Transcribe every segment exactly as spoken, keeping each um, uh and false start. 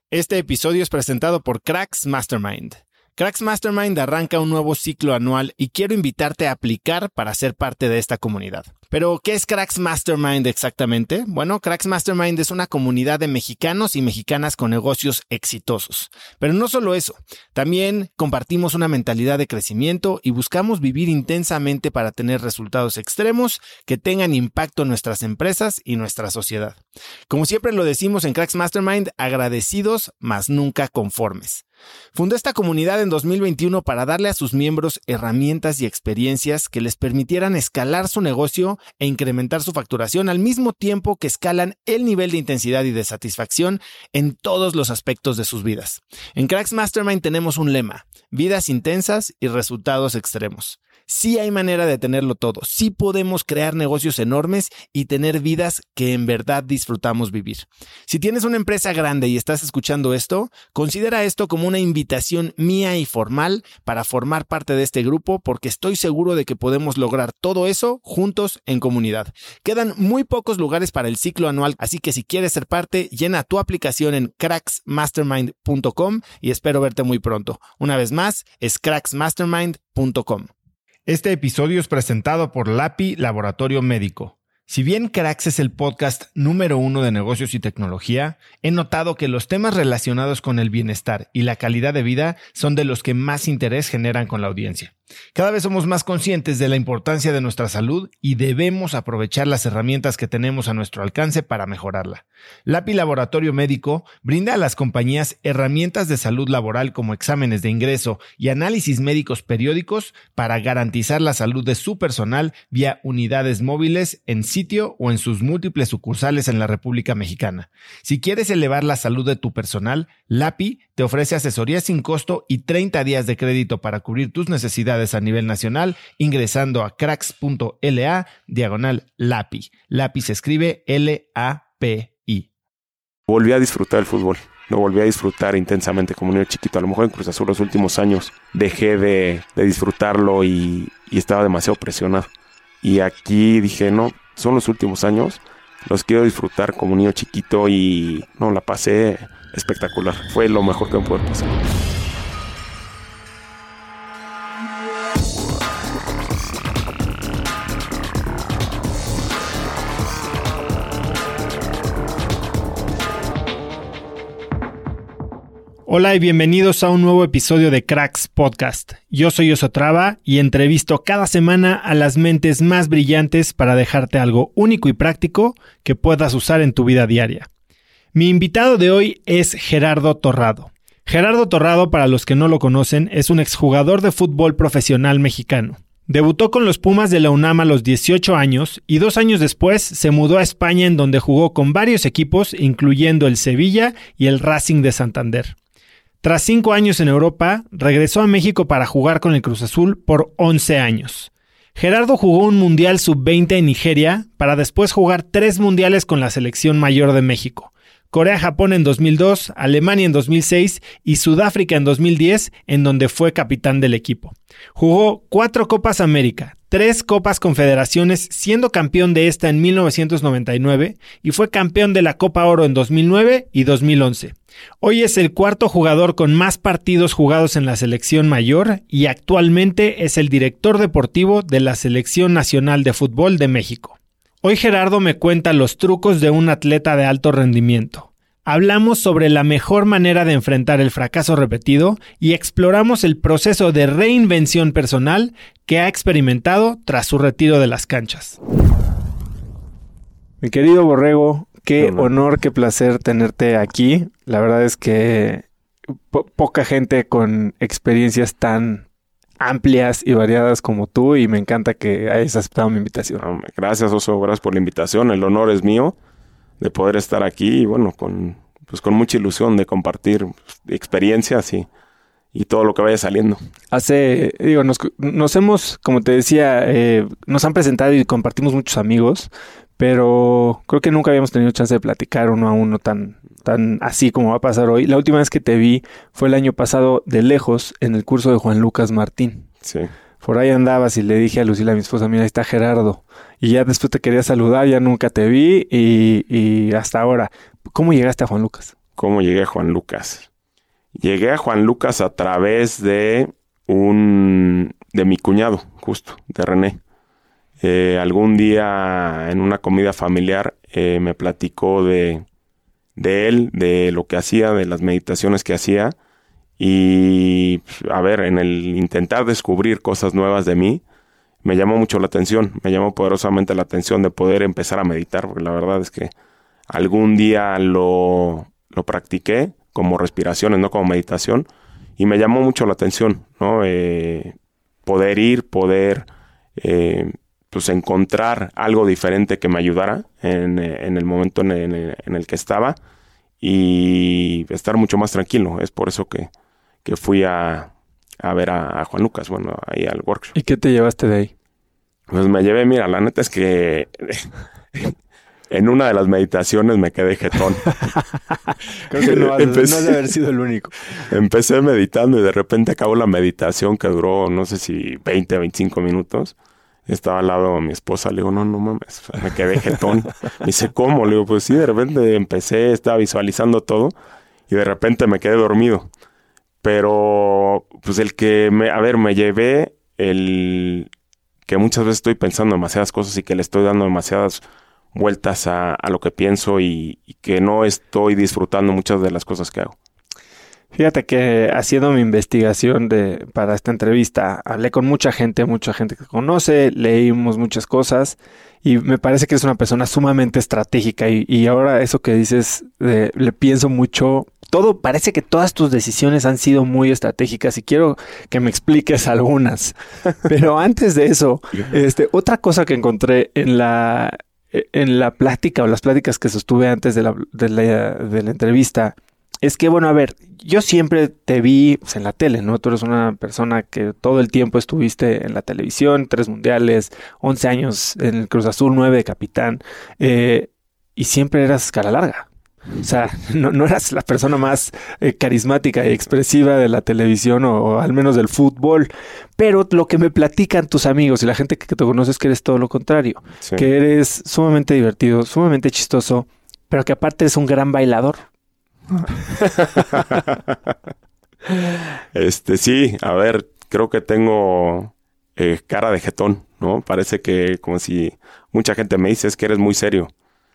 Este episodio es presentado por Cracks Mastermind. Cracks Mastermind arranca un nuevo ciclo anual y quiero invitarte a aplicar para ser parte de esta comunidad. Pero, ¿qué es Cracks Mastermind exactamente? Bueno, Cracks Mastermind es una comunidad de mexicanos y mexicanas con negocios exitosos. Pero no solo eso, también compartimos una mentalidad de crecimiento y buscamos vivir intensamente para tener resultados extremos que tengan impacto en nuestras empresas y nuestra sociedad. Como siempre lo decimos en Cracks Mastermind, agradecidos, mas nunca conformes. Fundó esta comunidad en dos mil veintiuno para darle a sus miembros herramientas y experiencias que les permitieran escalar su negocio e incrementar su facturación al mismo tiempo que escalan el nivel de intensidad y de satisfacción en todos los aspectos de sus vidas. En Cracks Mastermind tenemos un lema: vidas intensas y resultados extremos. Sí hay manera de tenerlo todo, sí podemos crear negocios enormes y tener vidas que en verdad disfrutamos vivir. Si tienes una empresa grande y estás escuchando esto, considera esto como una invitación mía y formal para formar parte de este grupo, porque estoy seguro de que podemos lograr todo eso juntos en comunidad. Quedan muy pocos lugares para el ciclo anual, así que si quieres ser parte, llena tu aplicación en cracks mastermind punto com y espero verte muy pronto. Una vez más, es cracks mastermind punto com. Este episodio es presentado por Lapi Laboratorio Médico. Si bien Cracks es el podcast número uno de negocios y tecnología, he notado que los temas relacionados con el bienestar y la calidad de vida son de los que más interés generan con la audiencia. Cada vez somos más conscientes de la importancia de nuestra salud y debemos aprovechar las herramientas que tenemos a nuestro alcance para mejorarla. Lapi Laboratorio Médico brinda a las compañías herramientas de salud laboral como exámenes de ingreso y análisis médicos periódicos para garantizar la salud de su personal vía unidades móviles en sitio o en sus múltiples sucursales en la República Mexicana. Si quieres elevar la salud de tu personal, Lapi te ofrece asesoría sin costo y treinta días de crédito para cubrir tus necesidades a nivel nacional ingresando a cracks punto la diagonal Lapi. Lapi se escribe L A P I. Volví a disfrutar el fútbol. Lo volví a disfrutar intensamente como niño chiquito. A lo mejor en Cruz Azul los últimos años dejé de, de disfrutarlo y, y estaba demasiado presionado. Y aquí dije, no, son los últimos años. Los quiero disfrutar como niño chiquito y no, la pasé espectacular. Fue lo mejor que me pudo pasar. Hola y bienvenidos a un nuevo episodio de Cracks Podcast. Yo soy Osotrava y entrevisto cada semana a las mentes más brillantes para dejarte algo único y práctico que puedas usar en tu vida diaria. Mi invitado de hoy es Gerardo Torrado. Gerardo Torrado, para los que no lo conocen, es un exjugador de fútbol profesional mexicano. Debutó con los Pumas de la UNAM a los dieciocho años y dos años después se mudó a España, en donde jugó con varios equipos, incluyendo el Sevilla y el Racing de Santander. Tras cinco años en Europa, regresó a México para jugar con el Cruz Azul por once años. Gerardo jugó un Mundial sub veinte en Nigeria para después jugar tres mundiales con la selección mayor de México. Corea-Japón en dos mil dos, Alemania en dos mil seis y Sudáfrica en dos mil diez, en donde fue capitán del equipo. Jugó cuatro Copas América, tres Copas Confederaciones, siendo campeón de esta en mil novecientos noventa y nueve y fue campeón de la Copa Oro en dos mil nueve y dos mil once. Hoy es el cuarto jugador con más partidos jugados en la selección mayor y actualmente es el director deportivo de la Selección Nacional de Fútbol de México. Hoy Gerardo me cuenta los trucos de un atleta de alto rendimiento. Hablamos sobre la mejor manera de enfrentar el fracaso repetido y exploramos el proceso de reinvención personal que ha experimentado tras su retiro de las canchas. Mi querido Borrego, qué honor, honor qué placer tenerte aquí. La verdad es que po- poca gente con experiencias tan amplias y variadas como tú, y me encanta que hayas aceptado mi invitación. Gracias, Oso, gracias por la invitación. El honor es mío de poder estar aquí y bueno, con, pues con mucha ilusión de compartir experiencias y, y todo lo que vaya saliendo. Hace, digo, nos, nos hemos, como te decía, eh, nos han presentado y compartimos muchos amigos, pero creo que nunca habíamos tenido chance de platicar uno a uno tan, tan así como va a pasar hoy. La última vez que te vi fue el año pasado de lejos en el curso de Juan Lucas Martín. Sí. Por ahí andabas y le dije a Lucila, mi esposa, mira, ahí está Gerardo. Y ya después te quería saludar, ya nunca te vi y, y hasta ahora. ¿Cómo llegaste a Juan Lucas? ¿Cómo llegué a Juan Lucas? Llegué a Juan Lucas a través de un... de mi cuñado, justo, de René. Eh, algún día en una comida familiar eh, me platicó de, de él, de lo que hacía, de las meditaciones que hacía. Y, a ver, en el intentar descubrir cosas nuevas de mí, me llamó mucho la atención, me llamó poderosamente la atención de poder empezar a meditar, porque la verdad es que algún día lo, lo practiqué como respiraciones, no como meditación, y me llamó mucho la atención, ¿no? Eh, poder ir, poder eh, pues encontrar algo diferente que me ayudara en, en el momento en el, en el que estaba y estar mucho más tranquilo. Es por eso que, que fui a, a ver a, a Juan Lucas, bueno, ahí al workshop. ¿Y qué te llevaste de ahí? Pues me llevé, mira, la neta es que en una de las meditaciones me quedé jetón. Creo que no has, empecé, no has de haber sido el único. Empecé meditando y de repente acabó la meditación que duró, no sé si veinte, veinticinco minutos. Estaba al lado de mi esposa, le digo, no, no mames, me quedé jetón. Me dice, ¿cómo? Le digo, pues sí, de repente empecé, estaba visualizando todo y de repente me quedé dormido. Pero, pues el que, me, a ver, me llevé el... que muchas veces estoy pensando demasiadas cosas y que le estoy dando demasiadas vueltas a, a lo que pienso y, y que no estoy disfrutando muchas de las cosas que hago. Fíjate que haciendo mi investigación de, para esta entrevista, hablé con mucha gente, mucha gente que conoce, leímos muchas cosas y me parece que es una persona sumamente estratégica y, y ahora eso que dices, de, le pienso mucho. Todo, parece que todas tus decisiones han sido muy estratégicas y quiero que me expliques algunas. Pero antes de eso, este, otra cosa que encontré en la, en la plática o las pláticas que sostuve antes de la, de la, de la entrevista es que, bueno, a ver, yo siempre te vi pues, en la tele, ¿no? Tú eres una persona que todo el tiempo estuviste en la televisión, tres mundiales, once años en el Cruz Azul, nueve de capitán, eh, y siempre eras cara larga. O sea, no, no eras la persona más eh, carismática y expresiva de la televisión o, o al menos del fútbol. Pero lo que me platican tus amigos y la gente que te conoce es que eres todo lo contrario. Sí. Que eres sumamente divertido, sumamente chistoso, pero que aparte eres un gran bailador. este, sí, a ver, creo que tengo eh, cara de jetón, ¿no? Parece que como si mucha gente me dice es que eres muy serio.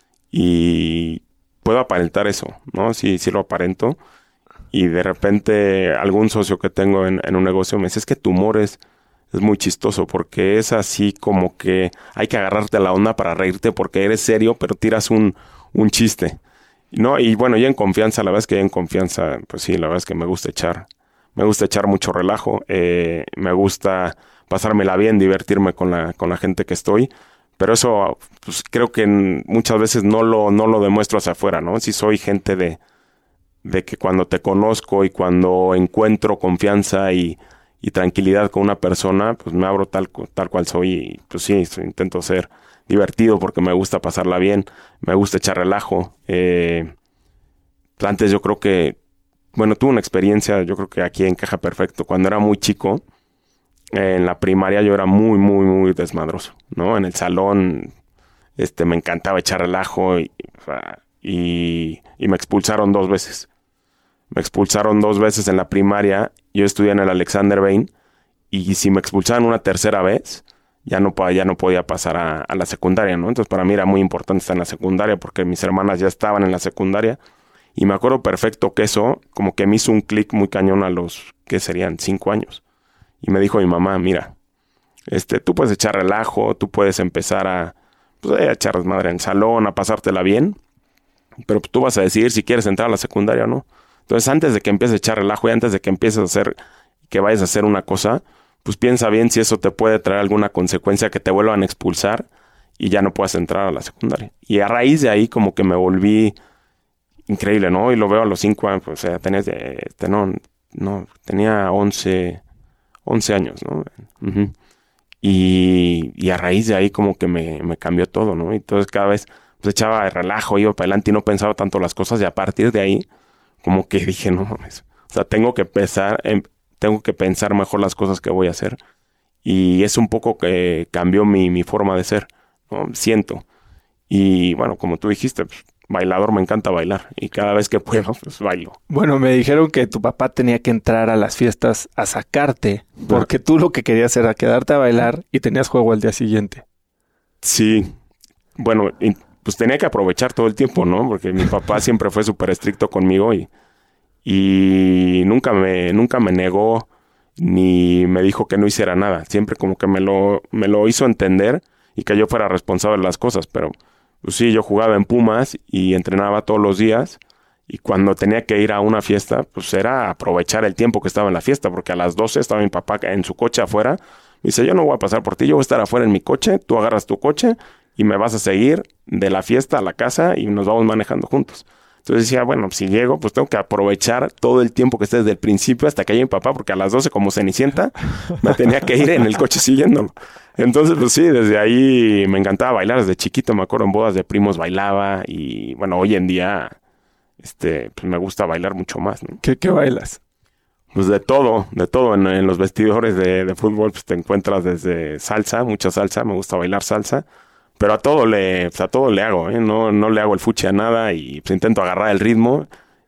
Y... puedo aparentar eso, ¿no? Sí, sí lo aparento. Y de repente algún socio que tengo en, en un negocio me dice, es que tu humor es, es muy chistoso porque es así como que hay que agarrarte a la onda para reírte porque eres serio, pero tiras un, un chiste, ¿no? Y bueno, ya en confianza, la verdad es que ya en confianza, pues sí, la verdad es que me gusta echar, me gusta echar mucho relajo, eh, me gusta pasármela bien, divertirme con la, con la gente que estoy. Pero eso, pues creo que muchas veces no lo, no lo demuestro hacia afuera, ¿no? Si soy gente de, de que cuando te conozco y cuando encuentro confianza y, y tranquilidad con una persona, pues me abro tal, tal cual soy y pues sí, intento ser divertido porque me gusta pasarla bien, me gusta echar relajo. Eh, antes yo creo que, bueno, tuve una experiencia, yo creo que aquí encaja perfecto. Cuando era muy chico, en la primaria yo era muy, muy, muy desmadroso, ¿no? En el salón este, me encantaba echar relajo y, y, y me expulsaron dos veces. Me expulsaron dos veces en la primaria. Yo estudié en el Alexander Bain y si me expulsaban una tercera vez, ya no, ya no podía pasar a, a la secundaria, ¿no? Entonces para mí era muy importante estar en la secundaria porque mis hermanas ya estaban en la secundaria y me acuerdo perfecto que eso como que me hizo un clic muy cañón a los, ¿qué serían? Cinco años. Y me dijo mi mamá, mira, este, tú puedes echar relajo, tú puedes empezar a, pues, a echar desmadre en el salón, a pasártela bien, pero pues, tú vas a decidir si quieres entrar a la secundaria o no. Entonces, antes de que empieces a echar relajo y antes de que empieces a hacer, que vayas a hacer una cosa, pues piensa bien si eso te puede traer alguna consecuencia que te vuelvan a expulsar y ya no puedas entrar a la secundaria. Y a raíz de ahí como que me volví increíble, ¿no? Y lo veo a los cinco años, pues, o sea, tenés, este, no, no, tenía once... once años, ¿no? Uh-huh. Y, y a raíz de ahí como que me, me cambió todo, ¿no? Y entonces cada vez pues echaba de relajo, iba para adelante y no pensaba tanto las cosas. Y a partir de ahí como que dije, no mames, o sea, tengo que pensar, eh, tengo que pensar mejor las cosas que voy a hacer. Y es un poco que cambió mi, mi forma de ser, ¿no? Siento. Y bueno, como tú dijiste, pues, bailador, me encanta bailar. Y cada vez que puedo, pues bailo. Bueno, me dijeron que tu papá tenía que entrar a las fiestas a sacarte, porque tú lo que querías era quedarte a bailar y tenías juego al día siguiente. Sí. Bueno, pues tenía que aprovechar todo el tiempo, ¿no? Porque mi papá siempre fue súper estricto conmigo y, y nunca me, nunca me negó ni me dijo que no hiciera nada. Siempre como que me lo, me lo hizo entender y que yo fuera responsable de las cosas. Pero pues sí, yo jugaba en Pumas y entrenaba todos los días. Y cuando tenía que ir a una fiesta, pues era aprovechar el tiempo que estaba en la fiesta. Porque a las doce estaba mi papá en su coche afuera. Me dice, yo no voy a pasar por ti, yo voy a estar afuera en mi coche. Tú agarras tu coche y me vas a seguir de la fiesta a la casa y nos vamos manejando juntos. Entonces decía, bueno, si llego, pues tengo que aprovechar todo el tiempo que esté desde el principio hasta que llegue mi papá, porque a las doce, como Cenicienta, me tenía que ir en el coche siguiéndolo. Entonces, pues sí, desde ahí me encantaba bailar. Desde chiquito, me acuerdo, en bodas de primos bailaba y, bueno, hoy en día este, pues me gusta bailar mucho más, ¿no? ¿Qué, qué bailas? Pues de todo, de todo. En, en los vestidores de, de fútbol pues te encuentras desde salsa, mucha salsa, me gusta bailar salsa. Pero a todo le, pues a todo le hago, ¿eh? No, no le hago el fuchi a nada y pues intento agarrar el ritmo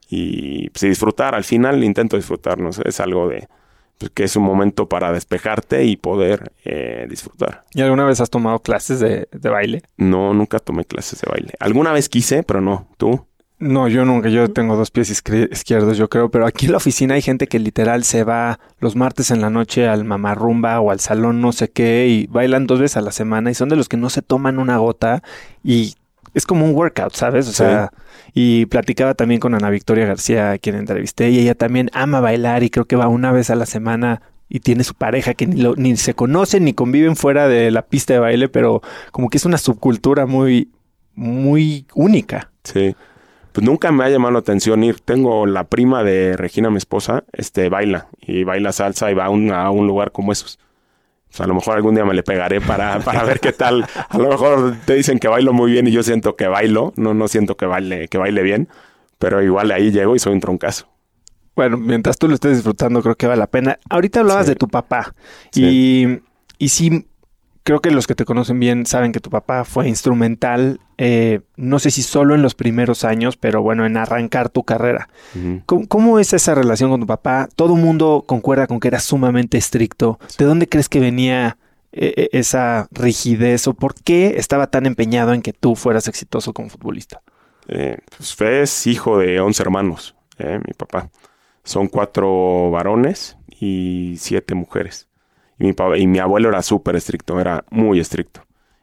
y pues, disfrutar. Al final intento disfrutar, no sé, es algo de pues, que es un momento para despejarte y poder eh, disfrutar. ¿Y alguna vez has tomado clases de, de baile? No, nunca tomé clases de baile. Alguna vez quise, pero no. ¿Tú? No, yo nunca. Yo tengo dos pies izquierdos, yo creo. Pero aquí en la oficina hay gente que literal se va los martes en la noche al mamarrumba o al salón no sé qué y bailan dos veces a la semana y son de los que no se toman una gota y es como un workout, ¿sabes? O Sí. sea, y platicaba también con Ana Victoria García, a quien entrevisté, y ella también ama bailar y creo que va una vez a la semana y tiene su pareja que ni, lo, ni se conocen ni conviven fuera de la pista de baile, pero como que es una subcultura muy, muy única. Sí. Pues nunca me ha llamado la atención ir. Tengo la prima de Regina, mi esposa, este, baila. Y baila salsa y va a un, a un lugar como esos. Pues a lo mejor algún día me le pegaré para, para ver qué tal. A lo mejor te dicen que bailo muy bien y yo siento que bailo. No, no siento que baile, que baile bien. Pero igual ahí llego y soy un troncazo. Bueno, mientras tú lo estés disfrutando, creo que vale la pena. Ahorita hablabas Sí. de tu papá. Sí. Y, y sí, creo que los que te conocen bien saben que tu papá fue instrumental, eh, no sé si solo en los primeros años, pero bueno, en arrancar tu carrera. Uh-huh. ¿Cómo, cómo es esa relación con tu papá? Todo el mundo concuerda con que era sumamente estricto. ¿De dónde crees que venía eh, esa rigidez o por qué estaba tan empeñado en que tú fueras exitoso como futbolista? Eh, pues es hijo de once hermanos, eh, mi papá. Son cuatro varones y siete mujeres. Y mi, papá, y mi abuelo era súper estricto, era muy estricto.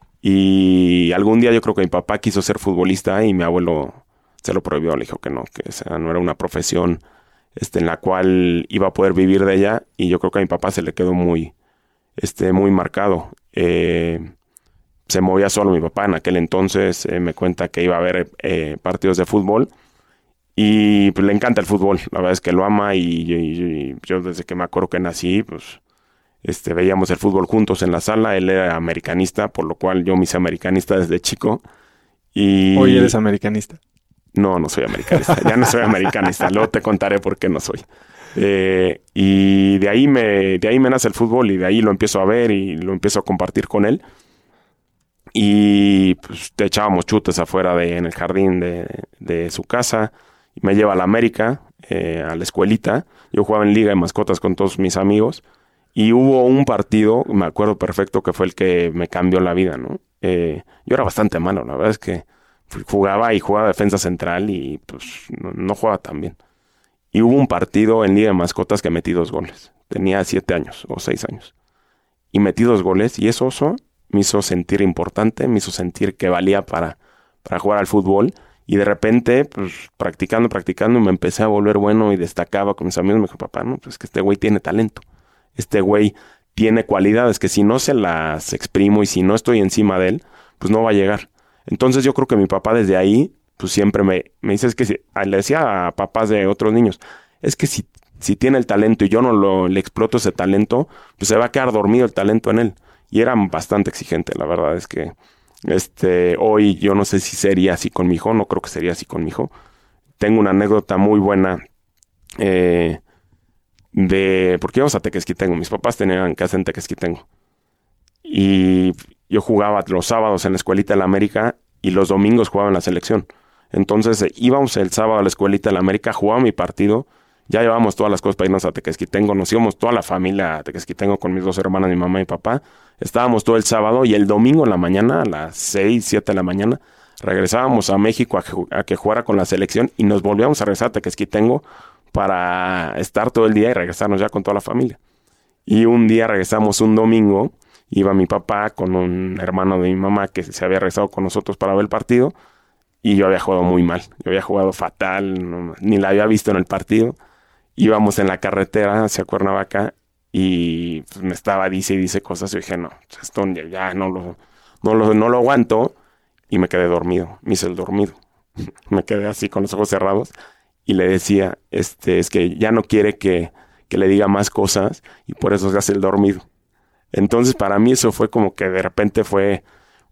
Y algún día yo creo que mi papá quiso ser futbolista y mi abuelo se lo prohibió, le dijo que no, que o sea, no era una profesión este, en la cual iba a poder vivir de ella. Y yo creo que a mi papá se le quedó muy, este, muy marcado. Eh, se movía solo mi papá en aquel entonces, eh, me cuenta que iba a ver eh, partidos de fútbol. Y pues le encanta el fútbol, la verdad es que lo ama y, y, y yo desde que me acuerdo que nací, pues este, veíamos el fútbol juntos en la sala. Él era americanista, por lo cual yo me hice americanista desde chico. Y ¿Hoy eres americanista? No, no soy americanista, ya no soy americanista, luego te contaré por qué no soy. Eh, y de ahí, me, de ahí me nace el fútbol y de ahí lo empiezo a ver y lo empiezo a compartir con él. Y pues te echábamos chutes afuera de, en el jardín de, de su casa. Me lleva a la América, eh, a la escuelita. Yo jugaba en Liga de Mascotas con todos mis amigos. Y hubo un partido, me acuerdo perfecto, que fue el que me cambió la vida, ¿no? Eh, yo era bastante malo, la verdad es que jugaba y jugaba defensa central y pues no, no jugaba tan bien. Y hubo un partido en Liga de Mascotas que metí dos goles. Tenía siete años o seis años. Y metí dos goles y eso, eso me hizo sentir importante, me hizo sentir que valía para, para jugar al fútbol. Y de repente, pues, practicando, practicando, me empecé a volver bueno y destacaba con mis amigos. Me dijo, papá, no, pues que este güey tiene talento. Este güey tiene cualidades que si no se las exprimo y si no estoy encima de él, pues no va a llegar. Entonces yo creo que mi papá desde ahí, pues siempre me, me dice, es que si, le decía a papás de otros niños, es que si, si tiene el talento y yo no lo, le exploto ese talento, pues se va a quedar dormido el talento en él. Y era bastante exigente, la verdad es que Este, hoy yo no sé si sería así con mi hijo, no creo que sería así con mi hijo. Tengo una anécdota muy buena eh, de, porque íbamos a Tequesquitengo, mis papás tenían casa en Tequesquitengo. Y yo jugaba los sábados en la escuelita de la América y los domingos jugaba en la selección. Entonces eh, íbamos el sábado a la escuelita de la América, jugaba mi partido, ya llevábamos todas las cosas para irnos a Tequesquitengo, nos íbamos toda la familia a Tequesquitengo con mis dos hermanas, mi mamá y papá. Estábamos todo el sábado y el domingo en la mañana, a las seis, siete de la mañana, regresábamos a México a, a que jugara con la selección y nos volvíamos a regresar a Tequesquitengo para estar todo el día y regresarnos ya con toda la familia. Y un día regresamos un domingo, iba mi papá con un hermano de mi mamá que se había regresado con nosotros para ver el partido y yo había jugado muy mal, yo había jugado fatal, no, ni la había visto en el partido. Íbamos en la carretera hacia Cuernavaca y pues, me estaba dice y dice cosas y dije, no, esto ya no lo, no lo, no lo aguanto y me quedé dormido, me hice el dormido. Me quedé así con los ojos cerrados y le decía, este, es que ya no quiere que, que le diga más cosas y por eso se hace el dormido. Entonces para mí eso fue como que de repente fue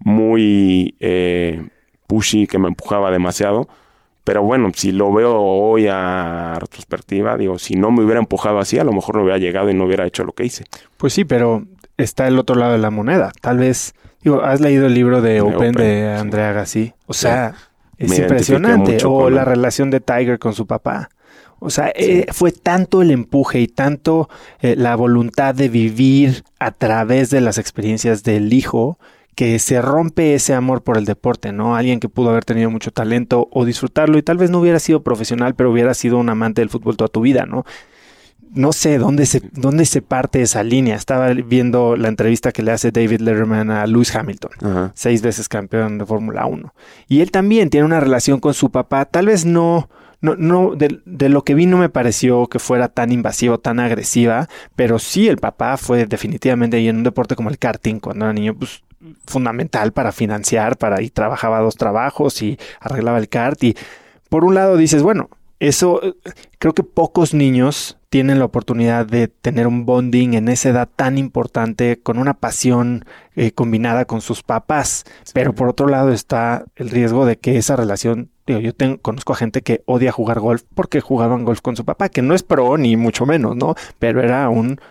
muy eh, pushy, que me empujaba demasiado. Pero bueno, si lo veo hoy a retrospectiva, digo, si no me hubiera empujado así, a lo mejor no hubiera llegado y no hubiera hecho lo que hice. Pues sí, pero está el otro lado de la moneda. Tal vez, digo, ¿has leído el libro de, de Open, Open de Andrea Agassi? O sea, sí. Es me impresionante. O la él. relación de Tiger con su papá. O sea, sí. eh, fue tanto el empuje y tanto eh, la voluntad de vivir a través de las experiencias del hijo que se rompe ese amor por el deporte, ¿no? Alguien que pudo haber tenido mucho talento o disfrutarlo y tal vez no hubiera sido profesional, pero hubiera sido un amante del fútbol toda tu vida, ¿no? No sé dónde se, dónde se parte esa línea. Estaba viendo la entrevista que le hace David Letterman a Lewis Hamilton, uh-huh. seis veces campeón de Fórmula uno. Y él también tiene una relación con su papá, tal vez no... No, no, de, de lo que vi no me pareció que fuera tan invasivo, tan agresiva, pero sí el papá fue definitivamente ahí en un deporte como el karting cuando era niño, pues fundamental para financiar, para y trabajaba dos trabajos y arreglaba el kart y por un lado dices, bueno, eso creo que pocos niños tienen la oportunidad de tener un bonding en esa edad tan importante con una pasión eh, combinada con sus papás, sí. Pero por otro lado está el riesgo de que esa relación, digo, yo tengo, conozco a gente que odia jugar golf porque jugaban golf con su papá, que no es pro ni mucho menos, ¿no? Pero era un...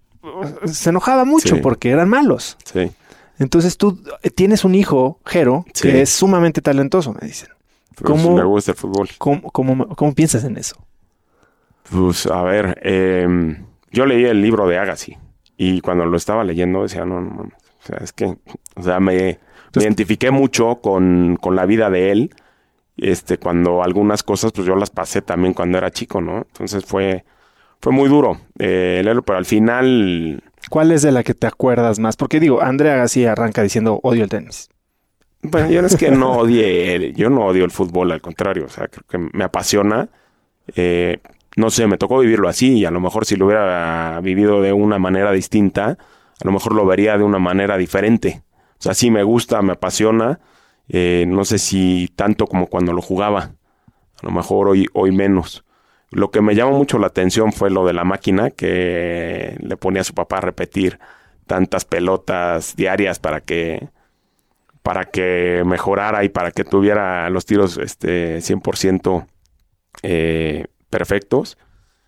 se enojaba mucho sí. porque eran malos. Sí. Entonces tú tienes un hijo, Jero, sí. que es sumamente talentoso, me dicen. ¿Cómo, me gusta el fútbol. ¿cómo, cómo, ¿Cómo piensas en eso? Pues, a ver, eh, yo leí el libro de Agassi y cuando lo estaba leyendo decía, no, no, no, o sea, es que, o sea, me, Entonces, me identifiqué mucho con, con la vida de él, este, cuando algunas cosas, pues yo las pasé también cuando era chico, ¿no? Entonces fue, fue muy duro eh, leerlo, pero al final... ¿Cuál es de la que te acuerdas más? Porque digo, Andrea Agassi arranca diciendo, odio el tenis. Bueno, yo no es que no odie, yo no odio el fútbol, al contrario, o sea, creo que me apasiona. Eh, no sé, me tocó vivirlo así y a lo mejor si lo hubiera vivido de una manera distinta, a lo mejor lo vería de una manera diferente. O sea, sí me gusta, me apasiona, eh, no sé si tanto como cuando lo jugaba, a lo mejor hoy, hoy menos. Lo que me llamó mucho la atención fue lo de la máquina que le ponía a su papá a repetir tantas pelotas diarias para que... para que mejorara y para que tuviera los tiros este, cien por ciento eh, perfectos.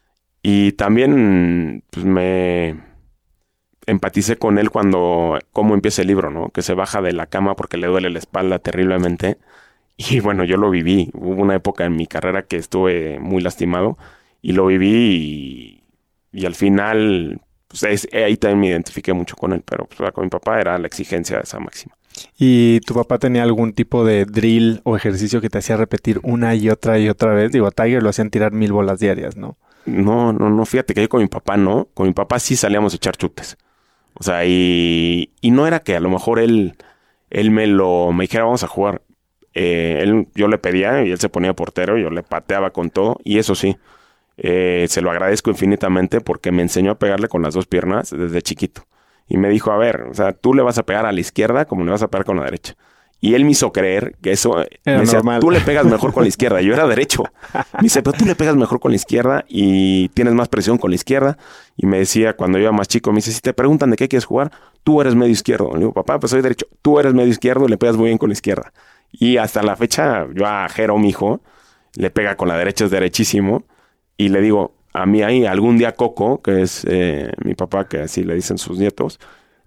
Y también pues, me empaticé con él cuando, cómo empieza el libro, ¿no? Que se baja de la cama porque le duele la espalda terriblemente. Y bueno, yo lo viví. Hubo una época en mi carrera que estuve muy lastimado y lo viví y, y al final, pues, es, ahí también me identifiqué mucho con él. Pero pues, con mi papá era la exigencia de esa máxima. ¿Y tu papá tenía algún tipo de drill o ejercicio que te hacía repetir una y otra y otra vez? Digo, a Tiger lo hacían tirar mil bolas diarias, ¿no? No, no, no. Fíjate que yo con mi papá no. Con mi papá sí salíamos a echar chutes. O sea, y, y no era que a lo mejor él, él me lo me dijera, vamos a jugar. Eh, él, yo le pedía y él se ponía portero, yo le pateaba con todo. Y eso sí, eh, se lo agradezco infinitamente porque me enseñó a pegarle con las dos piernas desde chiquito. Y me dijo, a ver, o sea, tú le vas a pegar a la izquierda como le vas a pegar con la derecha. Y él me hizo creer que eso... Era me decía, normal. Tú le pegas mejor con la izquierda. Yo era derecho. Me dice, pero tú le pegas mejor con la izquierda y tienes más presión con la izquierda. Y me decía, cuando yo era más chico, me dice, si te preguntan de qué quieres jugar, tú eres medio izquierdo. Le digo, papá, pues soy derecho. Tú eres medio izquierdo y le pegas muy bien con la izquierda. Y hasta la fecha, yo a Jero, mi hijo, le pega con la derecha, es derechísimo. Y le digo... A mí ahí algún día Coco, que es eh, mi papá, que así le dicen sus nietos,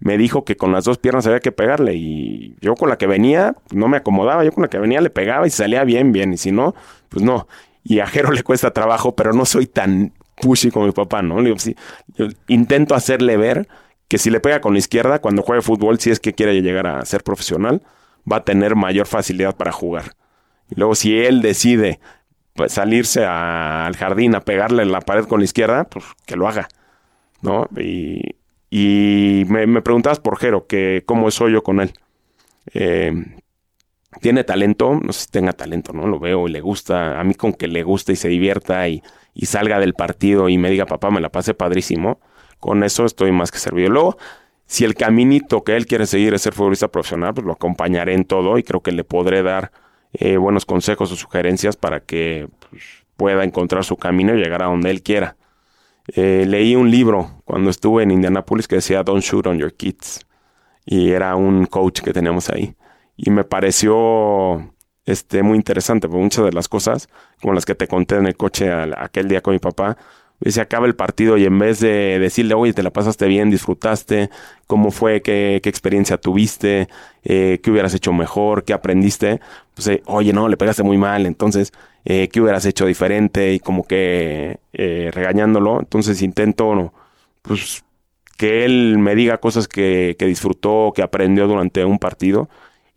me dijo que con las dos piernas había que pegarle. Y yo con la que venía, no me acomodaba. Yo con la que venía le pegaba y si salía bien, bien. Y si no, pues no. Y a Jero le cuesta trabajo, pero no soy tan pushy como mi papá, ¿no? Le digo, sí, yo intento hacerle ver que si le pega con la izquierda, cuando juegue fútbol, si es que quiere llegar a ser profesional, va a tener mayor facilidad para jugar. Y luego si él decide pues, salirse a, al jardín a pegarle en la pared con la izquierda, pues que lo haga, ¿no? Y, y me, me preguntabas por Jero, que cómo soy yo con él. Eh, tiene talento, no sé si tenga talento, ¿no? Lo veo y le gusta. A mí con que le guste y se divierta y, y salga del partido y me diga, papá, me la pasé padrísimo, con eso estoy más que servido. Luego, si el caminito que él quiere seguir es ser futbolista profesional, pues lo acompañaré en todo y creo que le podré dar eh, buenos consejos o sugerencias para que pues, pueda encontrar su camino y llegar a donde él quiera. Eh, leí un libro cuando estuve en Indianápolis que decía Don't Shoot on Your Kids y era un coach que teníamos ahí y me pareció este, muy interesante porque muchas de las cosas como las que te conté en el coche al, aquel día con mi papá, se acaba el partido y en vez de decirle, oye, te la pasaste bien, disfrutaste, cómo fue, qué, qué experiencia tuviste, eh, qué hubieras hecho mejor, qué aprendiste, pues, eh, oye, no, le pegaste muy mal, entonces, eh, qué hubieras hecho diferente y como que eh, regañándolo. Entonces intento, no, pues, que él me diga cosas que, que disfrutó, que aprendió durante un partido.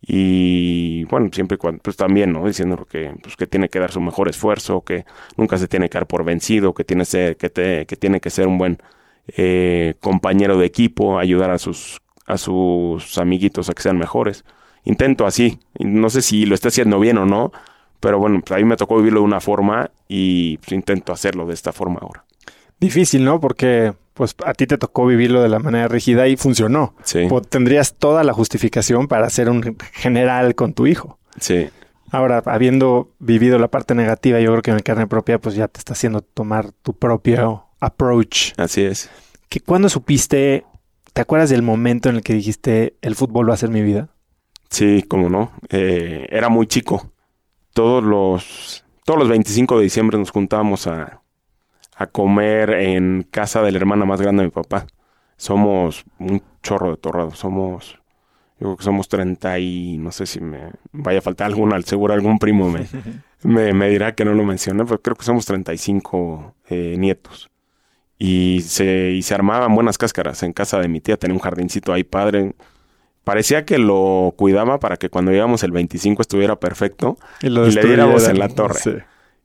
Y bueno, siempre cuando, pues también, ¿no? Diciéndolo que, pues, que tiene que dar su mejor esfuerzo, que nunca se tiene que dar por vencido, que tiene, ser, que te, que tiene que ser un buen eh, compañero de equipo, ayudar a sus, a sus amiguitos a que sean mejores. Intento así, no sé si lo está haciendo bien o no, pero bueno, pues a mí me tocó vivirlo de una forma y pues, intento hacerlo de esta forma ahora. Difícil, ¿no? Porque pues a ti te tocó vivirlo de la manera rígida y funcionó. Sí. Pues, tendrías toda la justificación para ser un general con tu hijo. Sí. Ahora, habiendo vivido la parte negativa, yo creo que en carne propia, pues ya te está haciendo tomar tu propio approach. Así es. ¿Que cuándo supiste, te acuerdas del momento en el que dijiste, el fútbol va a ser mi vida? Sí, cómo no. Eh, era muy chico. Todos los, todos los veinticinco de diciembre nos juntábamos a... a comer en casa de la hermana más grande de mi papá. Somos un chorro de torrados. Somos, yo creo que somos treinta y no sé si me vaya a faltar alguna, al seguro algún primo me, me, me dirá que no lo mencioné, pero creo que somos treinta y cinco eh, nietos. Y se, y se armaban buenas cáscaras en casa de mi tía. Tenía un jardincito ahí padre. Parecía que lo cuidaba para que cuando llegamos el veinticinco estuviera perfecto y, y le diéramos en la torre. Sí.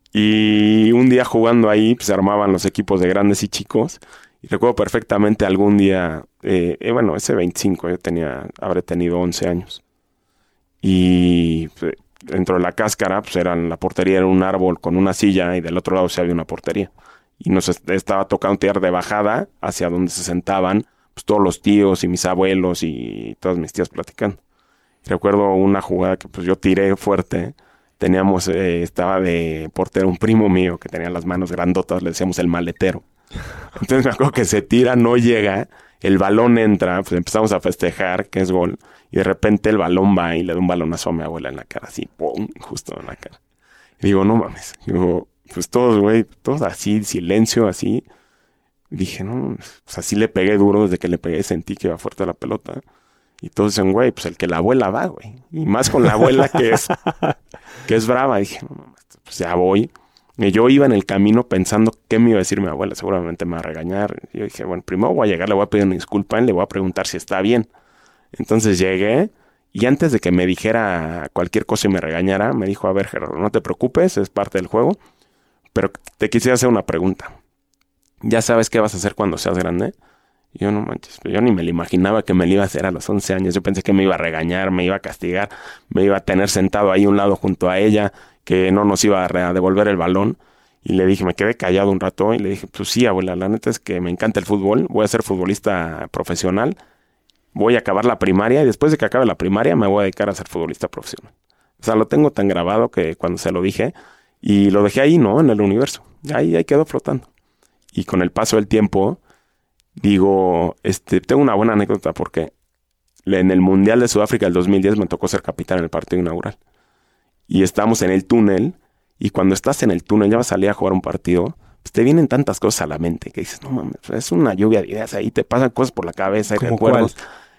Y un día jugando ahí, pues se armaban los equipos de grandes y chicos. Y recuerdo perfectamente algún día, eh, eh, bueno, ese veinticinco, yo tenía, habré tenido once años. Y pues, dentro de la cáscara, pues eran, la portería era un árbol con una silla y del otro lado sí había una portería. Y nos est- estaba tocando tirar de bajada hacia donde se sentaban pues, todos los tíos y mis abuelos y todas mis tías platicando. Y recuerdo una jugada que pues yo tiré fuerte. Teníamos, eh, estaba de portero un primo mío que tenía las manos grandotas, le decíamos el maletero. Entonces me acuerdo que se tira, no llega, el balón entra, pues empezamos a festejar, que es gol, y de repente el balón va y le da un balonazo a mi abuela en la cara, así, pum, justo en la cara. Y digo, no mames, digo, pues todos, güey, todos así, silencio, así. Y dije, no, pues así le pegué duro, desde que le pegué sentí que iba fuerte la pelota. Y todos dicen, güey, pues el que la abuela va, güey. Y más con la abuela que es, que es brava. Y dije, no, pues ya voy. Y yo iba en el camino pensando qué me iba a decir mi abuela. Seguramente me va a regañar. Y yo dije, bueno, primero voy a llegar, le voy a pedir una disculpa y le voy a preguntar si está bien. Entonces llegué y antes de que me dijera cualquier cosa y me regañara, me dijo, a ver, Gerardo, no te preocupes, es parte del juego. Pero te quisiera hacer una pregunta. ¿Ya sabes qué vas a hacer cuando seas grande? Y yo no manches, yo ni me lo imaginaba que me lo iba a hacer a los once años. Yo pensé que me iba a regañar, me iba a castigar, me iba a tener sentado ahí a un lado junto a ella, que no nos iba a devolver el balón. Y le dije, me quedé callado un rato y le dije, pues sí, abuela, la neta es que me encanta el fútbol, voy a ser futbolista profesional, voy a acabar la primaria y después de que acabe la primaria me voy a dedicar a ser futbolista profesional. O sea, lo tengo tan grabado que cuando se lo dije, y lo dejé ahí, ¿no? En el universo. Ahí, ahí quedó flotando. Y con el paso del tiempo... Digo, este, tengo una buena anécdota porque en el Mundial de Sudáfrica del dos mil diez me tocó ser capitán en el partido inaugural. Y estábamos en el túnel y cuando estás en el túnel, ya vas a salir a jugar un partido, pues te vienen tantas cosas a la mente que dices, no mames, es una lluvia de ideas ahí, te pasan cosas por la cabeza y recuerdos. ¿Cuál?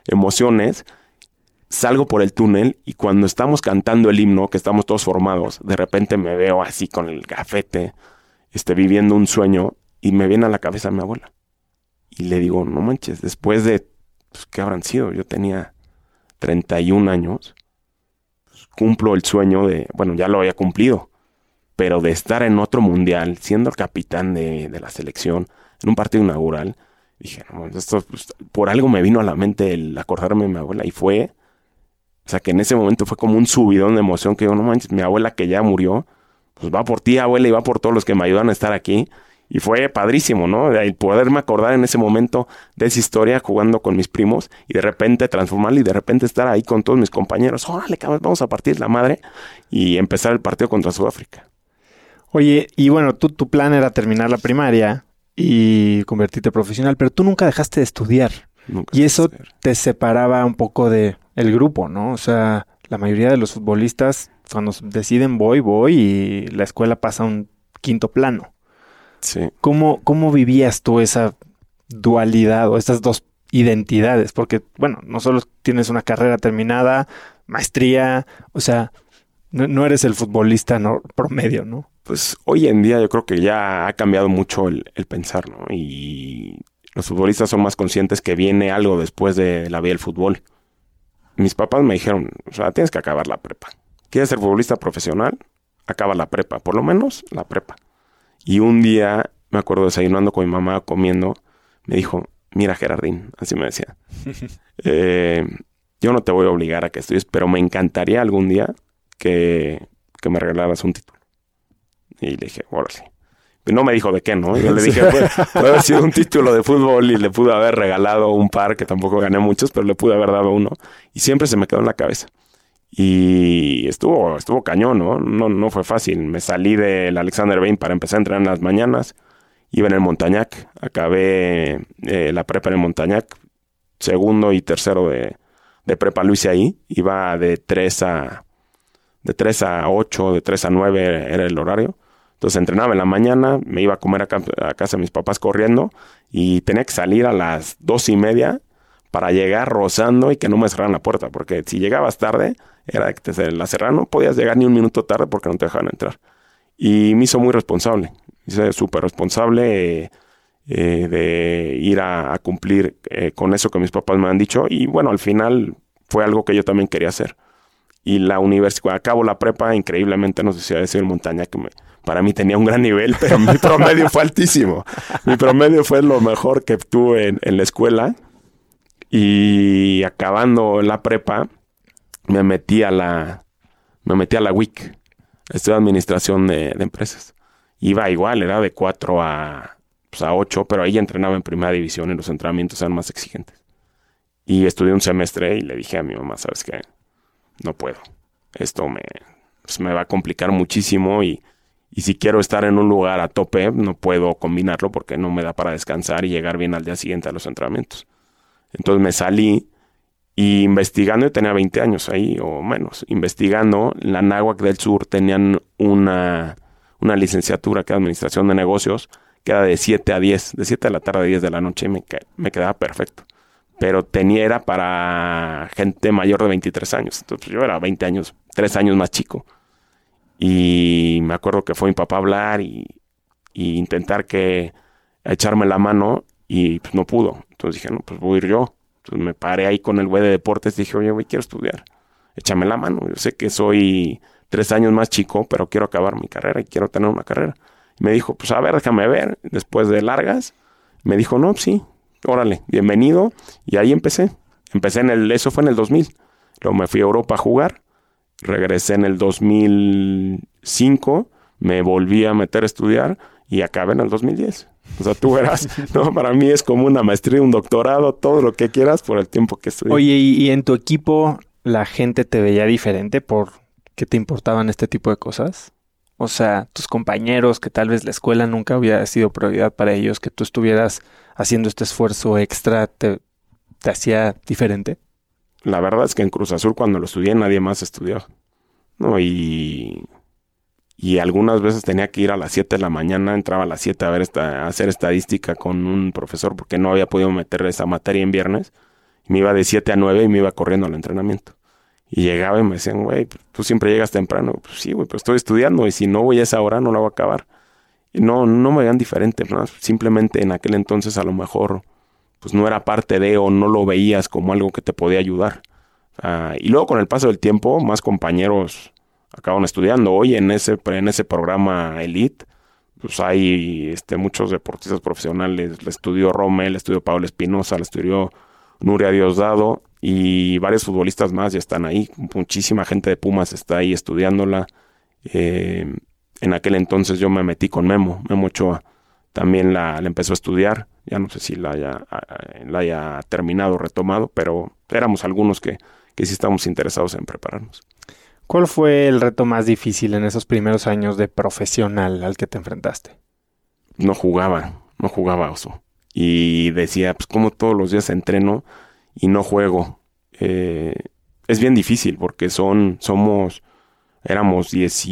emociones. Salgo por el túnel y cuando estamos cantando el himno, que estamos todos formados, de repente me veo así con el gafete, este, viviendo un sueño y me viene a la cabeza mi abuela. Y le digo, no manches, después de, pues, ¿qué habrán sido? Yo tenía treinta y un años, pues, cumplo el sueño de, bueno, ya lo había cumplido, pero de estar en otro mundial, siendo el capitán de, de la selección, en un partido inaugural, dije, no, esto, pues, por algo me vino a la mente el acordarme de mi abuela y fue... O sea, que en ese momento fue como un subidón de emoción que digo, no manches, mi abuela que ya murió, pues va por ti, abuela, y va por todos los que me ayudan a estar aquí. Y fue padrísimo, ¿no? El poderme acordar en ese momento de esa historia jugando con mis primos y de repente transformarla y de repente estar ahí con todos mis compañeros. Órale, cabrón, vamos a partir la madre y empezar el partido contra Sudáfrica. Oye, y bueno, tú, tu plan era terminar la primaria y convertirte profesional, pero tú nunca dejaste de estudiar. Nunca y eso te separaba un poco de el grupo, ¿no? O sea, la mayoría de los futbolistas cuando deciden voy, voy y la escuela pasa a un quinto plano. Sí. ¿Cómo, cómo vivías tú esa dualidad o estas dos identidades? Porque, bueno, no solo tienes una carrera terminada, maestría, o sea, no, no eres el futbolista no, promedio, ¿no? Pues hoy en día yo creo que ya ha cambiado mucho el, el pensar, ¿no? Y los futbolistas son más conscientes que viene algo después de la vida del fútbol. Mis papás me dijeron, o sea, tienes que acabar la prepa. ¿Quieres ser futbolista profesional? Acaba la prepa, por lo menos la prepa. Y un día, me acuerdo desayunando con mi mamá, comiendo, me dijo, mira Gerardín, así me decía, eh, yo no te voy a obligar a que estudies, pero me encantaría algún día que, que me regalaras un título. Y le dije, órale. No me dijo de qué, ¿no? Yo le dije, pues, puede haber sido un título de fútbol y le pude haber regalado un par, que tampoco gané muchos, pero le pude haber dado uno. Y siempre se me quedó en la cabeza. Y estuvo, estuvo cañón, ¿no? No, no fue fácil. Me salí del Alexander Bain para empezar a entrenar en las mañanas. Iba en el Montañac. Acabé eh, la prepa en el Montañac. Segundo y tercero de, de prepa lo hice ahí. Iba de tres a ocho, de tres a nueve era el horario. Entonces entrenaba en la mañana, me iba a comer a, ca- a casa de mis papás corriendo y tenía que salir a las dos y media para llegar rozando y que no me cerraran la puerta. Porque si llegabas tarde, era que te la cerraran, no podías llegar ni un minuto tarde porque no te dejaban entrar. Y me hizo muy responsable, hice súper responsable eh, eh, de ir a, a cumplir eh, con eso que mis papás me han dicho. Y bueno, al final fue algo que yo también quería hacer. Y la universidad, acabo la prepa, increíblemente, no sé si ha sido el Montaña, que me, para mí tenía un gran nivel, pero mi promedio fue altísimo. Mi promedio fue lo mejor que tuve en, en la escuela. Y acabando la prepa, me metí a la, me metí a la U I C, estudié administración de, de empresas. Iba igual, era de cuatro a, pues a ocho, pero ahí entrenaba en primera división y los entrenamientos eran más exigentes. Y estudié un semestre y le dije a mi mamá, ¿sabes qué? No puedo. Esto me, pues me va a complicar muchísimo y, y si quiero estar en un lugar a tope, no puedo combinarlo porque no me da para descansar y llegar bien al día siguiente a los entrenamientos. Entonces me salí y investigando, yo tenía veinte años ahí o menos, investigando, la Anáhuac del Sur tenían una, una licenciatura que era Administración de Negocios, que era de siete a diez, de siete de la tarde a diez de la noche y me, me quedaba perfecto. Pero tenía, era para gente mayor de veintitrés años. Entonces yo era veinte años, tres años más chico. Y me acuerdo que fue mi papá a hablar y, y intentar que echarme la mano y pues no pudo. Entonces dije, no, pues voy a ir yo. Entonces me paré ahí con el güey de deportes y dije, oye, güey, quiero estudiar. Échame la mano. Yo sé que soy tres años más chico, pero quiero acabar mi carrera y quiero tener una carrera. Y me dijo, pues a ver, déjame ver. Después de largas, me dijo, no, sí. Órale, bienvenido. Y ahí empecé. Empecé en el, eso fue en el dos mil. Luego me fui a Europa a jugar. Regresé en el dos mil cinco. Me volví a meter a estudiar y acabé en el dos mil diez. O sea, tú verás, ¿no? Para mí es como una maestría, un doctorado, todo lo que quieras por el tiempo que estudié. Oye, ¿y, y en tu equipo la gente te veía diferente por qué te importaban este tipo de cosas? O sea, tus compañeros, que tal vez la escuela nunca hubiera sido prioridad para ellos, que tú estuvieras haciendo este esfuerzo extra, ¿te, te hacía diferente? La verdad es que en Cruz Azul cuando lo estudié nadie más estudió. No, y, y algunas veces tenía que ir a las siete de la mañana, entraba a las siete a ver esta, a hacer estadística con un profesor porque no había podido meter esa materia en viernes. Me iba de siete a nueve y me iba corriendo al entrenamiento. Y llegaba y me decían, güey, tú siempre llegas temprano. Pues sí, güey, pero estoy estudiando y si no voy a esa hora no la voy a acabar. Y no, no me veían diferente, ¿no? Simplemente en aquel entonces a lo mejor pues no era parte de o no lo veías como algo que te podía ayudar. Uh, y luego con el paso del tiempo, más compañeros acaban estudiando. Hoy en ese, en ese programa Elite, pues hay este, muchos deportistas profesionales. Le estudió Rommel, le estudió Pablo Espinosa, le estudió Nuria Diosdado y varios futbolistas más ya están ahí. Muchísima gente de Pumas está ahí estudiándola. Eh, en aquel entonces yo me metí con Memo, Memo Ochoa. También la, la empezó a estudiar. Ya no sé si la haya, la haya terminado, retomado, pero éramos algunos que, que sí estábamos interesados en prepararnos. ¿Cuál fue el reto más difícil en esos primeros años de profesional al que te enfrentaste? No jugaba, no jugaba, Oso. Y decía, pues como todos los días entreno y no juego. Eh, es bien difícil porque son, somos, éramos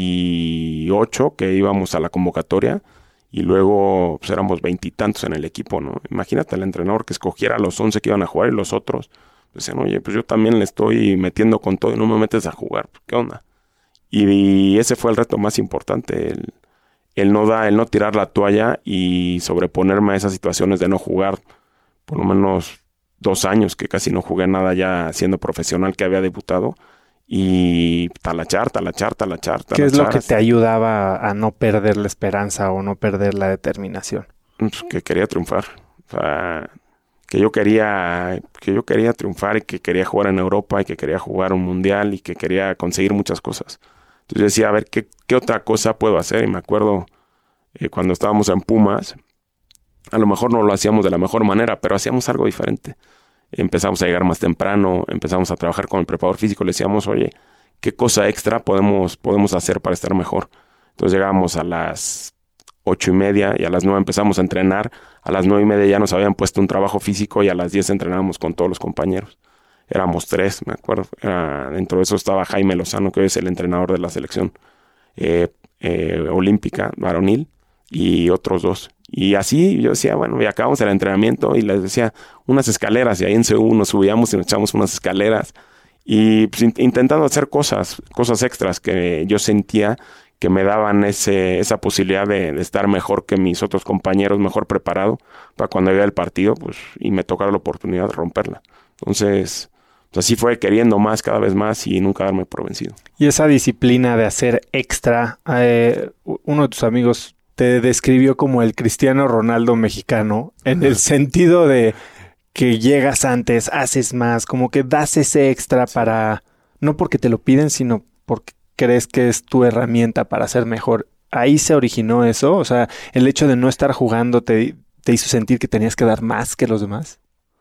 dieciocho que íbamos a la convocatoria y luego pues éramos veintitantos en el equipo, ¿no? Imagínate al entrenador que escogiera a los once que iban a jugar y los otros decían, oye, pues yo también le estoy metiendo con todo y no me metes a jugar. ¿Qué onda? Y, y ese fue el reto más importante, el, el no da, el no tirar la toalla y sobreponerme a esas situaciones de no jugar por lo menos dos años, que casi no jugué nada ya siendo profesional, que había debutado. Y talachar, talachar, talachar, talachar. ¿Qué es lo que te ayudaba a no perder la esperanza o no perder la determinación? Pues que quería triunfar. O sea, que yo quería, que yo quería triunfar y que quería jugar en Europa y que quería jugar un mundial y que quería conseguir muchas cosas. Entonces decía, a ver, ¿qué, qué otra cosa puedo hacer? Y me acuerdo eh, cuando estábamos en Pumas, a lo mejor no lo hacíamos de la mejor manera, pero hacíamos algo diferente. Empezamos a llegar más temprano, empezamos a trabajar con el preparador físico, le decíamos, oye, ¿qué cosa extra podemos, podemos hacer para estar mejor? Entonces llegábamos a las ocho y media y a las nueve empezamos a entrenar, a las nueve y media ya nos habían puesto un trabajo físico y a las diez entrenábamos con todos los compañeros. Éramos tres, me acuerdo. Era, dentro de eso estaba Jaime Lozano, que hoy es el entrenador de la selección eh, eh, olímpica varonil, y otros dos. Y así yo decía, bueno, y acabamos el entrenamiento y les decía unas escaleras, y ahí en C U nos subíamos y nos echamos unas escaleras y pues, in- intentando hacer cosas, cosas extras que yo sentía que me daban ese, esa posibilidad de, de estar mejor que mis otros compañeros, mejor preparado para cuando llegue el partido, pues, y me tocara la oportunidad de romperla. Entonces, pues así fue, queriendo más, cada vez más y nunca darme por vencido. Y esa disciplina de hacer extra, eh, uno de tus amigos te describió como el Cristiano Ronaldo mexicano, en el sentido de que llegas antes, haces más, como que das ese extra para, no porque te lo piden, sino porque crees que es tu herramienta para ser mejor. ¿Ahí se originó eso? O sea, el hecho de no estar jugando te, te hizo sentir que tenías que dar más que los demás.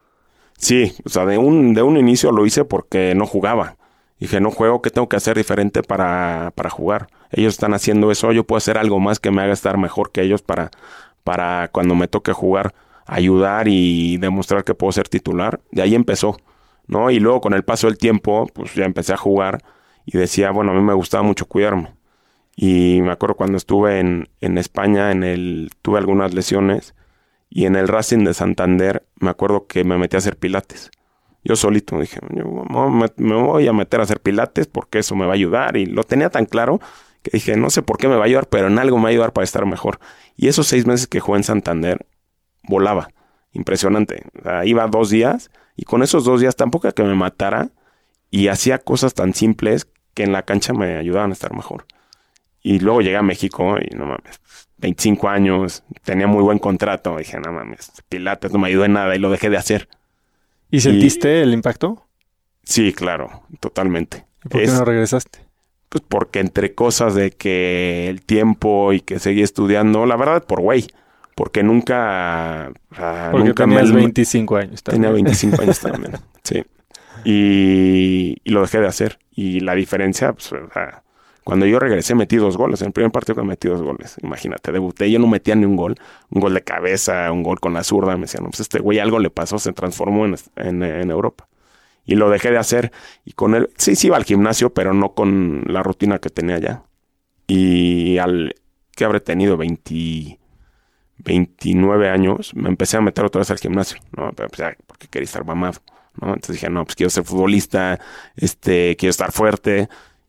Sí, o sea, de un, de un inicio lo hice porque no jugaba. Dije, no juego, ¿qué tengo que hacer diferente para, para jugar? Ellos están haciendo eso, yo puedo hacer algo más que me haga estar mejor que ellos para, para cuando me toque jugar, ayudar y demostrar que puedo ser titular. De ahí empezó, ¿no? Y luego con el paso del tiempo, pues ya empecé a jugar y decía, bueno, a mí me gustaba mucho cuidarme. Y me acuerdo cuando estuve en, en España, en el, tuve algunas lesiones y en el Racing de Santander, me acuerdo que me metí a hacer pilates. Yo solito dije, yo me voy a meter a hacer pilates porque eso me va a ayudar. Y lo tenía tan claro que dije, no sé por qué me va a ayudar, pero en algo me va a ayudar para estar mejor. Y esos seis meses que jugué en Santander, volaba. Impresionante. O sea, iba dos días y con esos dos días tampoco que me matara y hacía cosas tan simples que en la cancha me ayudaban a estar mejor. Y luego llegué a México y no mames, veinticinco años, tenía muy buen contrato. Dije, no mames, pilates no me ayudó en nada y lo dejé de hacer. ¿Y sentiste y, el impacto? Sí, claro, totalmente. ¿Y por qué es, no regresaste? Pues porque entre cosas de que el tiempo y que seguí estudiando, la verdad por güey, porque nunca... O sea, porque nunca tenías me, veinticinco años también. Tenía veinticinco años también, sí. Y, y lo dejé de hacer. Y la diferencia, pues, o sea, cuando yo regresé metí dos goles. En el primer partido que metí dos goles. Imagínate, debuté, yo no metía ni un gol. Un gol de cabeza, un gol con la zurda. Me decían, no, pues este güey algo le pasó, se transformó en, en, en Europa. Y lo dejé de hacer. Y con él, sí, sí iba al gimnasio, pero no con la rutina que tenía ya. Y al que habré tenido veinte, veintinueve años, me empecé a meter otra vez al gimnasio, ¿no? Pero, pues, porque quería estar mamado. ¿no? Entonces dije, no, pues quiero ser futbolista, este, quiero estar fuerte.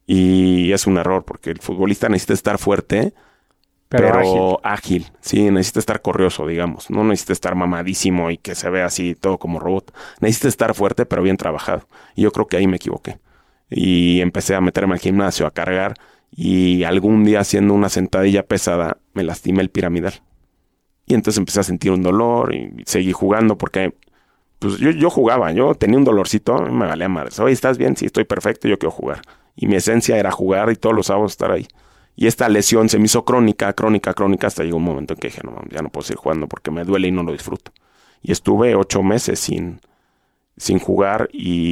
Y es un error, porque el futbolista necesita estar fuerte, pero, pero ágil. ágil. Sí, necesita estar corrioso, digamos. No necesita estar mamadísimo y que se vea así todo como robot. Necesita estar fuerte, pero bien trabajado. Y yo creo que ahí me equivoqué. Y empecé a meterme al gimnasio, a cargar. Y algún día haciendo una sentadilla pesada, me lastimé el piramidal. Y entonces empecé a sentir un dolor y seguí jugando porque pues yo, yo jugaba. Yo tenía un dolorcito, me valía madre. Oye, ¿estás bien? Sí, estoy perfecto, yo quiero jugar. Y mi esencia era jugar y todos los sábados estar ahí. Y esta lesión se me hizo crónica, crónica, crónica, hasta llegó un momento en que dije, no, ya no puedo seguir jugando porque me duele y no lo disfruto. Y estuve ocho meses sin, sin jugar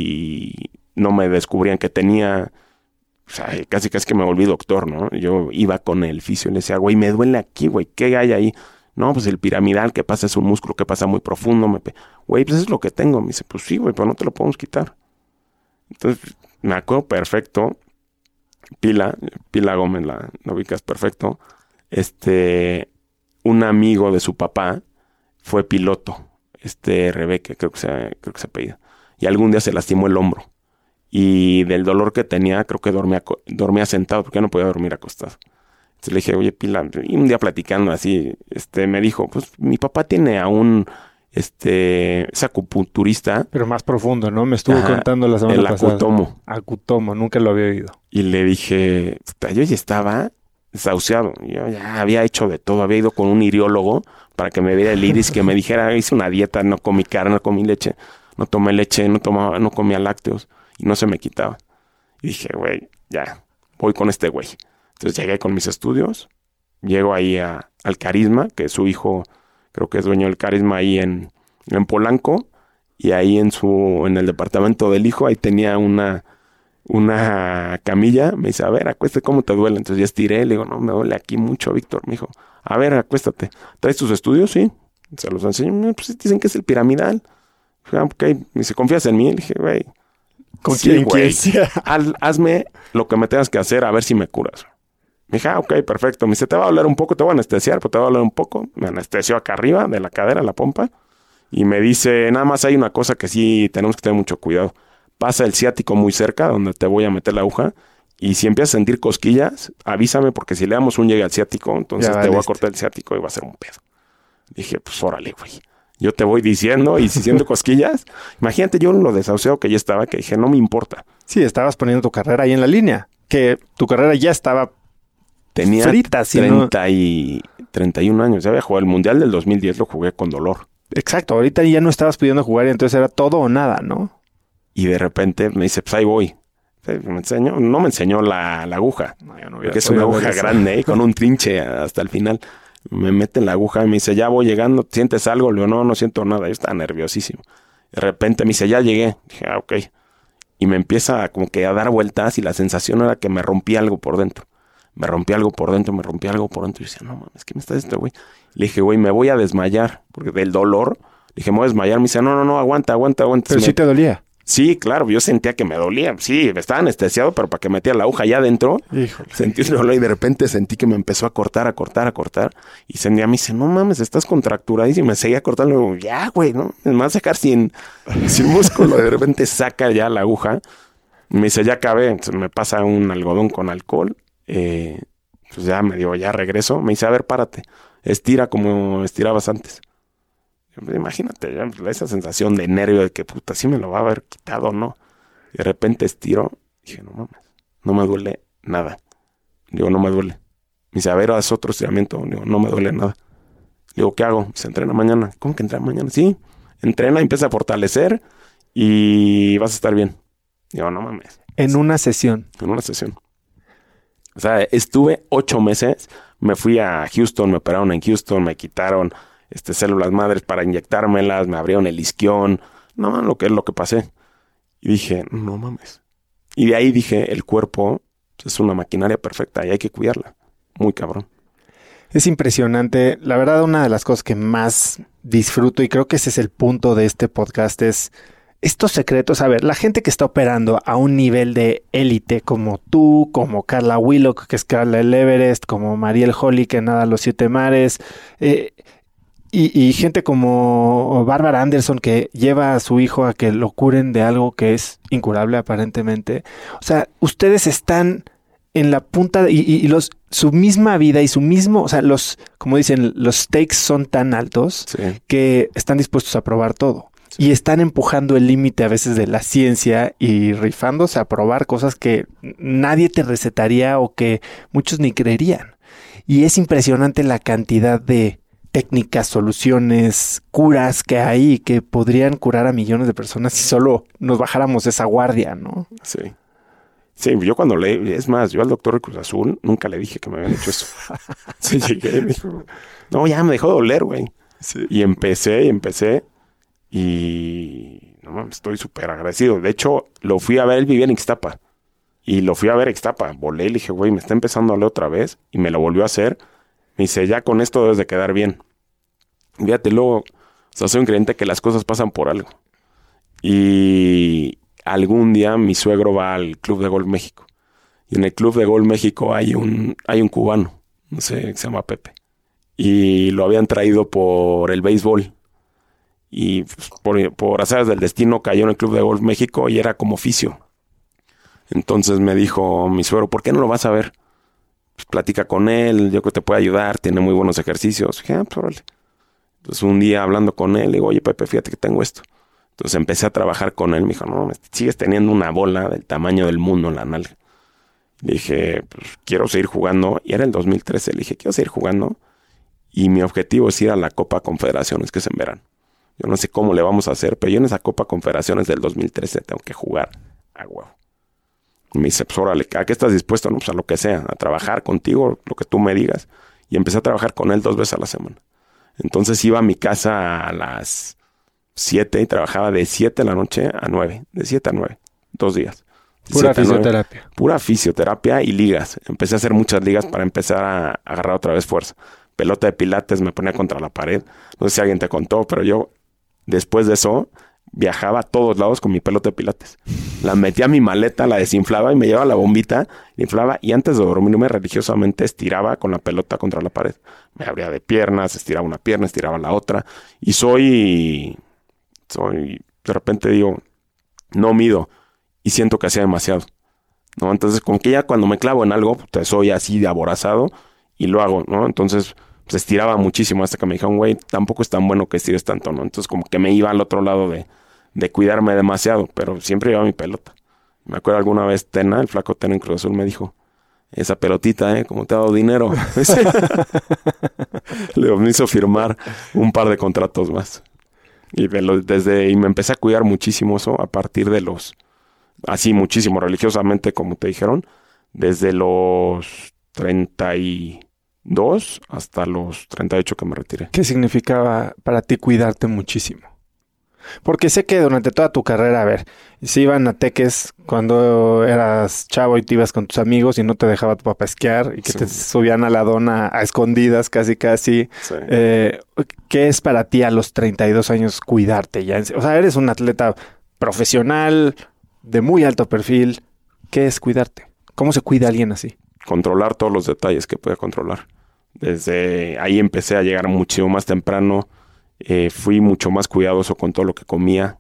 y no me descubrían que tenía, o sea, casi casi que me volví doctor, ¿no? Yo iba con el fisio y le decía, güey, me duele aquí, güey, ¿qué hay ahí? No, pues el piramidal, que pasa es un músculo que pasa muy profundo. Me pe... Güey, pues eso es lo que tengo. Me dice, pues sí, güey, pero no te lo podemos quitar. Entonces, me acuerdo perfecto, Pila, Pila Gómez, la, la ubicas perfecto, este, un amigo de su papá fue piloto, este Rebeca, creo que se, creo que se apellida, y algún día se lastimó el hombro, y del dolor que tenía, creo que dormía, dormía sentado, porque ya no podía dormir acostado. Entonces le dije, oye, Pila, y un día platicando así, este, me dijo, pues mi papá tiene a un... Este, es acupunturista. Pero más profundo, ¿no? Me estuvo Ajá, contando la semana el pasada. El acutomo. Acutomo, nunca lo había oído. Y le dije, yo ya estaba desahuciado. Yo ya había hecho de todo. Había ido con un iriólogo para que me viera el iris, que me dijera, hice una dieta, no comí carne, no comí leche, no tomé leche, no tomaba, no comía lácteos. Y no se me quitaba. Y dije, güey, ya, voy con este güey. Entonces llegué con mis estudios. Llego ahí a, al Carisma, que su hijo... Creo que es dueño del Carisma ahí en, en Polanco. Y ahí en su en el departamento del hijo, ahí tenía una, una camilla. Me dice, a ver, acuéstate, ¿cómo te duele? Entonces ya estiré. Le digo, no, me duele aquí mucho, Víctor. Me dijo, a ver, acuéstate. ¿Traes tus estudios? Sí. Se los enseño. Pues dicen que es el piramidal. Ah, ok. Me dice, ¿confías en mí? Le dije, güey. ¿Con sí, quién quieres? Haz, hazme lo que me tengas que hacer a ver si me curas. Me dije, ah, ok, perfecto. Me dice, te va a doler un poco, te voy a anestesiar, pero te va a doler un poco. Me anestesió acá arriba de la cadera, la pompa. Y me dice, nada más hay una cosa que sí tenemos que tener mucho cuidado. Pasa el ciático muy cerca, donde te voy a meter la aguja. Y si empiezas a sentir cosquillas, avísame, porque si le damos un llegue al ciático, entonces ya, te voy a cortar el ciático y va a ser un pedo. Dije, pues órale, güey. Yo te voy diciendo, y si siento cosquillas, imagínate yo lo desahuciado que ya estaba, que dije, no me importa. Sí, estabas poniendo tu carrera ahí en la línea. Que tu carrera ya estaba... Tenía frita, treinta y treinta y un años. Ya había jugado el Mundial del dos mil diez, lo jugué con dolor. Exacto. Ahorita ya no estabas pudiendo jugar y entonces era todo o nada, ¿no? Y de repente me dice, pues ahí voy. Me enseñó, no me enseñó la, la aguja. No, yo no porque es una aguja grande, ¿eh? Con un trinche hasta el final. Me mete en la aguja y me dice, ya voy llegando. ¿Sientes algo? Le digo, no, no siento nada. Yo estaba nerviosísimo. De repente me dice, ya llegué. Dije, ah, ok. Y me empieza como que a dar vueltas y la sensación era que me rompía algo por dentro. Me rompí algo por dentro, me rompí algo por dentro. Y decía, no mames, ¿qué me está diciendo, güey? Le dije, güey, me voy a desmayar. Porque del dolor, le dije, me voy a desmayar. Me dice, no, no, no, aguanta, aguanta, aguanta. Pero me... sí te dolía. Sí, claro, yo sentía que me dolía. Sí, estaba anestesiado, pero para que metía la aguja allá adentro, Híjole. Sentí un dolor y de repente sentí que me empezó a cortar, a cortar, a cortar. Y sentía, me dice, no mames, estás contracturadísimo. Y me seguía cortando. Y digo, ya, güey, ¿no? Me va a sacar sin, sin músculo. De repente saca ya la aguja. Y me dice, ya acabé. Entonces me pasa un algodón con alcohol. Eh... Pues ya me digo, ya regreso. Me dice, a ver, párate. Estira como estirabas antes. Imagínate, ya, esa sensación de nervio de que, puta, sí me lo va a haber quitado, ¿no? Y de repente estiro. Dije, no mames, no me duele nada. Digo, no me duele. Me dice, a ver, haz otro estiramiento. Digo, no me duele nada. Digo, ¿qué hago? Se entrena mañana. ¿Cómo que entrena mañana? Sí, entrena, empieza a fortalecer y vas a estar bien. Digo, no mames. En una sesión. En una sesión. O sea, estuve ocho meses, me fui a Houston, me operaron en Houston, me quitaron este, células madres para inyectármelas, me abrieron el isquión, no, lo que es lo que pasé. Y dije, no mames. Y de ahí dije, el cuerpo es una maquinaria perfecta y hay que cuidarla. Muy cabrón. Es impresionante. La verdad, una de las cosas que más disfruto, y creo que ese es el punto de este podcast, es... estos secretos, a ver, la gente que está operando a un nivel de élite como tú, como Carla Willock, que escala el Everest, como Mariel Holly, que nada los siete mares, eh, Y, y gente como Bárbara Anderson que lleva a su hijo a que lo curen de algo que es incurable aparentemente. O sea, ustedes están en la punta de, y, y los su misma vida y su mismo, o sea, los, como dicen, los stakes son tan altos sí. que están dispuestos a probar todo. Sí. Y están empujando el límite a veces de la ciencia y rifándose a probar cosas que nadie te recetaría o que muchos ni creerían. Y es impresionante la cantidad de técnicas, soluciones, curas que hay y que podrían curar a millones de personas si solo nos bajáramos esa guardia, ¿no? Sí. Sí, yo cuando leí, es más, yo al doctor de Cruz Azul nunca le dije que me habían hecho eso. Sí, llegué y me dijo, no, ya me dejó de doler, güey. Sí. Y empecé y empecé y no mames, estoy súper agradecido. De hecho, lo fui a ver, él vivía en Ixtapa y lo fui a ver a Ixtapa. Volé y le dije, güey, me está empezando a doler otra vez y me lo volvió a hacer. Me dice, ya con esto debes de quedar bien. Fíjate, luego, o sea, soy un creyente que las cosas pasan por algo. Y algún día mi suegro va al Club de Golf México. Y en el Club de Golf México hay un, hay un cubano, no sé, que se llama Pepe. Y lo habían traído por el béisbol. Y pues, por, por azares del destino cayó en el Club de Golf México y era como oficio. Entonces me dijo mi suegro, ¿por qué no lo vas a ver? Pues platica con él, yo creo que te puede ayudar, tiene muy buenos ejercicios. Dije, ah, pues órale. Entonces un día hablando con él, le digo, oye Pepe, fíjate que tengo esto. Entonces empecé a trabajar con él. Me dijo, no, sigues teniendo una bola del tamaño del mundo en la nalga. Le dije, pues quiero seguir jugando. Y era el dos mil trece. Le dije, quiero seguir jugando. Y mi objetivo es ir a la Copa Confederaciones, que es en verano. Yo no sé cómo le vamos a hacer, pero yo en esa Copa Confederaciones del dos mil trece tengo que jugar a huevo. Y me dice, pues órale, ¿a qué estás dispuesto? No, pues a lo que sea, a trabajar contigo, lo que tú me digas. Y empecé a trabajar con él dos veces a la semana. Entonces iba a mi casa a las siete y trabajaba de siete de la noche a nueve. De siete a nueve. Dos días. Pura fisioterapia. Pura fisioterapia y ligas. Empecé a hacer muchas ligas para empezar a agarrar otra vez fuerza. Pelota de pilates, me ponía contra la pared. No sé si alguien te contó, pero yo después de eso viajaba a todos lados con mi pelota de pilates. La metía a mi maleta, la desinflaba y me llevaba la bombita, la inflaba y antes de dormirme religiosamente estiraba con la pelota contra la pared. Me abría de piernas, estiraba una pierna, estiraba la otra. Y soy... soy de repente digo, no mido y siento que hacía demasiado, ¿no? Entonces, como que ya cuando me clavo en algo, pues, soy así de aborazado y lo hago, ¿no? Entonces, pues estiraba muchísimo hasta que me dijeron, güey, tampoco es tan bueno que estires tanto, ¿no? Entonces, como que me iba al otro lado de, de cuidarme demasiado, pero siempre llevaba mi pelota. Me acuerdo alguna vez Tena, el flaco Tena en Cruz Azul, me dijo, esa pelotita, ¿eh? Como te ha dado dinero. Le me hizo firmar un par de contratos más. Y, desde, y me empecé a cuidar muchísimo eso a partir de los... Así muchísimo, religiosamente, como te dijeron. Desde los treinta y dos hasta los treinta y ocho que me retiré. ¿Qué significaba para ti cuidarte muchísimo? Porque sé que durante toda tu carrera, a ver, si iban a Teques cuando eras chavo y te ibas con tus amigos y no te dejaba tu papá esquiar y que sí. Te subían a la dona a escondidas casi casi. Sí. Eh, ¿Qué es para ti a los treinta y dos años cuidarte ya? O sea, eres un atleta profesional de muy alto perfil. ¿Qué es cuidarte? ¿Cómo se cuida alguien así? Controlar todos los detalles que pueda controlar. Desde ahí empecé a llegar muchísimo más temprano. Eh, fui mucho más cuidadoso con todo lo que comía.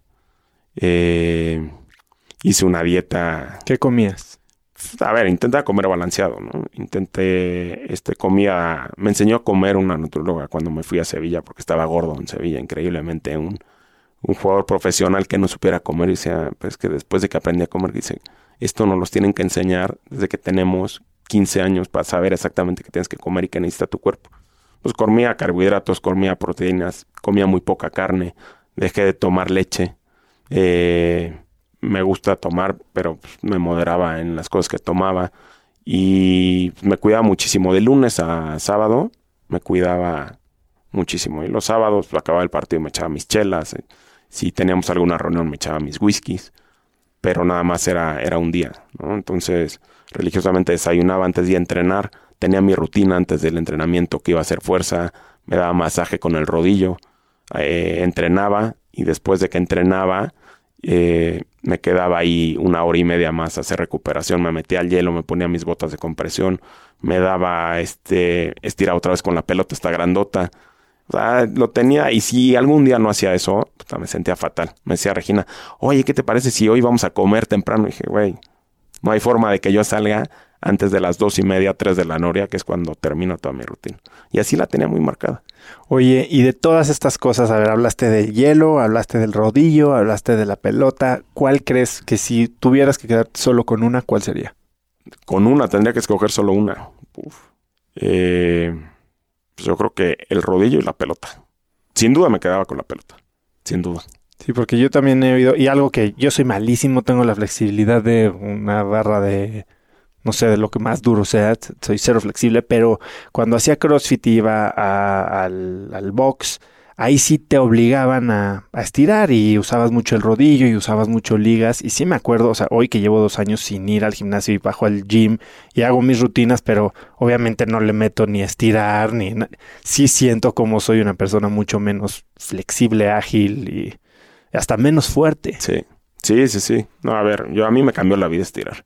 Eh, hice una dieta... ¿Qué comías? A ver, intentaba comer balanceado, ¿no? Intenté, este, comía... Me enseñó a comer una nutróloga cuando me fui a Sevilla, porque estaba gordo en Sevilla, increíblemente. Un, un jugador profesional que no supiera comer, y decía, pues que después de que aprendí a comer, dice, esto nos los tienen que enseñar desde que tenemos quince años para saber exactamente qué tienes que comer y qué necesita tu cuerpo. Pues comía carbohidratos, comía proteínas, comía muy poca carne, dejé de tomar leche. Eh, me gusta tomar, pero pues, me moderaba en las cosas que tomaba. Y me cuidaba muchísimo. De lunes a sábado me cuidaba muchísimo. Y los sábados pues, acababa el partido y me echaba mis chelas. Eh, si teníamos alguna reunión me echaba mis whiskies. Pero nada más era, era un día, ¿no? Entonces, religiosamente desayunaba antes de entrenar. Tenía mi rutina antes del entrenamiento que iba a hacer fuerza, me daba masaje con el rodillo, eh, entrenaba y después de que entrenaba eh, me quedaba ahí una hora y media más a hacer recuperación, me metía al hielo, me ponía mis botas de compresión, me daba este estiraba otra vez con la pelota esta grandota, O sea, lo tenía, y si algún día no hacía eso, puta, me sentía fatal. Me decía Regina, oye, ¿qué te parece si hoy vamos a comer temprano? Y dije, güey, no hay forma de que yo salga antes de las dos y media, tres de la noria, que es cuando termino toda mi rutina. Y así la tenía muy marcada. Oye, y de todas estas cosas, a ver, hablaste del hielo, hablaste del rodillo, hablaste de la pelota. ¿Cuál crees que si tuvieras que quedarte solo con una, cuál sería? Con una, tendría que escoger solo una. Uf. Eh... Pues yo creo que el rodillo y la pelota. Sin duda me quedaba con la pelota. Sin duda. Sí, porque yo también he oído, y algo que yo soy malísimo, tengo la flexibilidad de una barra de, no sé, de lo que más duro sea, soy cero flexible, pero cuando hacía CrossFit y iba a, al, al box, ahí sí te obligaban a, a estirar y usabas mucho el rodillo y usabas mucho ligas. Y sí me acuerdo, o sea, hoy que llevo dos años sin ir al gimnasio y bajo al gym y hago mis rutinas, pero obviamente no le meto ni a estirar, ni... Na- sí siento como soy una persona mucho menos flexible, ágil y hasta menos fuerte. Sí. Sí, sí, sí. No, a ver, yo a mí me cambió la vida estirar.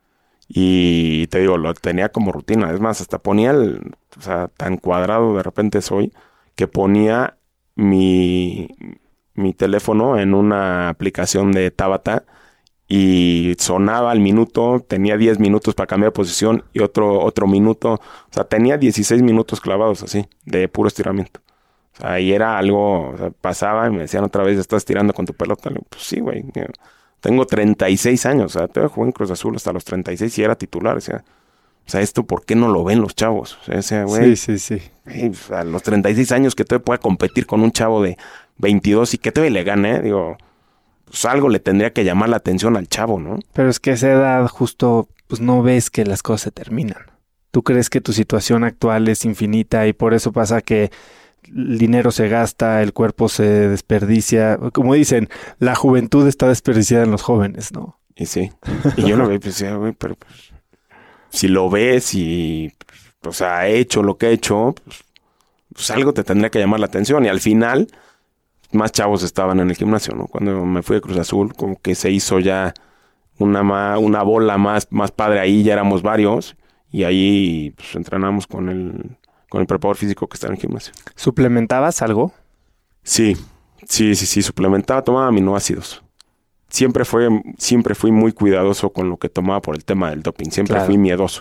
Y te digo, lo tenía como rutina. Es más, hasta ponía el... O sea, tan cuadrado de repente soy que ponía mi, mi teléfono en una aplicación de Tabata y sonaba al minuto, tenía diez minutos para cambiar de posición y otro, otro minuto. O sea, tenía dieciséis minutos clavados así, de puro estiramiento. O sea, y era algo, o sea, pasaba y me decían otra vez, ¿estás tirando con tu pelota? Le digo, pues sí, güey. Tengo treinta y seis años, o sea, te jugué en Cruz Azul hasta los treinta y seis y era titular, o sea... O sea, esto, ¿por qué no lo ven los chavos? O sea, güey, sí, sí, sí. Hey, a los treinta y seis años que todavía pueda competir con un chavo de veintidós y que todavía le gane, digo, pues algo le tendría que llamar la atención al chavo, ¿no? Pero es que a esa edad justo, pues no ves que las cosas se terminan. Tú crees que tu situación actual es infinita y por eso pasa que el dinero se gasta, el cuerpo se desperdicia. Como dicen, la juventud está desperdiciada en los jóvenes, ¿no? Y sí. Y yo lo veía y decía, güey, pero pues, si lo ves y, o sea, he hecho lo que he hecho, pues, pues algo te tendría que llamar la atención. Y al final, más chavos estaban en el gimnasio, ¿no? Cuando me fui de Cruz Azul, como que se hizo ya una, ma- una bola más, más padre ahí, ya éramos varios. Y ahí pues, entrenamos con el, con el preparador físico que está en el gimnasio. ¿Suplementabas algo? Sí, sí, sí, sí, suplementaba, tomaba aminoácidos. Siempre fue, siempre fui muy cuidadoso con lo que tomaba por el tema del doping. Siempre Claro. fui miedoso.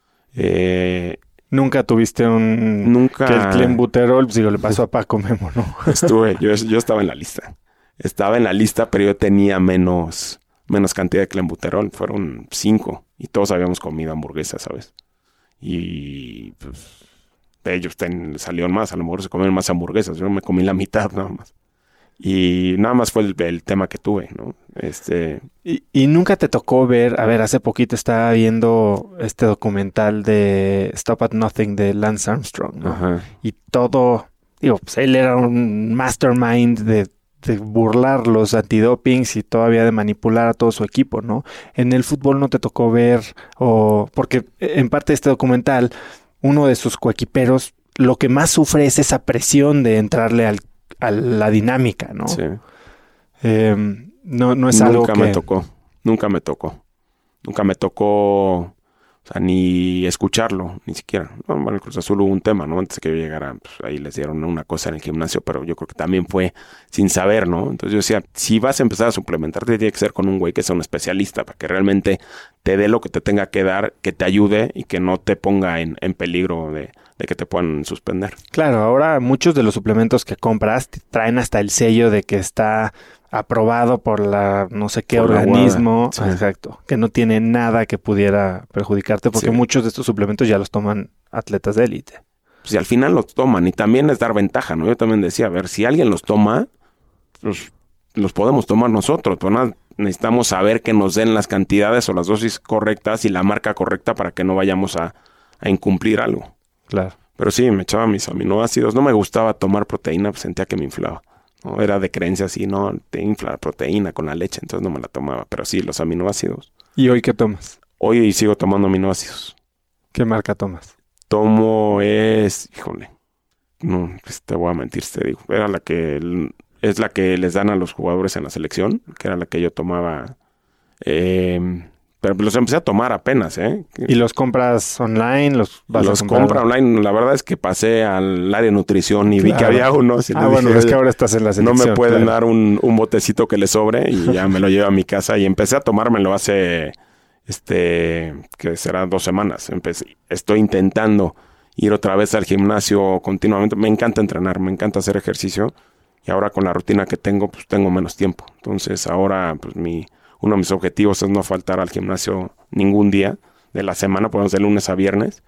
Eh, Nunca tuviste un... nunca Que el clenbuterol, pues digo, le pasó a Paco Memo, ¿no? estuve, yo, yo estaba en la lista. Estaba en la lista, pero yo tenía menos, menos cantidad de clenbuterol. Fueron cinco. Y todos habíamos comido hamburguesas, ¿sabes? Y pues de ellos ten, salieron más. A lo mejor se comieron más hamburguesas. Yo me comí la mitad nada más. Y nada más fue el, el tema que tuve, ¿no? Este... Y, y nunca te tocó ver, a ver, hace poquito estaba viendo este documental de Stop at Nothing de Lance Armstrong, ¿no? Ajá. Y todo, digo, pues él era un mastermind de, de burlar los antidopings y todavía de manipular a todo su equipo, ¿no? En el fútbol no te tocó ver, o porque en parte de este documental, uno de sus coequiperos, lo que más sufre es esa presión de entrarle al, a la dinámica, ¿no? Sí. Eh, no, no es algo Nunca que... me tocó. Nunca me tocó. Nunca me tocó, o sea, ni escucharlo, ni siquiera. No, bueno, en Cruz Azul hubo un tema, ¿no? Antes de que yo llegara, pues ahí les dieron una cosa en el gimnasio, pero yo creo que también fue sin saber, ¿no? Entonces yo decía, si vas a empezar a suplementarte, tiene que ser con un güey que sea un especialista, para que realmente te dé lo que te tenga que dar, que te ayude y que no te ponga en, en peligro de, de que te puedan suspender. Claro, ahora muchos de los suplementos que compras te traen hasta el sello de que está aprobado por la no sé qué Por la organismo, W A D, sí. exacto, que no tiene nada que pudiera perjudicarte porque Sí. muchos de estos suplementos ya los toman atletas de élite. Pues y al final los toman y también es dar ventaja, ¿no? Yo también decía, a ver, si alguien los toma, pues los podemos tomar nosotros, pero nada, necesitamos saber que nos den las cantidades o las dosis correctas y la marca correcta para que no vayamos a, a incumplir algo. Claro. Pero sí, me echaba mis aminoácidos. No me gustaba tomar proteína, pues sentía que me inflaba. ¿No? Era de creencia así, no, te infla la proteína con la leche, entonces no me la tomaba. Pero sí, los aminoácidos. ¿Y hoy qué tomas? Hoy sigo tomando aminoácidos. ¿Qué marca tomas? Tomo es, híjole, no, pues te voy a mentir, te digo. Era la que, es la que les dan a los jugadores en la selección, que era la que yo tomaba eh, Pero los empecé a tomar apenas, ¿eh? ¿Y los compras online? ¿Los vas Los a comprar? compro online. La verdad es que pasé al área de nutrición y Claro. vi que había unos. Y Ah, le bueno, dije, es que ahora estás en la no selección. me pueden claro. dar un, un botecito que le sobre y ya me lo llevo a mi casa. Y empecé a tomármelo hace, este, que será dos semanas. Empecé, estoy intentando ir otra vez al gimnasio continuamente. Me encanta entrenar, me encanta hacer ejercicio. Y ahora con la rutina que tengo, pues tengo menos tiempo. Entonces ahora, pues mi... Uno de mis objetivos es no faltar al gimnasio ningún día de la semana, podemos de lunes a viernes.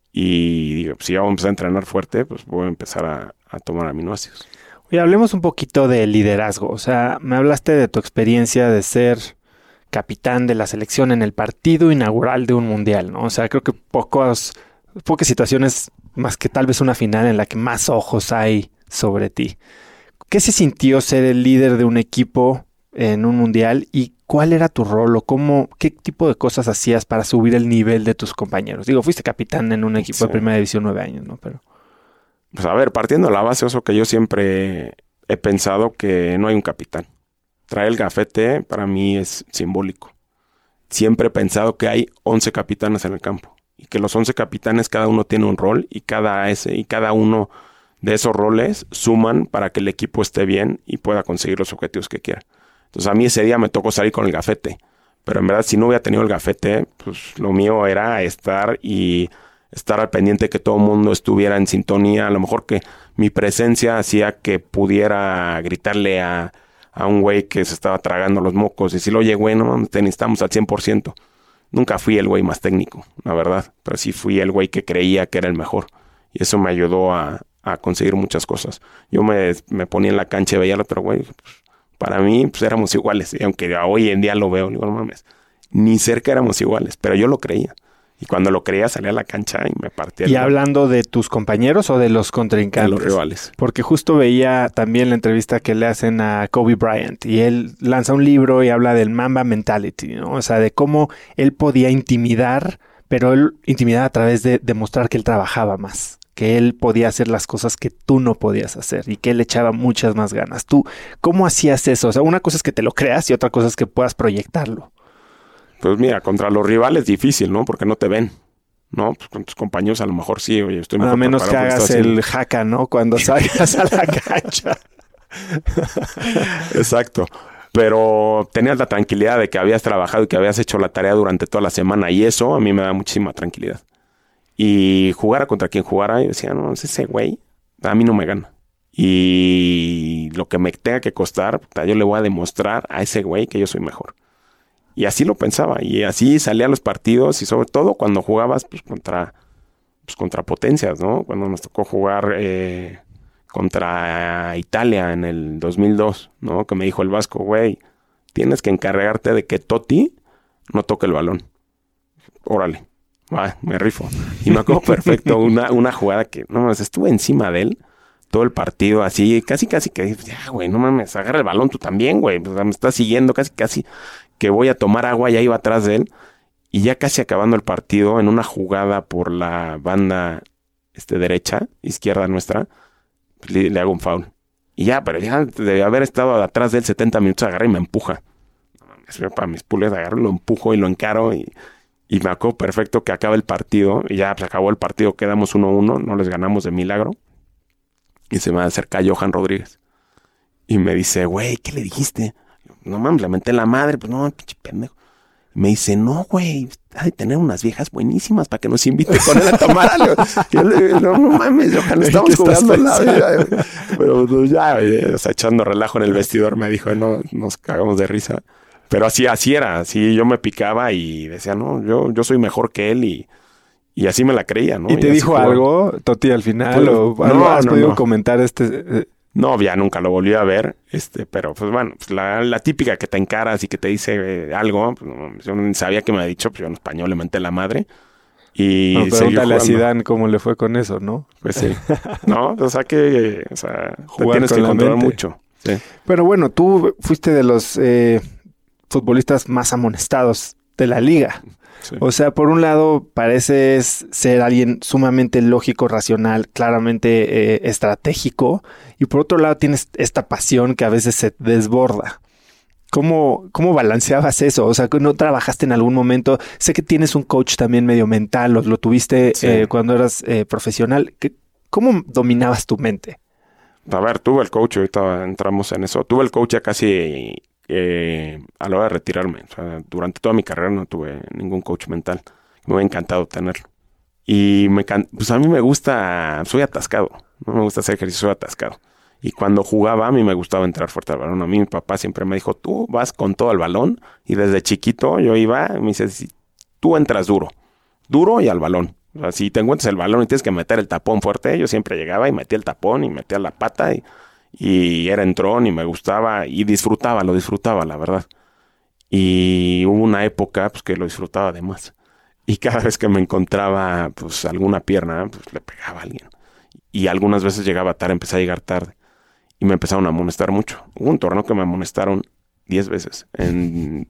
Y digo, si ya voy a empezar a entrenar fuerte, pues voy a empezar a, a tomar aminoácidos. Oye, hablemos un poquito de liderazgo. O sea, me hablaste de tu experiencia de ser capitán de la selección en el partido inaugural de un mundial, ¿no? O sea, creo que pocos, pocas situaciones, más que tal vez una final en la que más ojos hay sobre ti. ¿Qué se sintió ser el líder de un equipo en un mundial y cuál era tu rol o cómo, qué tipo de cosas hacías para subir el nivel de tus compañeros? Digo, fuiste capitán en un equipo Sí. de primera división nueve años, ¿no? Pero Pues a ver, partiendo de la base, eso que yo siempre he pensado que no hay un capitán. Traer el gafete para mí es simbólico. Siempre he pensado que hay once capitanes en el campo y que los once capitanes cada uno tiene un rol y cada ese y cada uno de esos roles suman para que el equipo esté bien y pueda conseguir los objetivos que quiera. Entonces a mí ese día me tocó salir con el gafete, pero en verdad si no hubiera tenido el gafete, pues lo mío era estar y estar al pendiente que todo el mundo estuviera en sintonía. A lo mejor que mi presencia hacía que pudiera gritarle a, a un güey que se estaba tragando los mocos y decirle, oye güey, no, te necesitamos al cien por ciento. Nunca fui el güey más técnico, la verdad, pero sí fui el güey que creía que era el mejor y eso me ayudó a, a conseguir muchas cosas. Yo me, me ponía en la cancha y veía al otro güey, pues, para mí, pues éramos iguales. Y aunque hoy en día lo veo, digo, no mames, ni cerca éramos iguales, pero yo lo creía. Y cuando lo creía, salía a la cancha y me partía. ¿Y hablando de tus compañeros o de los contrincantes? De los rivales. Porque justo veía también la entrevista que le hacen a Kobe Bryant y él lanza un libro y habla del Mamba Mentality, ¿no? O sea, de cómo él podía intimidar, pero él intimidaba a través de demostrar que él trabajaba más, que él podía hacer las cosas que tú no podías hacer y que él echaba muchas más ganas. ¿Tú cómo hacías eso? O sea, una cosa es que te lo creas y otra cosa es que puedas proyectarlo. Pues mira, contra los rivales difícil, ¿no? Porque no te ven, ¿no? Pues con tus compañeros a lo mejor sí, oye, estoy mejor A menos que preparado hagas porque estoy el jaca, ¿no? Cuando salgas a la cancha. Exacto. Pero tenías la tranquilidad de que habías trabajado y que habías hecho la tarea durante toda la semana y eso a mí me da muchísima tranquilidad. Y jugara contra quien jugara, y decía, no, ese güey a mí no me gana. Y lo que me tenga que costar, yo le voy a demostrar a ese güey que yo soy mejor. Y así lo pensaba. Y así salía a los partidos y sobre todo cuando jugabas pues, contra, pues, contra potencias, ¿no? Cuando nos tocó jugar eh, contra Italia en el dos mil dos, ¿no? Que me dijo el Vasco, güey, tienes que encargarte de que Totti no toque el balón. Órale. Va, me rifo. Y me acuerdo perfecto una, una jugada que, no mames, estuve encima de él todo el partido, así, casi, casi que, ya, güey, no mames, agarra el balón tú también, güey. O sea, me estás siguiendo, casi, casi que voy a tomar agua, ya iba atrás de él. Y ya casi acabando el partido, en una jugada por la banda este, derecha, izquierda nuestra, pues, le, le hago un foul. Y ya, pero ya de haber estado atrás de él setenta minutos, agarra y me empuja. No mames, para mis pules, agarro, lo empujo y lo encaro y... Y me acuerdo perfecto que acaba el partido. Y ya pues, acabó el partido. Quedamos uno a uno. No les ganamos de milagro. Y se me acerca Johan Rodríguez. Y me dice, güey, ¿qué le dijiste? No mames, le menté la madre. Pues no, pinche pendejo. Y me dice, no, güey, ha de tener unas viejas buenísimas para que nos invite con él a tomar algo. Y yo le digo, no, no mames, Johan, estamos jugando la vida. Pero pues, ya, o sea, echando relajo en el vestidor, me dijo, no, nos cagamos de risa. Pero así, así era, así yo me picaba y decía, no, yo, yo soy mejor que él y, y así me la creía, ¿no? ¿Y te y dijo algo, Totti, al final? Pues, ¿O no, algo has no, podido no. comentar este? No, ya nunca lo volví a ver, este, pero pues bueno, pues, la, la típica que te encaras y que te dice eh, algo, pues, no, yo no sabía que me ha dicho, pues yo en español le menté la madre y No, seguí pregúntale a jugando. Zidane cómo le fue con eso, ¿no? Pues sí, no, o sea que, o sea, te Jugar tienes con que la controlar mente. mucho. Sí. Pero bueno, tú fuiste de los eh, futbolistas más amonestados de la liga. Sí. O sea, por un lado, pareces ser alguien sumamente lógico, racional, claramente eh, estratégico. Y por otro lado, tienes esta pasión que a veces se desborda. ¿Cómo, ¿Cómo balanceabas eso? O sea, ¿no trabajaste en algún momento? Sé que tienes un coach también medio mental, lo, lo tuviste sí. eh, cuando eras eh, profesional. ¿Cómo dominabas tu mente? A ver, tuve el coach, ahorita entramos en eso. Tuve el coach ya casi eh, a la hora de retirarme. O sea, durante toda mi carrera no tuve ningún coach mental. Me hubiera encantado tenerlo. Y me pues a mí me gusta, soy atascado. No me gusta hacer ejercicio, soy atascado. Y cuando jugaba, a mí me gustaba entrar fuerte al balón. A mí mi papá siempre me dijo, tú vas con todo al balón. Y desde chiquito yo iba, me dice, tú entras duro. Duro y al balón. O sea, si te encuentras el balón y tienes que meter el tapón fuerte, yo siempre llegaba y metía el tapón y metía la pata. Y, y era entrón y me gustaba y disfrutaba, lo disfrutaba, la verdad. Y hubo una época pues, que lo disfrutaba de más. Y cada vez que me encontraba pues alguna pierna, pues le pegaba a alguien. Y algunas veces llegaba tarde, empecé a llegar tarde. Y me empezaron a amonestar mucho. Hubo un torneo que me amonestaron diez veces en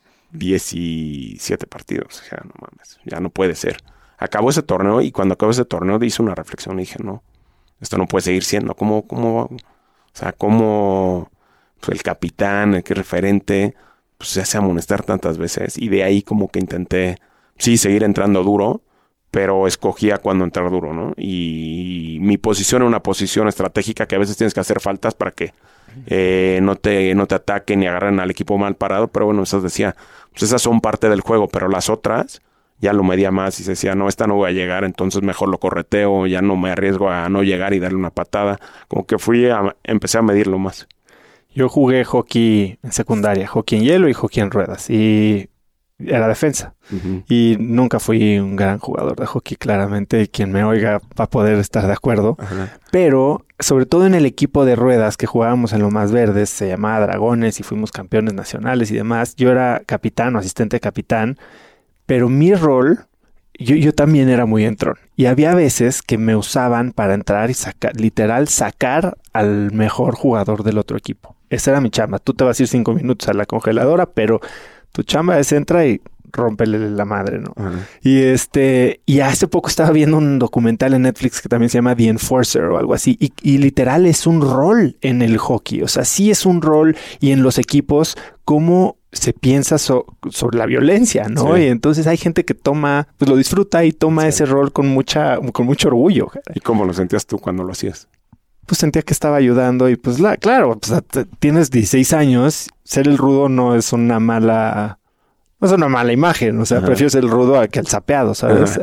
diecisiete partidos. O sea, no mames, ya no puede ser. Acabó ese torneo y cuando acabó ese torneo hice una reflexión y dije, no, esto no puede seguir siendo. ¿Cómo, cómo, o sea, cómo pues, el capitán, el que es referente, pues se hace amonestar tantas veces? Y de ahí como que intenté, sí, seguir entrando duro, pero escogía cuándo entrar duro, ¿no? Y mi posición era una posición estratégica que a veces tienes que hacer faltas para que eh, no te no te ataquen ni agarren al equipo mal parado. Pero bueno, esas decía, pues esas son parte del juego, pero las otras ya lo medía más y se decía, no, esta no voy a llegar, entonces mejor lo correteo, ya no me arriesgo a no llegar y darle una patada. Como que fui a, empecé a medirlo más. Yo jugué hockey en secundaria, hockey en hielo y hockey en ruedas, y era defensa. Uh-huh. Y nunca fui un gran jugador de hockey, claramente. Quien me oiga va a poder estar de acuerdo. Uh-huh. Pero, sobre todo en el equipo de ruedas que jugábamos en Lomas Verdes, se llamaba Dragones y fuimos campeones nacionales y demás. Yo era capitán o asistente de capitán, pero mi rol, yo, yo también era muy entrón. Y había veces que me usaban para entrar y sacar, literal, sacar al mejor jugador del otro equipo. Esa era mi chamba. Tú te vas a ir cinco minutos a la congeladora, pero tu chamba es entra y rómpele la madre, ¿no? Uh-huh. Y este, y hace poco estaba viendo un documental en Netflix que también se llama The Enforcer o algo así. Y, y literal es un rol en el hockey. O sea, sí es un rol, y en los equipos, cómo se piensa so, sobre la violencia, ¿no? Sí. Y entonces hay gente que toma, pues lo disfruta y toma sí. ese rol con mucha, con mucho orgullo. ¿Y cómo lo sentías tú cuando lo hacías? Pues sentía que estaba ayudando y pues la, claro, pues, tienes dieciséis años, ser el rudo no es una mala, no es una mala imagen, o sea, ajá, prefiero ser el rudo a que el sapeado, ¿sabes?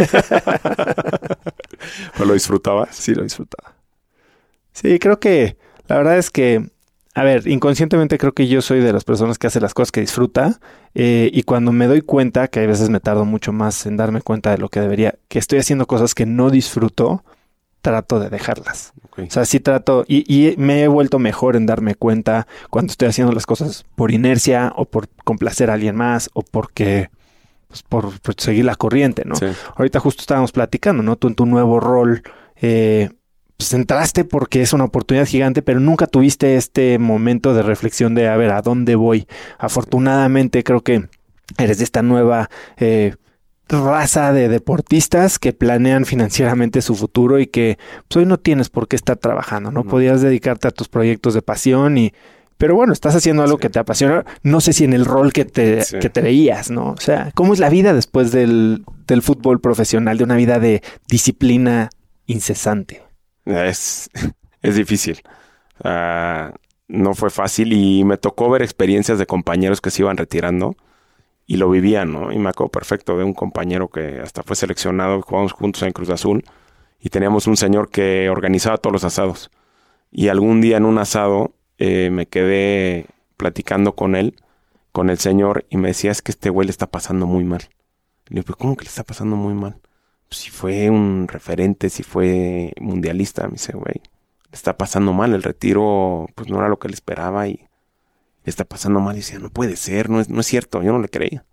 ¿Pero lo disfrutabas? Sí, lo disfrutaba. Sí, creo que la verdad es que, a ver, inconscientemente creo que yo soy de las personas que hace las cosas que disfruta, eh, y cuando me doy cuenta, que a veces me tardo mucho más en darme cuenta de lo que debería, que estoy haciendo cosas que no disfruto, trato de dejarlas. Okay. O sea, sí trato, y, y me he vuelto mejor en darme cuenta cuando estoy haciendo las cosas por inercia o por complacer a alguien más o porque, pues por, por seguir la corriente, ¿no? Sí. Ahorita justo estábamos platicando, ¿no? Tú en tu nuevo rol, eh, pues entraste porque es una oportunidad gigante, pero nunca tuviste este momento de reflexión de, a ver, ¿a dónde voy? Afortunadamente creo que eres de esta nueva eh, raza de deportistas que planean financieramente su futuro y que pues, hoy no tienes por qué estar trabajando, ¿no? no. Podías dedicarte a tus proyectos de pasión y... Pero bueno, estás haciendo algo sí. que te apasiona. No sé si en el rol que te, sí. que te veías, ¿no? O sea, ¿cómo es la vida después del, del fútbol profesional, de una vida de disciplina incesante? Es, es difícil. Uh, no fue fácil y me tocó ver experiencias de compañeros que se iban retirando y lo vivían, ¿no? Y me acuerdo perfecto de un compañero que hasta fue seleccionado, jugamos juntos en Cruz Azul y teníamos un señor que organizaba todos los asados. Y algún día en un asado eh, me quedé platicando con él, con el señor, y me decía, es que este güey le está pasando muy mal. Y le digo, ¿cómo que le está pasando muy mal? Pues si fue un referente, si fue mundialista. Me dice, güey, le está pasando mal, el retiro pues no era lo que él esperaba y le está pasando mal. Y decía, no puede ser, no es, no es cierto, yo no le creía.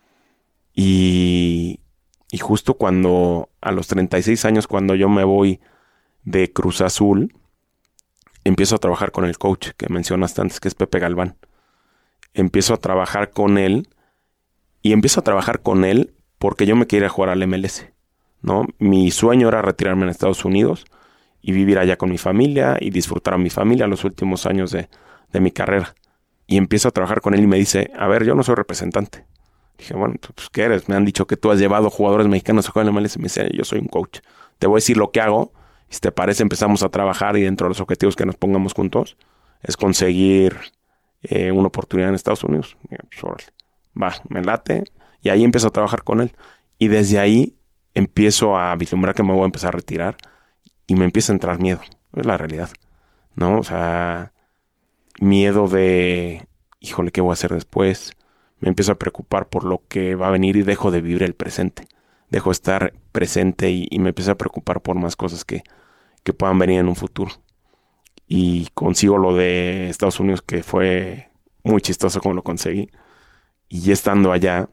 Y, y justo cuando, a los treinta y seis años, cuando yo me voy de Cruz Azul, empiezo a trabajar con el coach que mencionaste antes, que es Pepe Galván. Empiezo a trabajar con él y empiezo a trabajar con él porque yo me quería jugar al M L S, ¿no? Mi sueño era retirarme en Estados Unidos y vivir allá con mi familia y disfrutar a mi familia los últimos años de, de mi carrera. y empiezo a trabajar con él y me dice, a ver, yo no soy representante. Dije, bueno, pues ¿qué eres? Me han dicho que tú has llevado jugadores mexicanos a jugar en la M L S. Me dice, yo soy un coach. Te voy a decir lo que hago. Y si te parece, empezamos a trabajar y dentro de los objetivos que nos pongamos juntos es conseguir eh, una oportunidad en Estados Unidos. Y, pues, órale, va, me late. Y ahí empiezo a trabajar con él. Y desde ahí empiezo a vislumbrar que me voy a empezar a retirar. Y me empieza a entrar miedo. Es la realidad, ¿no? O sea, miedo de, híjole, ¿qué voy a hacer después? Me empiezo a preocupar por lo que va a venir y dejo de vivir el presente. Dejo de estar presente y, y me empiezo a preocupar por más cosas que, que puedan venir en un futuro. Y consigo lo de Estados Unidos, que fue muy chistoso como lo conseguí. Y ya estando allá,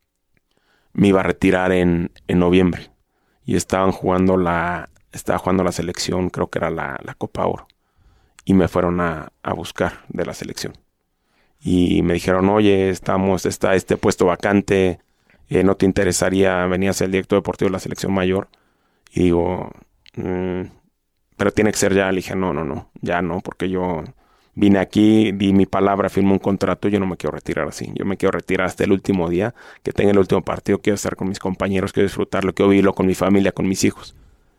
me iba a retirar en, en noviembre. Y estaban jugando la, estaba jugando la selección, creo que era la, la Copa Oro. Y me fueron a, a buscar de la selección. Y me dijeron, oye, estamos, está este puesto vacante, eh, ¿no te interesaría venir a ser el director deportivo de la selección mayor? Y digo, mmm, pero tiene que ser ya. Le dije, no, no, no, ya no, porque yo vine aquí, di mi palabra, firmé un contrato, yo no me quiero retirar así. Yo me quiero retirar hasta el último día, que tenga el último partido, quiero estar con mis compañeros, quiero disfrutarlo, quiero vivirlo con mi familia, con mis hijos.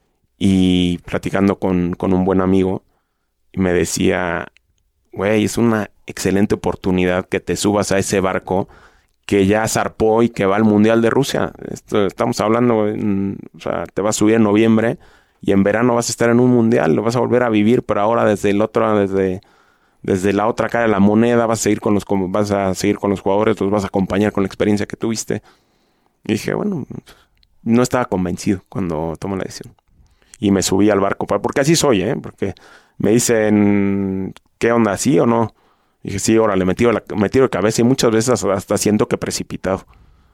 Y platicando con, con un buen amigo, me decía, güey, es una excelente oportunidad que te subas a ese barco que ya zarpó y que va al Mundial de Rusia. Esto, estamos hablando, en, o sea, te vas a subir en noviembre y en verano vas a estar en un Mundial, lo vas a volver a vivir, pero ahora desde el otro, desde, desde la otra cara de la moneda, vas a seguir con los, vas a seguir con los jugadores, los vas a acompañar con la experiencia que tuviste. Y dije, bueno, no estaba convencido cuando tomé la decisión. Y me subí al barco, porque así soy, ¿eh? Porque me dicen, ¿qué onda? ¿Sí o no? Y dije, sí, órale, me tiro, la, me tiro de cabeza y muchas veces hasta siento que precipitado.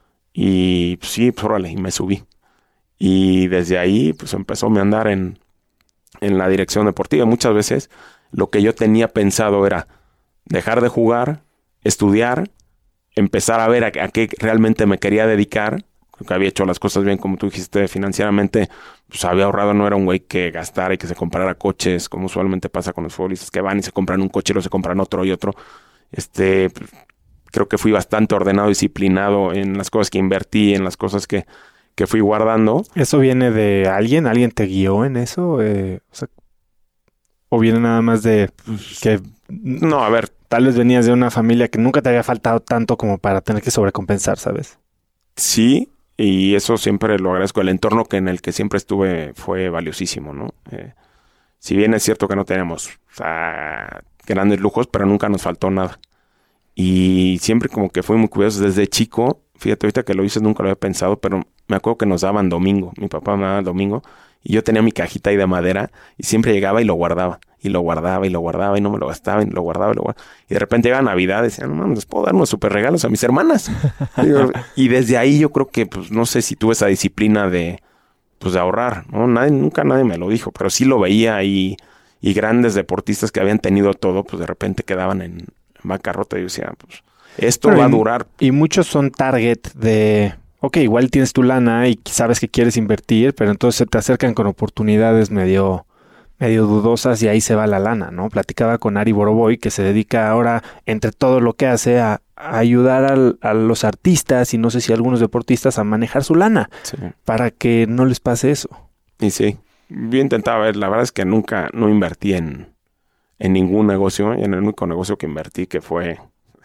Y pues, sí, pues órale, y me subí. Y desde ahí, pues empezó mi andar en, en la dirección deportiva. Muchas veces lo que yo tenía pensado era dejar de jugar, estudiar, empezar a ver a, a qué realmente me quería dedicar. Creo que había hecho las cosas bien, como tú dijiste, financieramente, pues había ahorrado, no era un güey que gastara y que se comprara coches, como usualmente pasa con los futbolistas que van y se compran un coche y luego se compran otro y otro. Este, creo que fui bastante ordenado, disciplinado en las cosas que invertí, en las cosas que, que fui guardando. ¿Eso viene de alguien? ¿Alguien te guió en eso? Eh, o sea, ¿o viene nada más de que... No, a ver. Tal vez venías de una familia que nunca te había faltado tanto como para tener que sobrecompensar, ¿sabes? Sí. Y eso siempre lo agradezco. El entorno que en el que siempre estuve fue valiosísimo, ¿no? Eh, si bien es cierto que no tenemos o sea, grandes lujos, pero nunca nos faltó nada. Y siempre como que fui muy curioso desde chico. Fíjate, ahorita que lo dices nunca lo había pensado, pero me acuerdo que nos daban domingo. Mi papá me daba domingo y yo tenía mi cajita ahí de madera y siempre llegaba y lo guardaba. Y lo guardaba y lo guardaba y no me lo gastaba y lo guardaba y lo guardaba. Y de repente llegaba Navidad y decía, no mames, les puedo dar unos super regalos a mis hermanas. Y desde ahí yo creo que, pues no sé si tuve esa disciplina de, pues de ahorrar, ¿no? Nadie, nunca nadie me lo dijo, pero sí lo veía y, y grandes deportistas que habían tenido todo, pues de repente quedaban en, en bancarrota. Y yo decía, pues esto pero va y, a durar. Y muchos son target de, ok, igual tienes tu lana y sabes que quieres invertir, pero entonces se te acercan con oportunidades medio... medio dudosas y ahí se va la lana, ¿no? Platicaba con Ari Boroboy, que se dedica ahora, entre todo lo que hace, a, a ayudar al, a los artistas y no sé si a algunos deportistas a manejar su lana, sí, para que no les pase eso. Y sí, yo intentaba ver, la verdad es que nunca, no invertí en, en ningún negocio, y en el único negocio que invertí que fue,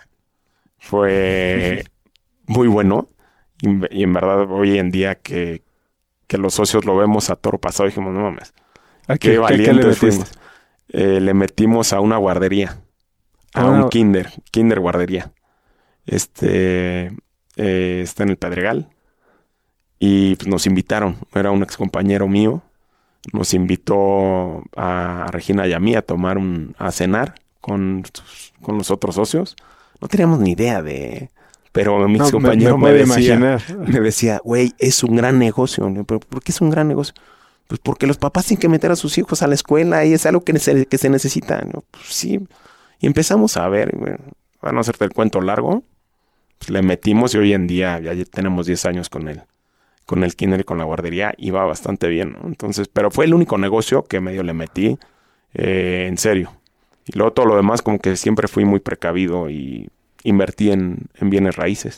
fue muy bueno, y, y en verdad hoy en día que, que los socios lo vemos a toro pasado, dijimos, no mames, ¿A qué, qué valientes le fuimos. Eh, le metimos a una guardería, a ah, un kinder, kinder guardería. Este eh, está en el Pedregal. Y pues, nos invitaron. Era un ex compañero mío. Nos invitó a Regina y a mí a tomar un, a cenar con, con los otros socios. No teníamos ni idea de... Pero mi no, compañero me, me, me decía, imaginar. me decía, güey, es un gran negocio. ¿Pero por qué es un gran negocio? Pues porque los papás tienen que meter a sus hijos a la escuela y es algo que se, que se necesita, ¿no? Pues sí. Y empezamos a ver, bueno, para no hacerte el cuento largo, pues le metimos y hoy en día ya tenemos diez años con él, con el kinder y con la guardería y va bastante bien, ¿no? Entonces, pero fue el único negocio que medio le metí eh, en serio. Y luego todo lo demás como que siempre fui muy precavido y invertí en, en bienes raíces.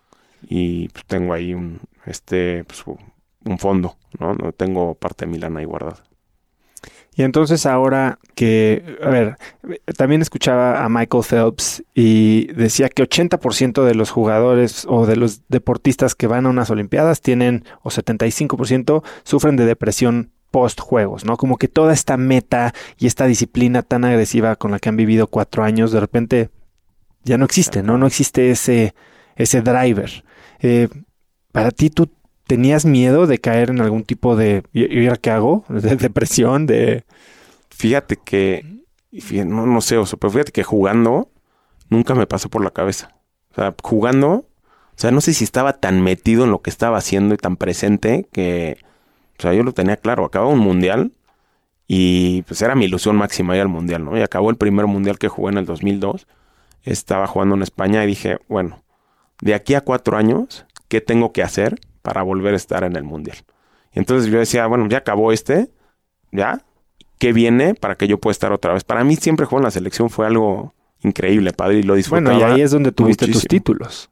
Y pues, tengo ahí un, este, pues, un fondo, ¿no? No tengo parte de mi lana ahí guardada. Y entonces ahora que, a ver, también escuchaba a Michael Phelps y decía que ochenta por ciento de los jugadores o de los deportistas que van a unas olimpiadas tienen, o setenta y cinco por ciento sufren de depresión post-juegos, ¿no? Como que toda esta meta y esta disciplina tan agresiva con la que han vivido cuatro años, de repente ya no existe, ¿no? No existe ese, ese driver. Eh, para ti, ¿tú tenías miedo de caer en algún tipo de, ¿y ahora qué hago? De depresión, de... Fíjate que, fíjate, no, no sé, o sea, pero fíjate que jugando nunca me pasó por la cabeza. O sea, jugando, o sea, no sé si estaba tan metido en lo que estaba haciendo y tan presente que, o sea, yo lo tenía claro. Acababa un mundial y pues era mi ilusión máxima ir al mundial, ¿no? Y acabó el primer mundial que jugué en el dos mil dos. Estaba jugando en España y dije, bueno, de aquí a cuatro años, ¿qué tengo que hacer para volver a estar en el mundial? Y entonces yo decía, bueno, ya acabó este, ya, ¿qué viene para que yo pueda estar otra vez? Para mí siempre jugar en la selección fue algo increíble, padre, y lo disfrutaba. Bueno, y ahí es donde tuviste muchísimo. tus títulos.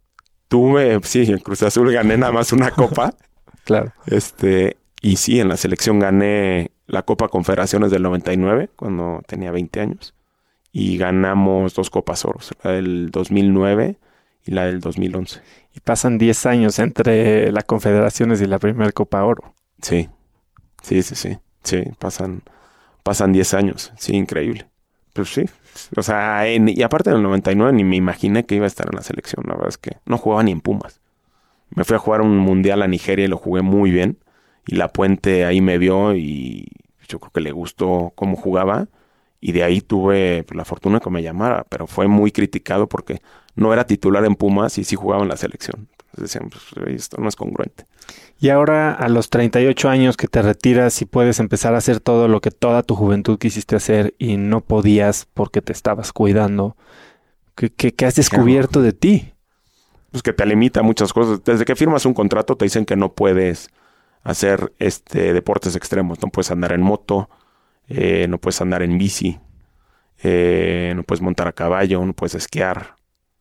Tuve, sí, en Cruz Azul gané nada más una copa. Claro. Este, y sí, en la selección gané la Copa Confederaciones del noventa y nueve, cuando tenía veinte años. Y ganamos dos Copas Oros, la del dos mil nueve y la del dos mil once. Y pasan diez años entre la Confederaciones y la primera Copa Oro. Sí, sí, sí, sí. Sí, pasan, pasan diez años. Sí, increíble. Pues sí. O sea, en, y aparte del noventa y nueve ni me imaginé que iba a estar en la selección. La verdad es que no jugaba ni en Pumas. Me fui a jugar un mundial a Nigeria y lo jugué muy bien. Y La Puente ahí me vio y yo creo que le gustó cómo jugaba. Y de ahí tuve la fortuna que me llamara. Pero fue muy criticado porque no era titular en Pumas y sí jugaba en la selección. Entonces decían, pues esto no es congruente. Y ahora a los treinta y ocho años que te retiras y puedes empezar a hacer todo lo que toda tu juventud quisiste hacer y no podías porque te estabas cuidando, ¿qué, qué, qué has descubierto de ti? Pues que te limita muchas cosas. Desde que firmas un contrato te dicen que no puedes hacer este deportes extremos. No puedes andar en moto, eh, no puedes andar en bici, eh, no puedes montar a caballo, no puedes esquiar.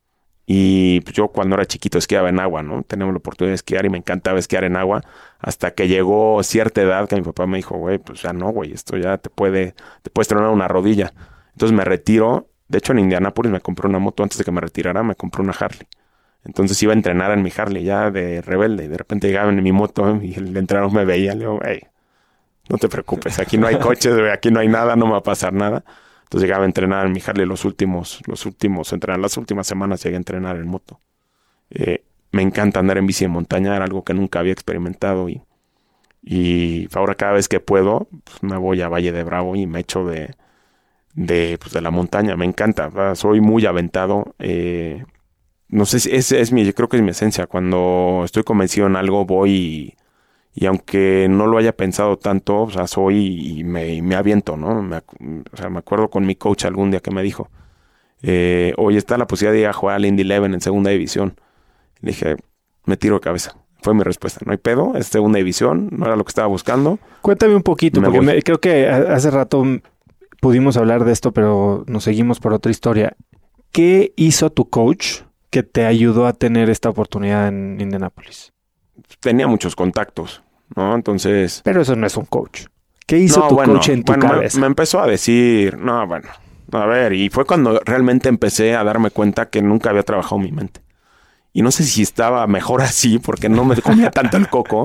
Y pues yo cuando era chiquito esquiaba en agua, ¿no? Teníamos la oportunidad de esquiar y me encantaba esquiar en agua. Hasta que llegó cierta edad que mi papá me dijo, güey, pues ya no, güey, esto ya te puede, te puedes tronar una rodilla. Entonces me retiro. De hecho, en Indianápolis me compré una moto antes de que me retirara, me compré una Harley. Entonces iba a entrenar en mi Harley ya de rebelde. Y de repente llegaba en mi moto y el entrenador me veía. Le digo, hey, no te preocupes, aquí no hay coches, güey, aquí no hay nada, no me va a pasar nada. Entonces llegaba a entrenar en mi Harley los últimos, los últimos, entrenar, las últimas semanas llegué a entrenar en moto. Eh, me encanta andar en bici de montaña, era algo que nunca había experimentado y, y ahora cada vez que puedo, pues me voy a Valle de Bravo y me echo de, de, pues de la montaña. Me encanta, ¿verdad? Soy muy aventado. Eh, no sé si ese es mi, yo creo que es mi esencia. Cuando estoy convencido en algo voy y, y aunque no lo haya pensado tanto, o sea, soy y me, y me aviento, ¿no? Me, o sea, me acuerdo con mi coach algún día que me dijo, eh, oye, está la posibilidad de ir a jugar al Indy Eleven en segunda división. Le dije, me tiro de cabeza. Fue mi respuesta. No hay pedo, es segunda división, no era lo que estaba buscando. Cuéntame un poquito, me porque voy. me, creo que hace rato pudimos hablar de esto, pero nos seguimos por otra historia. ¿Qué hizo tu coach que te ayudó a tener esta oportunidad en Indianápolis? Tenía muchos contactos, ¿no? Entonces... Pero eso no es un coach. ¿Qué hizo no, tu bueno, coach en tu bueno, cabeza? Me, me empezó a decir, no, bueno, a ver, y fue cuando realmente empecé a darme cuenta que nunca había trabajado mi mente. Y no sé si estaba mejor así, porque no me comía tanto el coco.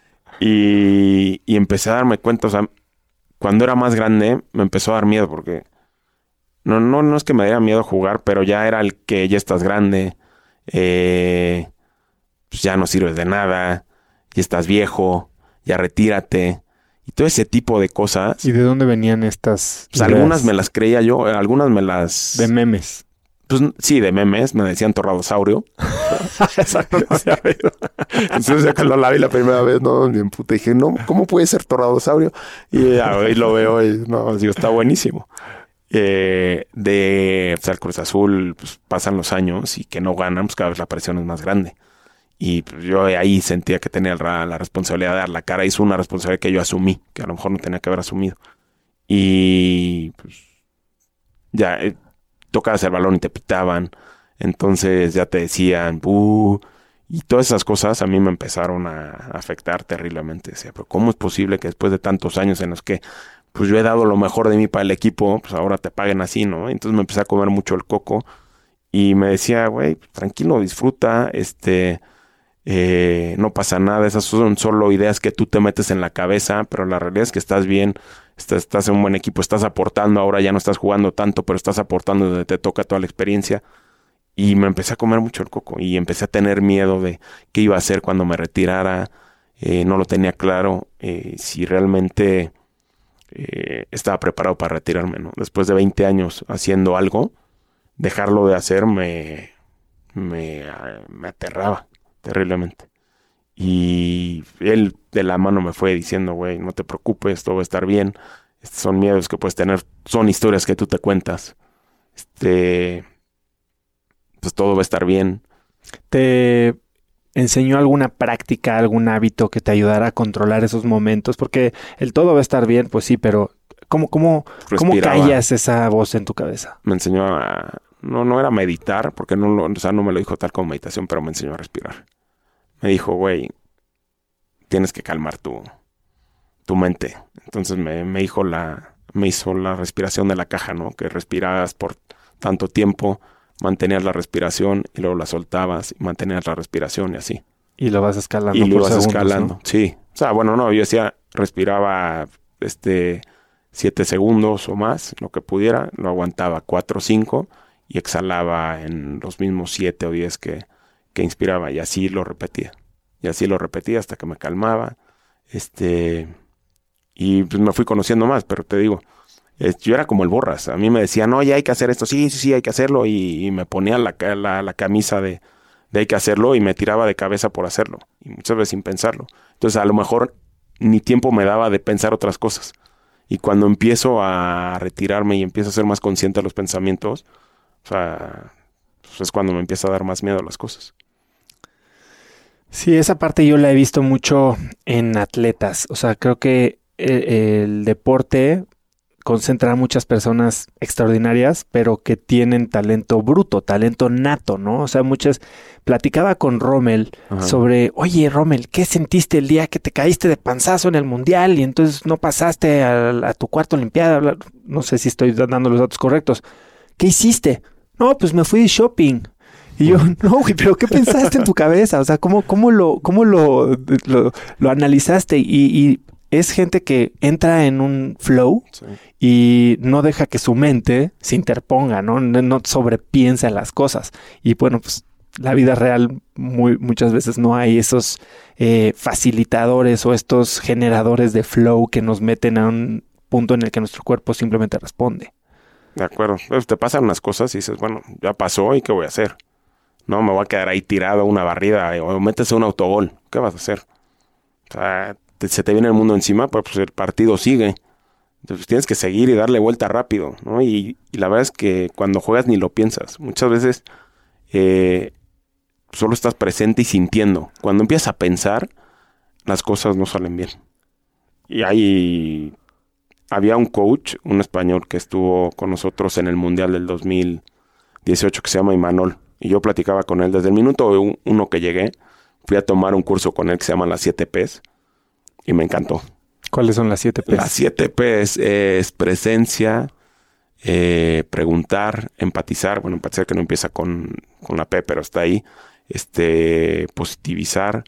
Y, y empecé a darme cuenta, o sea, cuando era más grande me empezó a dar miedo, porque no, no, no es que me diera miedo jugar, pero ya era el que ya estás grande, eh, pues ya no sirves de nada, ya estás viejo, ya retírate. Y todo ese tipo de cosas. ¿Y de dónde venían estas? Pues algunas me las creía yo, algunas me las... De memes. Pues sí, de memes, me decían torradosaurio. Exacto, no había oído. Entonces ya cuando la vi la primera vez, no, bien puta, dije, no, ¿cómo puede ser torradosaurio? Y ya, y lo veo y no, digo, está buenísimo. Eh, de, o sea, el Cruz Azul, pues pasan los años y que no ganan, pues cada vez la presión es más grande. Y pues, yo ahí sentía que tenía la, la responsabilidad de dar la cara. Hizo una responsabilidad que yo asumí, que a lo mejor no tenía que haber asumido. Y pues ya eh, tocabas el balón y te pitaban. Entonces ya te decían, ¡buh! Y todas esas cosas a mí me empezaron a afectar terriblemente. Decía, pero ¿cómo es posible que después de tantos años en los que pues yo he dado lo mejor de mí para el equipo, pues ahora te paguen así, ¿no? Entonces me empecé a comer mucho el coco y me decía, güey, tranquilo, disfruta, este, eh, no pasa nada, esas son solo ideas que tú te metes en la cabeza, pero la realidad es que estás bien, estás, estás en un buen equipo, estás aportando, ahora ya no estás jugando tanto, pero estás aportando donde te toca toda la experiencia. Y me empecé a comer mucho el coco y empecé a tener miedo de qué iba a hacer cuando me retirara. Eh, no lo tenía claro eh, si realmente eh, estaba preparado para retirarme, ¿no? Después de veinte años haciendo algo, dejarlo de hacer me, me, me aterraba terriblemente. Y él de la mano me fue diciendo, güey, no te preocupes, todo va a estar bien. Estos son miedos que puedes tener, son historias que tú te cuentas. Este... pues todo va a estar bien. ¿Te enseñó alguna práctica, algún hábito que te ayudara a controlar esos momentos? Porque el todo va a estar bien, pues sí, pero ¿cómo, cómo, ¿cómo callas esa voz en tu cabeza? Me enseñó a... No, no era meditar, porque no, lo, o sea, no me lo dijo tal como meditación, pero me enseñó a respirar. Me dijo, güey, tienes que calmar tu, tu mente. Entonces me, me, dijo la, me hizo la respiración de la caja, ¿no? Que respirabas por tanto tiempo, mantenías la respiración y luego la soltabas y mantenías la respiración y así. Y lo vas escalando. Y lo por vas segundos, escalando, ¿no? Sí. O sea, bueno, no, yo decía, respiraba este siete segundos o más, lo que pudiera, lo aguantaba cuatro o cinco y exhalaba en los mismos siete o diez que, que inspiraba y así lo repetía. Y así lo repetía hasta que me calmaba. Este, y pues me fui conociendo más, pero te digo, yo era como el Borras. A mí me decían, no, ya hay que hacer esto. Sí, sí, sí, hay que hacerlo. Y, y me ponía la, la, la camisa de, de hay que hacerlo y me tiraba de cabeza por hacerlo. Y muchas veces sin pensarlo. Entonces, a lo mejor ni tiempo me daba de pensar otras cosas. Y cuando empiezo a retirarme y empiezo a ser más consciente de los pensamientos, o sea, pues es cuando me empieza a dar más miedo a las cosas. Sí, esa parte yo la he visto mucho en atletas. O sea, creo que el, el deporte concentra a muchas personas extraordinarias, pero que tienen talento bruto, talento nato, ¿no? O sea, muchas... Platicaba con Rommel Ajá. sobre, oye, Rommel, ¿qué sentiste el día que te caíste de panzazo en el mundial y entonces no pasaste a, a tu cuarta olimpiada? No sé si estoy dando los datos correctos. ¿Qué hiciste? No, pues me fui de shopping. Y yo, no, güey, pero ¿qué pensaste en tu cabeza? O sea, ¿cómo, cómo, lo, cómo lo, lo, lo analizaste? Y, y es gente que entra en un flow sí. y no deja que su mente se interponga, ¿no? No sobrepiensa en las cosas. Y bueno, pues la vida real muy, muchas veces no hay esos eh, facilitadores o estos generadores de flow que nos meten a un punto en el que nuestro cuerpo simplemente responde. De acuerdo. Pues te pasan unas cosas y dices, bueno, ya pasó y ¿qué voy a hacer? No, me voy a quedar ahí tirado una barrida o metes un autogol. ¿Qué vas a hacer? O sea, te, se te viene el mundo encima, pues el partido sigue. Entonces tienes que seguir y darle vuelta rápido, ¿no? Y, y la verdad es que cuando juegas ni lo piensas. Muchas veces eh, solo estás presente y sintiendo. Cuando empiezas a pensar, las cosas no salen bien. Y ahí había un coach, un español que estuvo con nosotros en el Mundial del dos mil dieciocho que se llama Imanol. Y yo platicaba con él desde el minuto uno que llegué. Fui a tomar un curso con él que se llama las siete P's y me encantó. ¿Cuáles son las siete P's? Las siete P's es presencia, eh, preguntar, empatizar. Bueno, empatizar que no empieza con, con la P, pero está ahí. Este, positivizar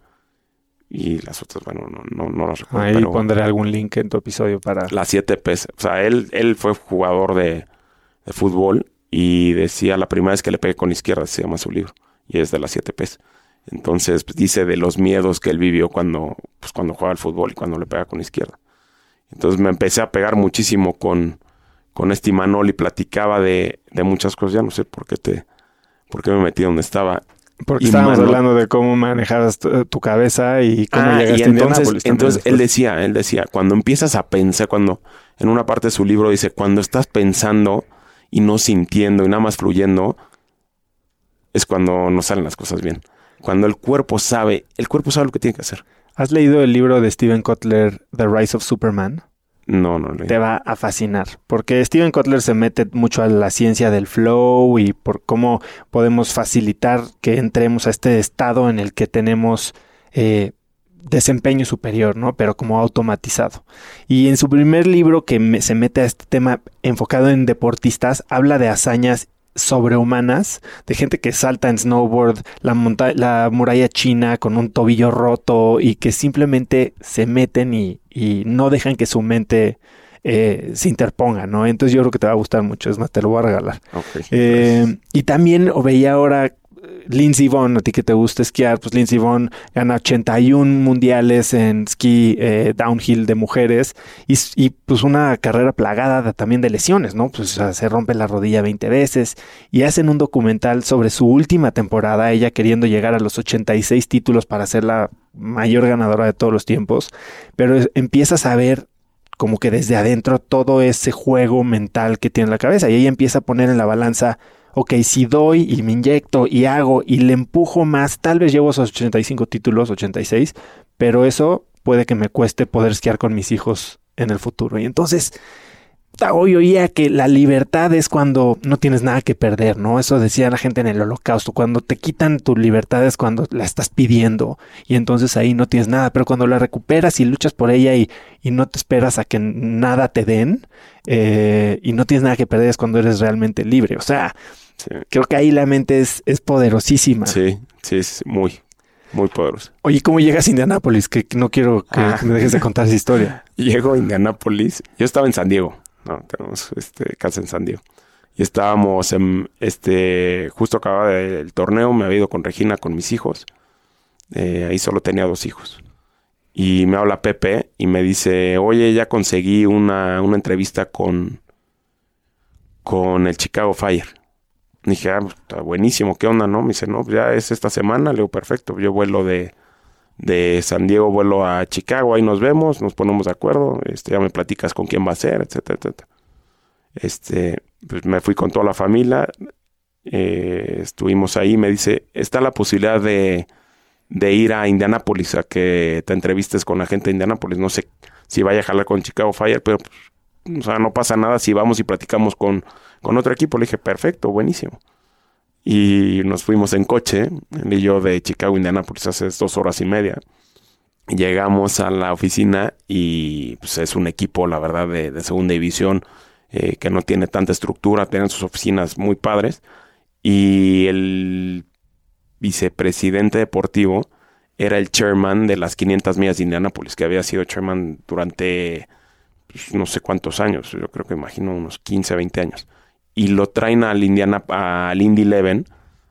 y las otras, bueno, no, no, no las recuerdo. Ahí pero pondré algún link en tu episodio para... Las siete P's. O sea, él, él fue jugador de, de fútbol. Y decía, la primera vez que le pegué con la izquierda, se llama su libro, y es de las siete P's. Entonces, pues, dice de los miedos que él vivió cuando, pues, cuando jugaba al fútbol y cuando le pega con la izquierda. Entonces me empecé a pegar muchísimo con, con este Imanol y platicaba de, de muchas cosas. Ya no sé por qué te, por qué me metí donde estaba. Porque Imanol, estábamos hablando de cómo manejabas tu, tu cabeza y cómo ah, llegaste y a Indianápolis. Entonces él decía, él decía, cuando empiezas a pensar, cuando en una parte de su libro dice, cuando estás pensando y no sintiendo y nada más fluyendo, es cuando no salen las cosas bien. Cuando el cuerpo sabe, el cuerpo sabe lo que tiene que hacer. ¿Has leído el libro de Steven Kotler, The Rise of Superman? No, no. Le... Te va a fascinar. Porque Steven Kotler se mete mucho a la ciencia del flow y por cómo podemos facilitar que entremos a este estado en el que tenemos eh, desempeño superior, ¿no? Pero como automatizado. Y en su primer libro que me, se mete a este tema enfocado en deportistas, habla de hazañas sobrehumanas, de gente que salta en snowboard, la, monta- la muralla china con un tobillo roto y que simplemente se meten y, y no dejan que su mente eh, se interponga, ¿no? Entonces yo creo que te va a gustar mucho, es más, te lo voy a regalar. Okay, eh, pues. Y también veía ahora Lindsey Vonn, a ti que te gusta esquiar, pues Lindsey Vonn gana ochenta y uno mundiales en esquí eh, downhill de mujeres y, y pues una carrera plagada de, también de lesiones, ¿no? Pues o sea, se rompe la rodilla veinte veces y hacen un documental sobre su última temporada, ella queriendo llegar a los ochenta y seis títulos para ser la mayor ganadora de todos los tiempos, pero es, empiezas a ver como que desde adentro todo ese juego mental que tiene en la cabeza y ella empieza a poner en la balanza, ok, si doy y me inyecto y hago y le empujo más, tal vez llevo esos ochenta y cinco títulos, ochenta y seis, pero eso puede que me cueste poder esquiar con mis hijos en el futuro. Y entonces, hoy oía que la libertad es cuando no tienes nada que perder, ¿no? Eso decía la gente en el Holocausto, cuando te quitan tu libertad es cuando la estás pidiendo y entonces ahí no tienes nada, pero cuando la recuperas y luchas por ella y, y no te esperas a que nada te den eh, y no tienes nada que perder es cuando eres realmente libre. O sea, sí. Creo que ahí la mente es, es poderosísima. Sí, sí, es muy, muy poderosa. Oye, ¿cómo llegas a Indianápolis? Que, que no quiero que, ah. que me dejes de contar esa historia. Llego a Indianápolis. Yo estaba en San Diego. No, tenemos este, casa en San Diego. Y estábamos en, este, justo acababa el torneo, me había ido con Regina, con mis hijos. Eh, ahí solo tenía dos hijos. Y me habla Pepe y me dice, oye, ya conseguí una, una entrevista con, con el Chicago Fire. Y dije, ah, está buenísimo, ¿qué onda, no? Me dice, no, ya es esta semana. Le digo, perfecto, yo vuelo de, de San Diego, vuelo a Chicago, ahí nos vemos, nos ponemos de acuerdo, este, ya me platicas con quién va a ser, etcétera, etcétera. Este, pues me fui con toda la familia, eh, estuvimos ahí, me dice, está la posibilidad de, de ir a Indianápolis, a que te entrevistes con la gente de Indianápolis, no sé si vaya a jalar con Chicago Fire, pero pues, o sea, no pasa nada si vamos y platicamos con, con otro equipo. Le dije, perfecto, buenísimo. Y nos fuimos en coche, él y yo, de Chicago a Indianápolis hace dos horas y media. Llegamos a la oficina y pues, es un equipo, la verdad, de, de segunda división, eh, que no tiene tanta estructura, tienen sus oficinas muy padres. Y el vicepresidente deportivo era el chairman de las quinientas millas de Indianápolis, que había sido chairman durante pues, no sé cuántos años, yo creo que imagino unos quince, veinte años. Y lo traen al, Indiana, al Indy Eleven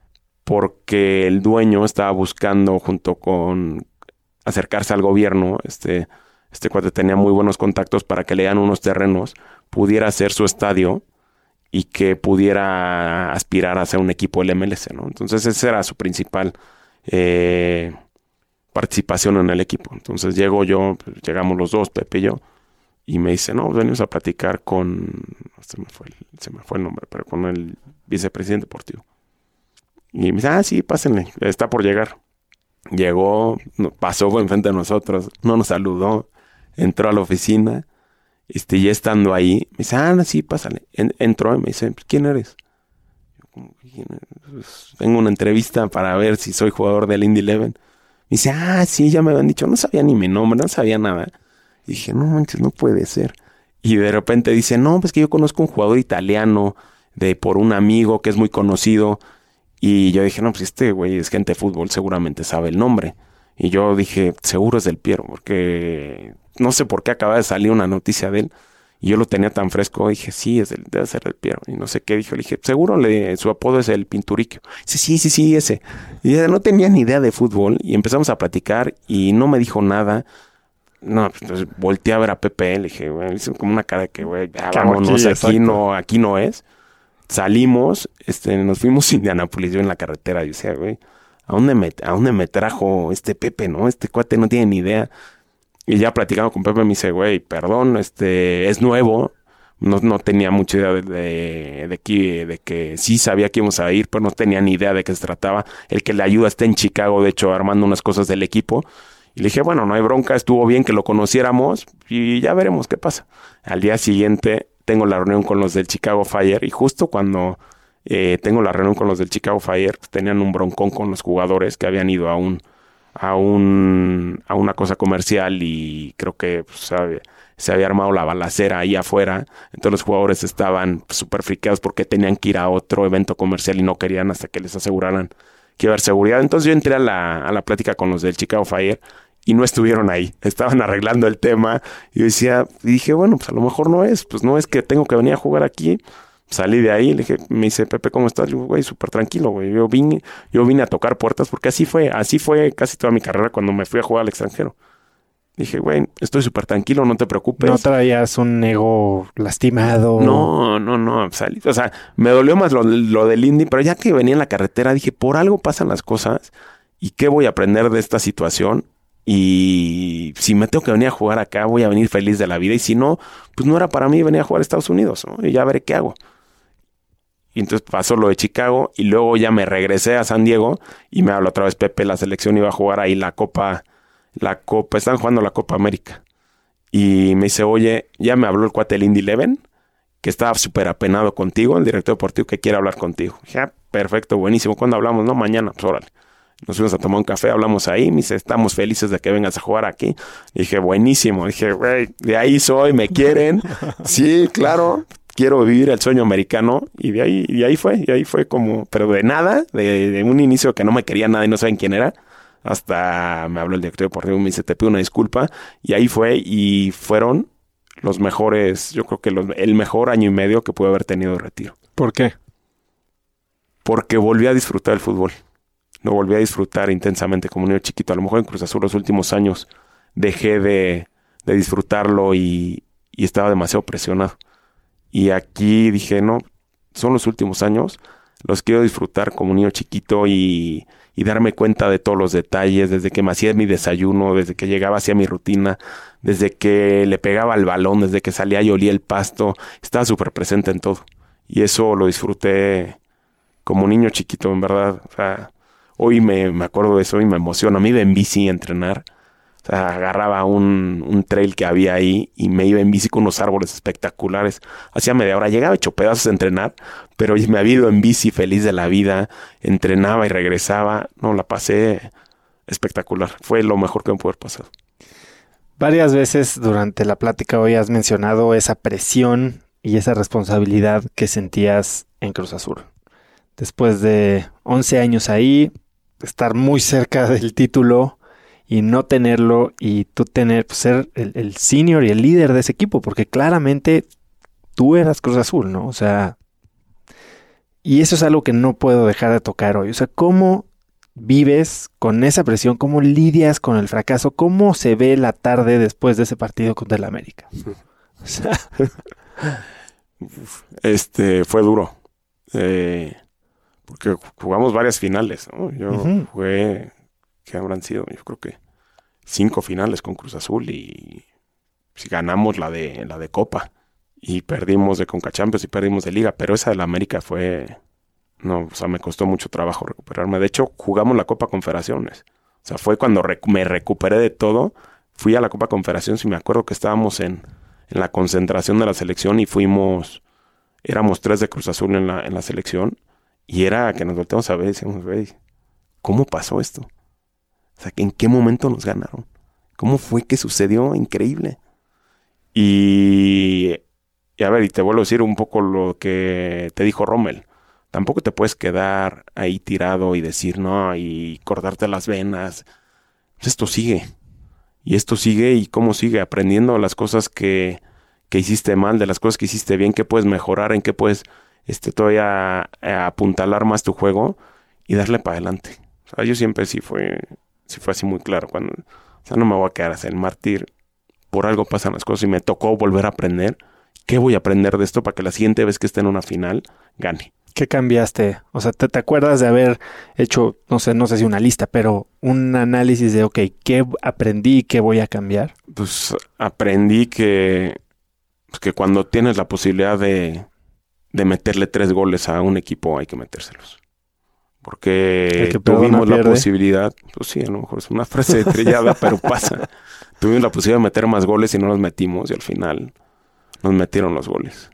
porque el dueño estaba buscando, junto con acercarse al gobierno, este, este cuate tenía muy buenos contactos para que le dieran unos terrenos, pudiera hacer su estadio y que pudiera aspirar a ser un equipo del M L S, ¿no? Entonces esa era su principal eh, participación en el equipo. Entonces llego yo, pues, llegamos los dos, Pepe y yo, y me dice, no, venimos a platicar con, se me fue el, se me fue el nombre, pero con el vicepresidente deportivo. Y me dice, ah, sí, pásenle, está por llegar. Llegó, pasó enfrente de nosotros, no nos saludó, entró a la oficina, este, y estando ahí, me dice, ah, sí, pásale. En, entró y me dice, ¿quién eres? Yo, como, ¿quién eres? Pues, tengo una entrevista para ver si soy jugador del Indy Eleven. Me dice, ah, sí, ya me habían dicho, no sabía ni mi nombre, no sabía nada. Y dije, no manches, no puede ser. Y de repente dice, no, pues que yo conozco un jugador italiano de por un amigo que es muy conocido. Y yo dije, no, pues este güey es gente de fútbol, seguramente sabe el nombre. Y yo dije, seguro es del Piero, porque no sé por qué acaba de salir una noticia de él. Y yo lo tenía tan fresco, dije, sí, es del, debe ser del Piero. Y no sé qué dijo, le dije, seguro le, su apodo es el Pinturiquio. Dice, sí, sí, sí, ese. Y yo no tenía ni idea de fútbol. Y empezamos a platicar y no me dijo nada. No, pues entonces volteé a ver a Pepe, le dije, güey, hizo como una cara de que, güey, ya vámonos, aquí, aquí no, aquí no es. Salimos, este, nos fuimos a Indianápolis, yo en la carretera, yo decía, güey, ¿a dónde me, a dónde me trajo este Pepe, no? Este cuate no tiene ni idea. Y ya platicando con Pepe me dice, güey, perdón, este, es nuevo, no, no tenía mucha idea de, de, de, que, de que sí sabía que íbamos a ir, pero no tenía ni idea de qué se trataba. El que le ayuda está en Chicago, de hecho, armando unas cosas del equipo. Y le dije, bueno, no hay bronca, estuvo bien que lo conociéramos y ya veremos qué pasa. Al día siguiente tengo la reunión con los del Chicago Fire y justo cuando eh, tengo la reunión con los del Chicago Fire, pues, tenían un broncón con los jugadores que habían ido a un a un a una cosa comercial y creo que pues, sabe, se había armado la balacera ahí afuera. Entonces los jugadores estaban súper friqueados porque tenían que ir a otro evento comercial y no querían hasta que les aseguraran que iba a haber seguridad. Entonces yo entré a la, a la plática con los del Chicago Fire y no estuvieron ahí. Estaban arreglando el tema. Y yo decía, y dije, bueno, pues a lo mejor no es. Pues no es que tengo que venir a jugar aquí. Salí de ahí, le dije, me dice, Pepe, ¿cómo estás? Le digo, güey, súper tranquilo, güey. Yo vine, yo vine a tocar puertas porque así fue, así fue casi toda mi carrera cuando me fui a jugar al extranjero. Dije, güey, estoy súper tranquilo, no te preocupes. ¿No traías un ego lastimado? No, no, no. Salí, o sea, me dolió más lo, lo del Indy, pero ya que venía en la carretera dije, por algo pasan las cosas y qué voy a aprender de esta situación. Y si me tengo que venir a jugar acá, voy a venir feliz de la vida. Y si no, pues no era para mí venir a jugar a Estados Unidos, ¿no? Y ya veré qué hago. Y entonces pasó lo de Chicago y luego ya me regresé a San Diego y me habló otra vez Pepe, la selección iba a jugar ahí la Copa, la Copa, están jugando la Copa América. Y me dice, oye, ya me habló el cuate del Indy Eleven, que estaba súper apenado contigo, el director deportivo que quiere hablar contigo. Dije, ah, perfecto, buenísimo. ¿Cuándo hablamos? No, mañana, pues órale. Nos fuimos a tomar un café, hablamos ahí, me dice, estamos felices de que vengas a jugar aquí. Y dije, buenísimo. Dije, güey, de ahí soy, me quieren. Sí, claro, quiero vivir el sueño americano. Y de ahí, y ahí fue, y ahí fue como, pero de nada, de, de un inicio que no me quería nada y no saben quién era. Hasta me habló el director deportivo y me dice, te pido una disculpa. Y ahí fue, y fueron los mejores, yo creo que los, el mejor año y medio que pude haber tenido de retiro. ¿Por qué? Porque volví a disfrutar el fútbol. Lo volví a disfrutar intensamente como niño chiquito. A lo mejor en Cruz Azul los últimos años dejé de, de disfrutarlo y, y estaba demasiado presionado. Y aquí dije, no, son los últimos años. Los quiero disfrutar como niño chiquito y, y darme cuenta de todos los detalles. Desde que me hacía mi desayuno, desde que llegaba hacia mi rutina, desde que le pegaba al balón, desde que salía y olía el pasto. Estaba súper presente en todo. Y eso lo disfruté como niño chiquito, en verdad. O sea, hoy me, me acuerdo de eso y me emociona. Me iba en bici a entrenar. O sea, agarraba un, un trail que había ahí y me iba en bici con unos árboles espectaculares. Hacía media hora. Llegaba hecho pedazos a entrenar, pero me había ido en bici feliz de la vida. Entrenaba y regresaba. No, la pasé espectacular. Fue lo mejor que me pudo haber pasado. Varias veces durante la plática hoy has mencionado esa presión y esa responsabilidad que sentías en Cruz Azul. Después de once años ahí, estar muy cerca del título y no tenerlo y tú tener, pues, ser el, el senior y el líder de ese equipo, porque claramente tú eras Cruz Azul, ¿no? O sea, y eso es algo que no puedo dejar de tocar hoy. O sea, ¿cómo vives con esa presión? ¿Cómo lidias con el fracaso? ¿Cómo se ve la tarde después de ese partido contra el América? O sea, este, fue duro. Eh... Porque jugamos varias finales, ¿no? Yo uh-huh. jugué, ¿qué habrán sido? Yo creo que cinco finales con Cruz Azul y si ganamos la de la de Copa y perdimos de Conca Champions y perdimos de Liga, pero esa de la América fue, no, o sea, me costó mucho trabajo recuperarme. De hecho, jugamos la Copa Confederaciones. O sea, fue cuando rec- me recuperé de todo. Fui a la Copa Confederaciones y me acuerdo que estábamos en, en la concentración de la selección y fuimos, éramos tres de Cruz Azul en la, en la selección. Y era que nos volteamos a ver y decíamos, güey, ¿cómo pasó esto? O sea, ¿en qué momento nos ganaron? ¿Cómo fue que sucedió? Increíble. Y, y a ver, y te vuelvo a decir un poco lo que te dijo Rommel. Tampoco te puedes quedar ahí tirado y decir, no, y cortarte las venas. Pues esto sigue. Y esto sigue, ¿y cómo sigue? Aprendiendo las cosas que, que hiciste mal, de las cosas que hiciste bien, qué puedes mejorar, en qué puedes... Este, todavía a, a apuntalar más tu juego y darle para adelante. O sea, yo siempre sí fue, sí fue así muy claro. Cuando, o sea, no me voy a quedar así el mártir. Por algo pasan las cosas y me tocó volver a aprender. ¿Qué voy a aprender de esto para que la siguiente vez que esté en una final, gane? ¿Qué cambiaste? O sea, ¿te, te acuerdas de haber hecho, no sé, no sé si una lista, pero un análisis de, ok, ¿qué aprendí y qué voy a cambiar? Pues aprendí que, que cuando tienes la posibilidad de... de meterle tres goles a un equipo hay que metérselos. Porque tuvimos la posibilidad, pues sí, a lo mejor es una frase trillada, pero pasa. Tuvimos la posibilidad de meter más goles y no los metimos y al final nos metieron los goles.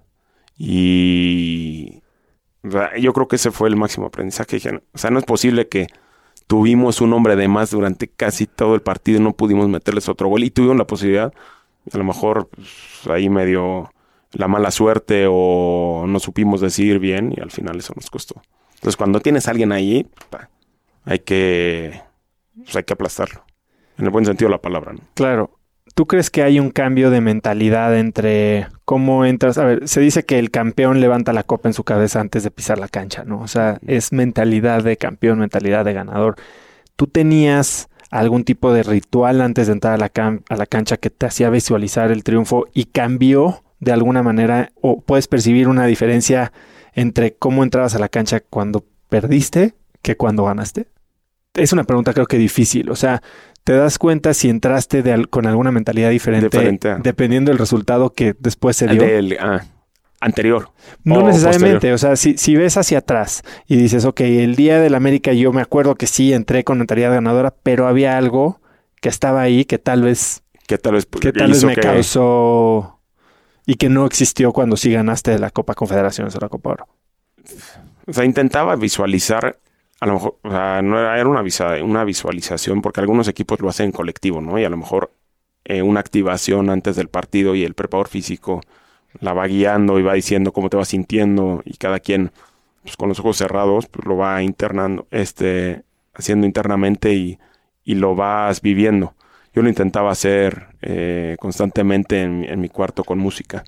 Y o sea, yo creo que ese fue el máximo aprendizaje. O sea, no es posible que tuvimos un hombre de más durante casi todo el partido y no pudimos meterles otro gol. Y tuvimos la posibilidad, a lo mejor pues, ahí medio la mala suerte o no supimos decidir bien y al final eso nos costó. Entonces, cuando tienes a alguien ahí, hay que, pues, hay que aplastarlo. En el buen sentido de la palabra, ¿no? Claro. ¿Tú crees que hay un cambio de mentalidad entre cómo entras? A ver, se dice que el campeón levanta la copa en su cabeza antes de pisar la cancha, ¿no? O sea, es mentalidad de campeón, mentalidad de ganador. ¿Tú tenías algún tipo de ritual antes de entrar a la, cam- a la cancha que te hacía visualizar el triunfo y cambió de alguna manera? ¿O puedes percibir una diferencia entre cómo entrabas a la cancha cuando perdiste que cuando ganaste? Es una pregunta creo que difícil. O sea, ¿te das cuenta si entraste de al- con alguna mentalidad diferente, Diferente. dependiendo del resultado que después se dio? Del, ah, anterior. No o necesariamente. posterior. O sea, si, si ves hacia atrás y dices, ok, el día del América yo me acuerdo que sí entré con mentalidad ganadora, pero había algo que estaba ahí que tal vez, Que tal vez, que tal vez hizo me que- causó y que no existió cuando sí ganaste la Copa Confederaciones o la Copa Oro. O sea, intentaba visualizar, a lo mejor, o sea, no era, era una, visa, una visualización, porque algunos equipos lo hacen en colectivo, ¿no? Y a lo mejor eh, una activación antes del partido y el preparador físico la va guiando y va diciendo cómo te vas sintiendo y cada quien, pues, con los ojos cerrados, pues lo va internando, este, haciendo internamente y, y lo vas viviendo. Yo lo intentaba hacer eh, constantemente en, en mi cuarto con música.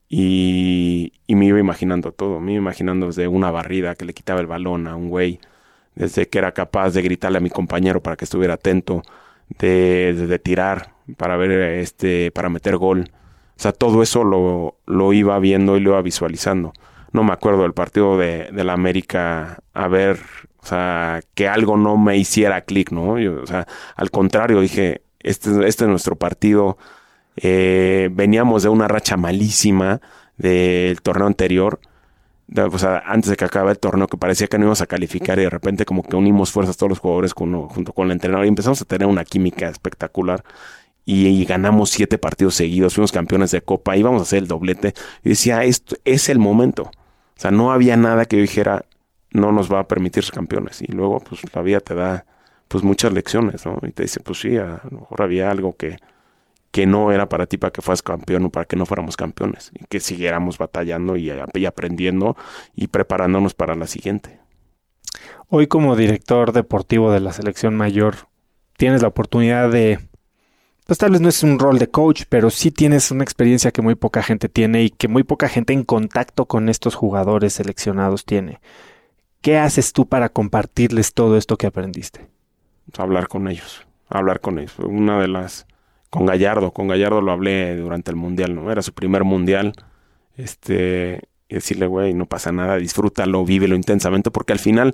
Y, y me iba imaginando todo. Me iba imaginando desde una barrida que le quitaba el balón a un güey, desde que era capaz de gritarle a mi compañero para que estuviera atento, de, de, de tirar para ver este, para meter gol. O sea, todo eso lo, lo iba viendo y lo iba visualizando. No me acuerdo del partido de, de la América a ver, o sea, que algo no me hiciera clic, ¿no? Yo, o sea, al contrario, dije, este, este es nuestro partido. Eh, veníamos de una racha malísima del torneo anterior, de, o sea, antes de que acabe el torneo, que parecía que no íbamos a calificar y de repente como que unimos fuerzas todos los jugadores con, junto con el entrenador y empezamos a tener una química espectacular y, y ganamos siete partidos seguidos, fuimos campeones de Copa, íbamos a hacer el doblete y decía, esto es el momento. O sea, no había nada que yo dijera no nos va a permitir ser campeones. Y luego pues la vida te da pues muchas lecciones, ¿no? Y te dice, pues sí, a lo mejor había algo que que no era para ti para que fueras campeón o para que no fuéramos campeones y que siguiéramos batallando y, y aprendiendo y preparándonos para la siguiente. Hoy como director deportivo de la selección mayor tienes la oportunidad de, pues tal vez no es un rol de coach, pero sí tienes una experiencia que muy poca gente tiene y que muy poca gente en contacto con estos jugadores seleccionados tiene. ¿Qué haces tú para compartirles todo esto que aprendiste? Hablar con ellos, hablar con ellos. Una de las Con Gallardo, con Gallardo lo hablé durante el Mundial, ¿no? Era su primer Mundial. Este, y decirle, güey, no pasa nada, disfrútalo, vívelo intensamente, porque al final,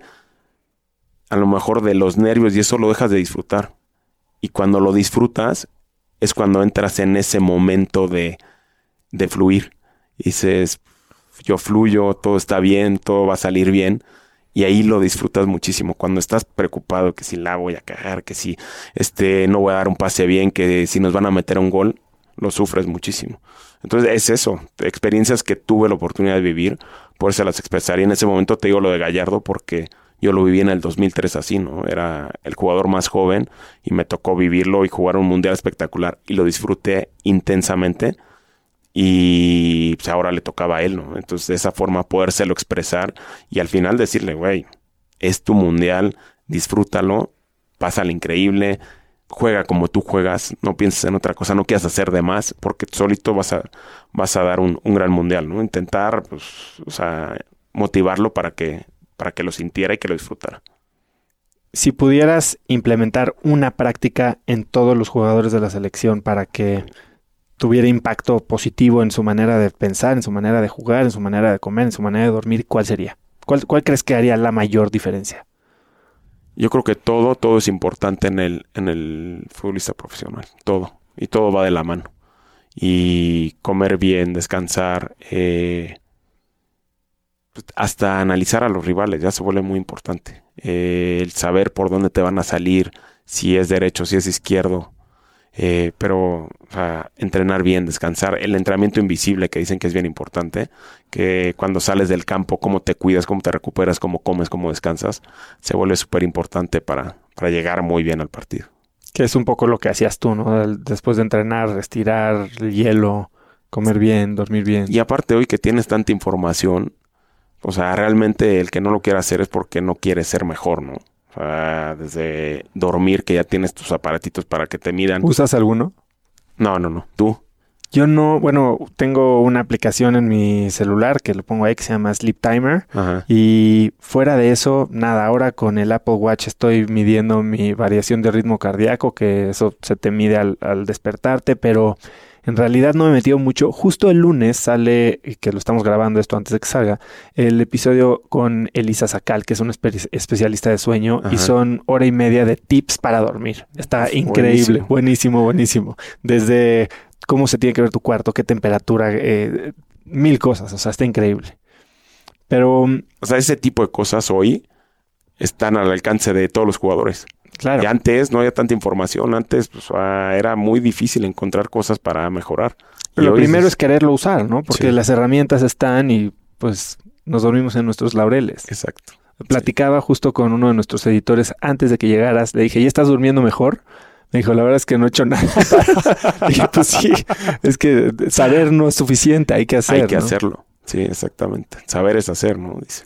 a lo mejor de los nervios y eso lo dejas de disfrutar. Y cuando lo disfrutas, es cuando entras en ese momento de, de fluir. Y dices, yo fluyo, todo está bien, todo va a salir bien. Y ahí lo disfrutas muchísimo. Cuando estás preocupado que si la voy a cagar, que si este, no voy a dar un pase bien, que si nos van a meter un gol, lo sufres muchísimo. Entonces es eso, experiencias que tuve la oportunidad de vivir, por eso las expresaría. En ese momento te digo lo de Gallardo porque yo lo viví en el dos mil tres así, ¿no? Era el jugador más joven y me tocó vivirlo y jugar un mundial espectacular y lo disfruté intensamente. Y pues ahora le tocaba a él, ¿no? Entonces de esa forma podérselo expresar y al final decirle, güey, es tu mundial, disfrútalo, pásale increíble, juega como tú juegas, no pienses en otra cosa, no quieras hacer de más, porque solito vas a, vas a dar un, un gran mundial, ¿no? Intentar, pues, o sea, motivarlo para que, para que lo sintiera y que lo disfrutara. Si pudieras implementar una práctica en todos los jugadores de la selección para que tuviera impacto positivo en su manera de pensar, en su manera de jugar, en su manera de comer, en su manera de dormir, ¿cuál sería? ¿Cuál, cuál crees que haría la mayor diferencia? Yo creo que todo, todo es importante en el, en el futbolista profesional. Todo. Y todo va de la mano. Y comer bien, descansar, eh, hasta analizar a los rivales ya se vuelve muy importante. Eh, el saber por dónde te van a salir, si es derecho, si es izquierdo. Eh, pero, o sea, entrenar bien, descansar. El entrenamiento invisible que dicen que es bien importante. Que cuando sales del campo, cómo te cuidas, cómo te recuperas, cómo comes, cómo descansas, se vuelve súper importante para, para llegar muy bien al partido. Que es un poco lo que hacías tú, ¿no? Después de entrenar, respirar, el hielo, comer bien, dormir bien. Y aparte hoy que tienes tanta información, o sea, realmente el que no lo quiera hacer es porque no quiere ser mejor, ¿no? O sea, desde dormir, que ya tienes tus aparatitos para que te midan. ¿Usas alguno? No, no, no. ¿Tú? Yo no, bueno, tengo una aplicación en mi celular que lo pongo ahí que se llama Sleep Timer. Ajá. Y fuera de eso, nada, ahora con el Apple Watch estoy midiendo mi variación de ritmo cardíaco, que eso se te mide al, al despertarte, pero en realidad no me he metido mucho. Justo el lunes sale, que lo estamos grabando esto antes de que salga, el episodio con Elisa Sacal, que es una espe- especialista de sueño. Ajá. Y son hora y media de tips para dormir. Está increíble, buenísimo, buenísimo. buenísimo. Desde cómo se tiene que ver tu cuarto, qué temperatura, eh, mil cosas. O sea, está increíble. Pero... O sea, ese tipo de cosas hoy están al alcance de todos los jugadores. Claro. Y antes no había tanta información. Antes pues, era muy difícil encontrar cosas para mejorar. Pero lo primero es... es quererlo usar, ¿no? Porque sí. Las herramientas están y pues nos dormimos en nuestros laureles. Exacto. Platicaba sí. justo con uno de nuestros editores antes de que llegaras. Le dije, ¿ya estás durmiendo mejor? Me dijo, la verdad es que no he hecho nada. Dije, pues sí, es que saber no es suficiente, hay que hacer, Hay que ¿no? hacerlo, sí, exactamente. Saber es hacer, ¿no? Dice.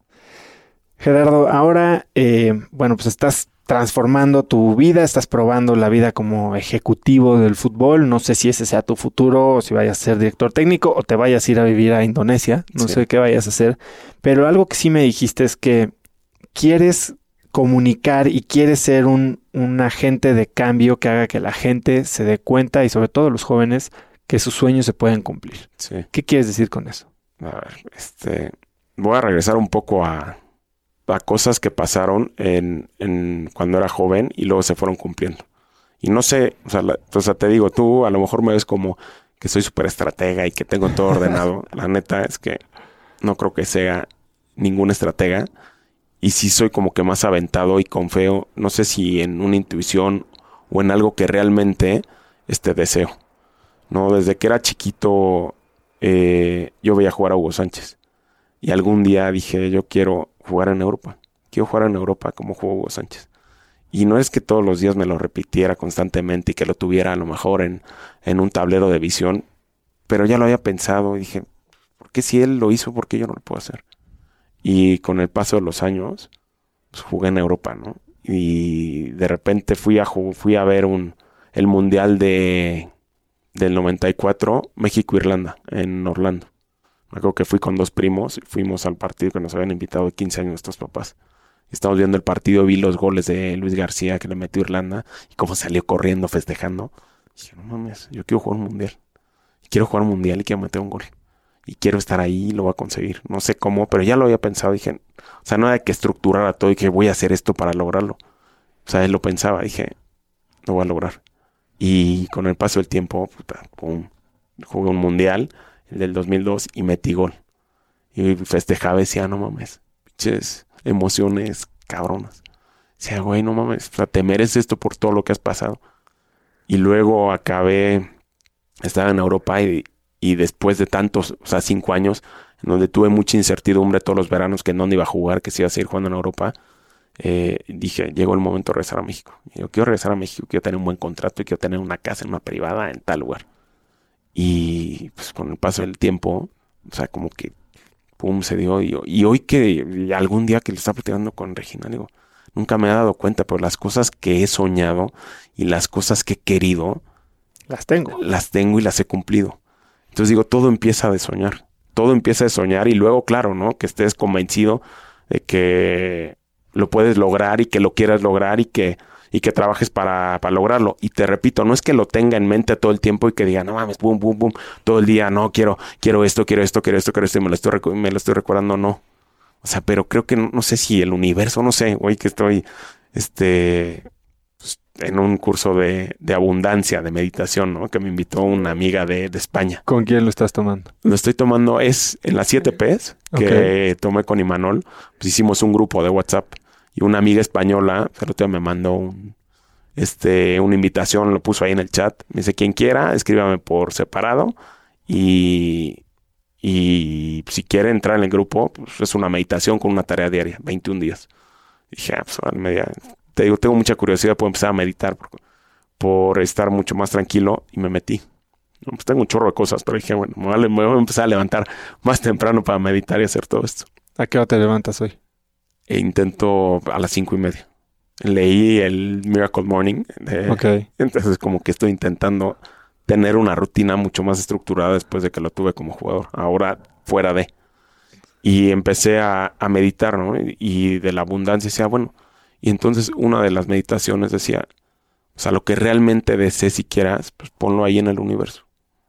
Gerardo, ahora, eh, bueno, pues estás transformando tu vida, estás probando la vida como ejecutivo del fútbol. No sé si ese sea tu futuro, o si vayas a ser director técnico, o te vayas a ir a vivir a Indonesia. No sí. sé qué vayas a hacer. Pero algo que sí me dijiste es que quieres comunicar y quieres ser un, un agente de cambio que haga que la gente se dé cuenta, y sobre todo los jóvenes, que sus sueños se pueden cumplir. Sí. ¿Qué quieres decir con eso? A ver, este, voy a regresar un poco a, a cosas que pasaron en, en cuando era joven y luego se fueron cumpliendo. Y no sé, o sea, la, o sea, te digo, tú a lo mejor me ves como que soy súper estratega y que tengo todo ordenado. La neta es que no creo que sea ningún estratega. Y sí soy como que más aventado y confío, no sé si en una intuición o en algo que realmente este, deseo. No, desde que era chiquito eh, yo veía jugar a Hugo Sánchez. Y algún día dije, yo quiero jugar en Europa. Quiero jugar en Europa como jugó Hugo Sánchez. Y no es que todos los días me lo repitiera constantemente y que lo tuviera a lo mejor en, en un tablero de visión. Pero ya lo había pensado y dije, ¿por qué si él lo hizo, por qué yo no lo puedo hacer? Y con el paso de los años, pues jugué en Europa, ¿no? Y de repente fui a fui a ver un el Mundial de del noventa y cuatro, México-Irlanda, en Orlando. Me acuerdo que fui con dos primos, y fuimos al partido que nos habían invitado de quince años nuestros papás. Y estábamos viendo el partido, vi los goles de Luis García que le metió Irlanda, y cómo salió corriendo, festejando. Y dije, no mames, yo quiero jugar un Mundial. Quiero jugar un Mundial y quiero meter un gol. Y quiero estar ahí y lo voy a conseguir. No sé cómo, pero ya lo había pensado. Dije, o sea, no hay que estructurar a todo y que voy a hacer esto para lograrlo. O sea, él lo pensaba. Dije, lo voy a lograr. Y con el paso del tiempo, puta, pum, jugué un mundial, el del dos mil dos, y metí gol. Y festejaba y decía, no mames, pinches emociones cabronas. Decía, güey, no mames, o sea, te mereces esto por todo lo que has pasado. Y luego acabé, estaba en Europa y... Y después de tantos, o sea, cinco años, en donde tuve mucha incertidumbre todos los veranos que en dónde iba a jugar, que si iba a seguir jugando en Europa, eh, dije, llegó el momento de regresar a México. Y yo quiero regresar a México, quiero tener un buen contrato y quiero tener una casa en una privada en tal lugar. Y pues con el paso del tiempo, o sea, como que, pum, se dio. Y, y hoy que, y algún día que lo estaba platicando con Regina, digo, nunca me he dado cuenta, pero las cosas que he soñado y las cosas que he querido, las tengo. Las tengo y las he cumplido. Entonces digo, todo empieza de soñar. Todo empieza de soñar y luego, claro, ¿no? Que estés convencido de que lo puedes lograr y que lo quieras lograr y que, y que trabajes para, para lograrlo. Y te repito, no es que lo tenga en mente todo el tiempo y que diga, no mames, boom, boom, boom, todo el día, no, quiero, quiero esto, quiero esto, quiero esto, quiero esto y me lo estoy, recu- me lo estoy recordando, no. O sea, pero creo que no, no sé si el universo, no sé, hoy que estoy, este... en un curso de, de abundancia, de meditación, ¿no? Que me invitó una amiga de, de España. ¿Con quién lo estás tomando? Lo estoy tomando es en las siete P's que okay. tomé con Imanol. Pues hicimos un grupo de WhatsApp y una amiga española, el otro día me mandó un, este, una invitación, lo puso ahí en el chat. Me dice, quien quiera, escríbame por separado y, y si quiere entrar en el grupo, pues es una meditación con una tarea diaria, veintiún días. Y dije, ah, pues vale, media... Te digo, tengo mucha curiosidad, puedo empezar a meditar por, por estar mucho más tranquilo y me metí. No, pues tengo un chorro de cosas, pero dije, bueno, me voy, a, me voy a empezar a levantar más temprano para meditar y hacer todo esto. ¿A qué hora te levantas hoy? E intento a las cinco y media. Leí el Miracle Morning. De, okay. Entonces como que estoy intentando tener una rutina mucho más estructurada después de que lo tuve como jugador. Ahora fuera de. Y empecé a, a meditar, ¿no? Y, y de la abundancia decía, bueno... Y entonces una de las meditaciones decía, o sea, lo que realmente desees y quieras, pues ponlo ahí en el universo.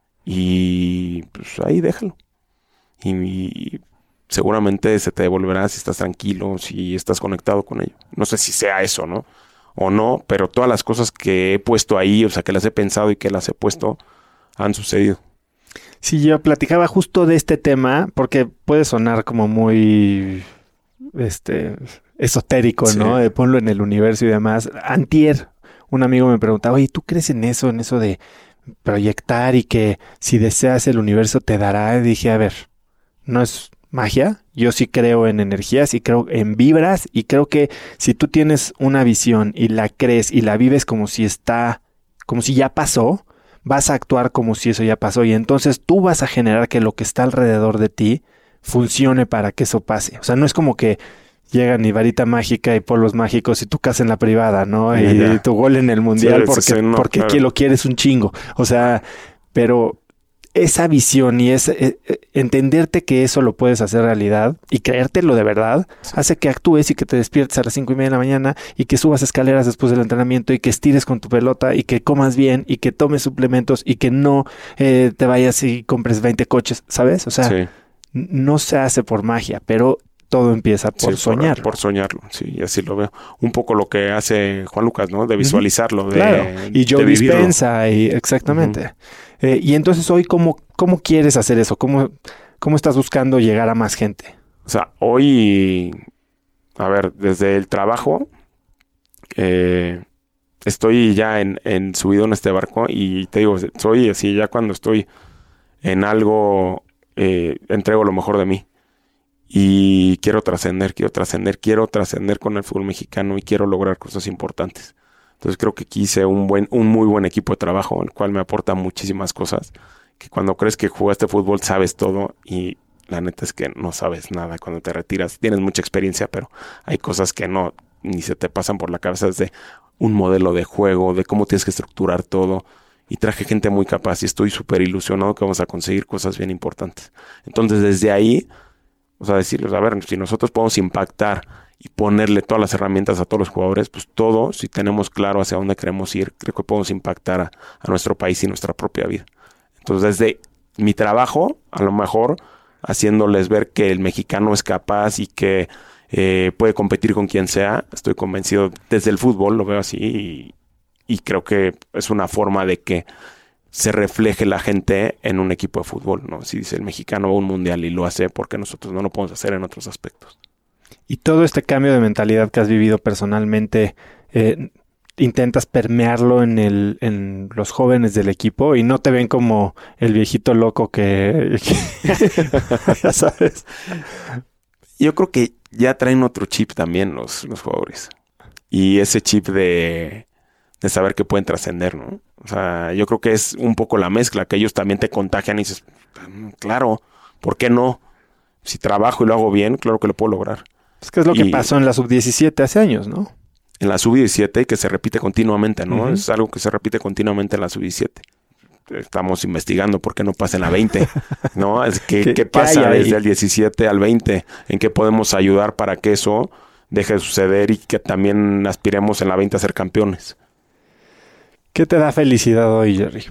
Y pues ahí déjalo. Y, y seguramente se te devolverá si estás tranquilo, si estás conectado con ello. No sé si sea eso, ¿no? O no, pero todas las cosas que he puesto ahí, o sea, que las he pensado y que las he puesto, han sucedido. Sí, yo platicaba justo de este tema, porque puede sonar como muy... este esotérico, sí. ¿no? De ponlo en el universo y demás. Antier, un amigo me preguntaba, oye, ¿tú crees en eso? En eso de proyectar y que si deseas el universo te dará. Y dije, a ver, no es magia. Yo sí creo en energías y creo en vibras y creo que si tú tienes una visión y la crees y la vives como si está, como si ya pasó, vas a actuar como si eso ya pasó y entonces tú vas a generar que lo que está alrededor de ti funcione para que eso pase. O sea, no es como que llegan y varita mágica y polvos mágicos y tu casa en la privada, ¿no? Y yeah. tu gol en el mundial sí, porque, sí, no, porque claro. lo quieres un chingo. O sea, pero esa visión y ese, eh, entenderte que eso lo puedes hacer realidad y creértelo de verdad, sí. hace que actúes y que te despiertes a las cinco y media de la mañana y que subas escaleras después del entrenamiento y que estires con tu pelota y que comas bien y que tomes suplementos y que no eh, te vayas y compres veinte coches, ¿sabes? O sea, sí. no se hace por magia, pero todo empieza por sí, soñarlo. Por, por soñarlo, sí, y así lo veo. Un poco lo que hace Juan Lucas, ¿no? De visualizarlo. Uh-huh. De, claro, y Joe Dispenza, y exactamente. Uh-huh. Eh, y entonces hoy, ¿cómo, cómo quieres hacer eso? ¿Cómo, ¿Cómo estás buscando llegar a más gente? O sea, hoy, a ver, desde el trabajo, eh, estoy ya en, en subido en este barco y te digo, soy así, ya cuando estoy en algo, eh, entrego lo mejor de mí. Y quiero trascender, quiero trascender, quiero trascender con el fútbol mexicano y quiero lograr cosas importantes. Entonces creo que aquí hice un buen, un muy buen equipo de trabajo, el cual me aporta muchísimas cosas. Que cuando crees que jugaste fútbol sabes todo y la neta es que no sabes nada cuando te retiras. Tienes mucha experiencia, pero hay cosas que no, ni se te pasan por la cabeza desde un modelo de juego, de cómo tienes que estructurar todo. Y traje gente muy capaz y estoy súper ilusionado que vamos a conseguir cosas bien importantes. Entonces desde ahí... O sea, decirles, a ver, si nosotros podemos impactar y ponerle todas las herramientas a todos los jugadores, pues todo, si tenemos claro hacia dónde queremos ir, creo que podemos impactar a, a nuestro país y nuestra propia vida. Entonces, desde mi trabajo, a lo mejor, haciéndoles ver que el mexicano es capaz y que eh, puede competir con quien sea, estoy convencido, desde el fútbol lo veo así y, y creo que es una forma de que se refleje la gente en un equipo de fútbol, ¿no? Si dice el mexicano va a un mundial y lo hace, porque nosotros no lo podemos hacer en otros aspectos. Y todo este cambio de mentalidad que has vivido personalmente, eh, intentas permearlo en el, en los jóvenes del equipo y no te ven como el viejito loco que, que ya sabes. Yo creo que ya traen otro chip también los, los jugadores. Y ese chip de, de saber que pueden trascender, ¿no? O sea, yo creo que es un poco la mezcla, que ellos también te contagian y dices, claro, ¿por qué no? Si trabajo y lo hago bien, claro que lo puedo lograr. Es que es lo y, que pasó en la sub diecisiete hace años, ¿no? En la sub diecisiete, que se repite continuamente, ¿no? Uh-huh. Es algo que se repite continuamente en la sub diecisiete. Estamos investigando por qué no pasa en la veinte, ¿no? Es que, ¿Qué, ¿Qué pasa desde el diecisiete al veinte? ¿En qué podemos ayudar para que eso deje de suceder y que también aspiremos en la veinte a ser campeones? ¿Qué te da felicidad hoy, Jerry?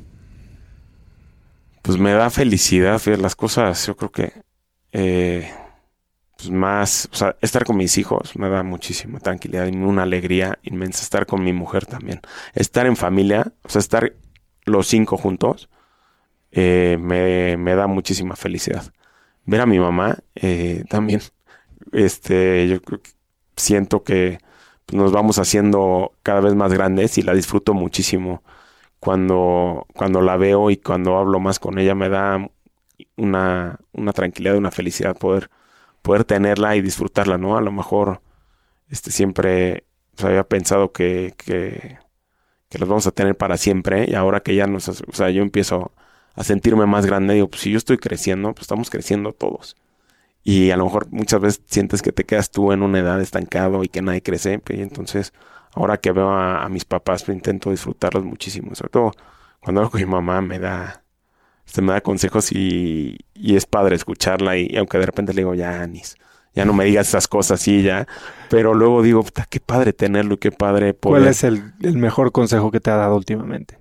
Pues me da felicidad, fíjate, las cosas, yo creo que eh, pues más, o sea, estar con mis hijos me da muchísima tranquilidad y una alegría inmensa. Estar con mi mujer también. Estar en familia, o sea, estar los cinco juntos, eh, me, me da muchísima felicidad. Ver a mi mamá eh, también. Este, yo siento que pues, nos vamos haciendo cada vez más grandes y la disfruto muchísimo. Cuando, cuando la veo y cuando hablo más con ella me da una, una tranquilidad, una felicidad poder poder tenerla y disfrutarla, ¿no? A lo mejor este, siempre pues, había pensado que, que, que los vamos a tener para siempre y ahora que ya nos... O sea, yo empiezo a sentirme más grande, digo, pues si yo estoy creciendo, pues estamos creciendo todos. Y a lo mejor muchas veces sientes que te quedas tú en una edad estancado y que nadie crece, y entonces ahora que veo a, a mis papás, pues intento disfrutarlos muchísimo. Sobre todo cuando hablo con mi mamá me da... Este, me da consejos y, y es padre escucharla y, y aunque de repente le digo, ya, Anis, ya no me digas esas cosas así, ya. Pero luego digo, puta, qué padre tenerlo y qué padre poder... ¿Cuál es el, el mejor consejo que te ha dado últimamente?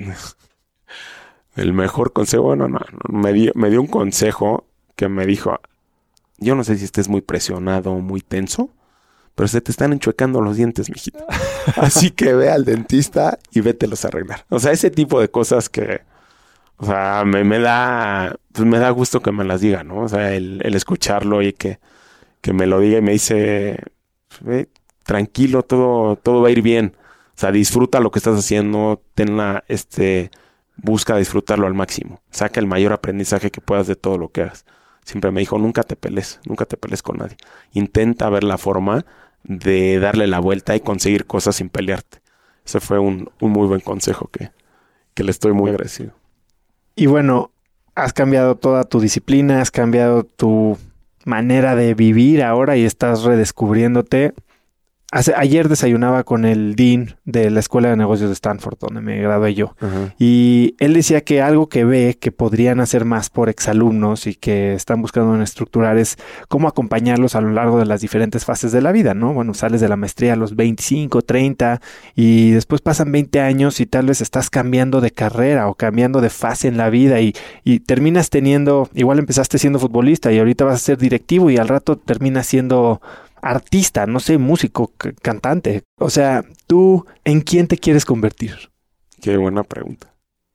El mejor consejo, bueno, no, no, me dio, me dio un consejo que me dijo, yo no sé si estés muy presionado o muy tenso, pero se te están enchuecando los dientes, mijito. Así que ve al dentista y vételos a arreglar. O sea, ese tipo de cosas que... O sea, me, me da pues me da gusto que me las diga, ¿no? O sea, el, el escucharlo y que, que me lo diga y me dice, eh, tranquilo, todo, todo va a ir bien. O sea, disfruta lo que estás haciendo, tenla, este, busca disfrutarlo al máximo. Saca el mayor aprendizaje que puedas de todo lo que hagas. Siempre me dijo, nunca te pelees, nunca te pelees con nadie. Intenta ver la forma de darle la vuelta y conseguir cosas sin pelearte. Ese fue un, un muy buen consejo que, que le estoy muy agradecido. Y bueno, has cambiado toda tu disciplina, has cambiado tu manera de vivir ahora y estás redescubriéndote. Hace, ayer desayunaba con el dean de la Escuela de Negocios de Stanford, donde me gradué yo. Uh-huh. Y él decía que algo que ve que podrían hacer más por exalumnos y que están buscando en estructurar es cómo acompañarlos a lo largo de las diferentes fases de la vida, ¿no? Bueno, sales de la maestría a los veinticinco, treinta y después pasan veinte años y tal vez estás cambiando de carrera o cambiando de fase en la vida y, y terminas teniendo, igual empezaste siendo futbolista y ahorita vas a ser directivo y al rato terminas siendo... artista, no sé, músico, c- cantante. O sea, ¿tú en quién te quieres convertir? Qué buena pregunta.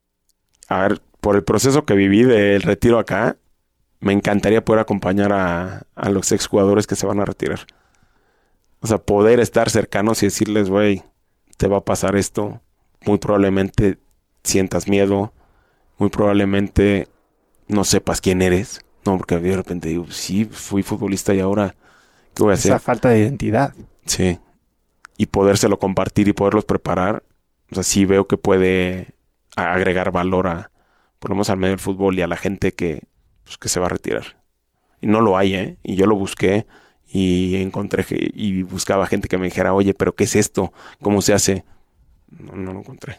A ver, por el proceso que viví del retiro acá, me encantaría poder acompañar a, a los exjugadores que se van a retirar. O sea, poder estar cercanos y decirles, güey, te va a pasar esto. Muy probablemente sientas miedo. Muy probablemente no sepas quién eres. No, porque de repente digo, sí, fui futbolista y ahora... ¿qué voy a hacer? Esa falta de identidad. Sí. Y podérselo compartir y poderlos preparar. O sea, sí veo que puede agregar valor a, por lo menos al medio del fútbol y a la gente que, pues, que se va a retirar. Y no lo hay, ¿eh? Y yo lo busqué y encontré y buscaba gente que me dijera, oye, ¿pero qué es esto? ¿Cómo se hace? No, no lo encontré.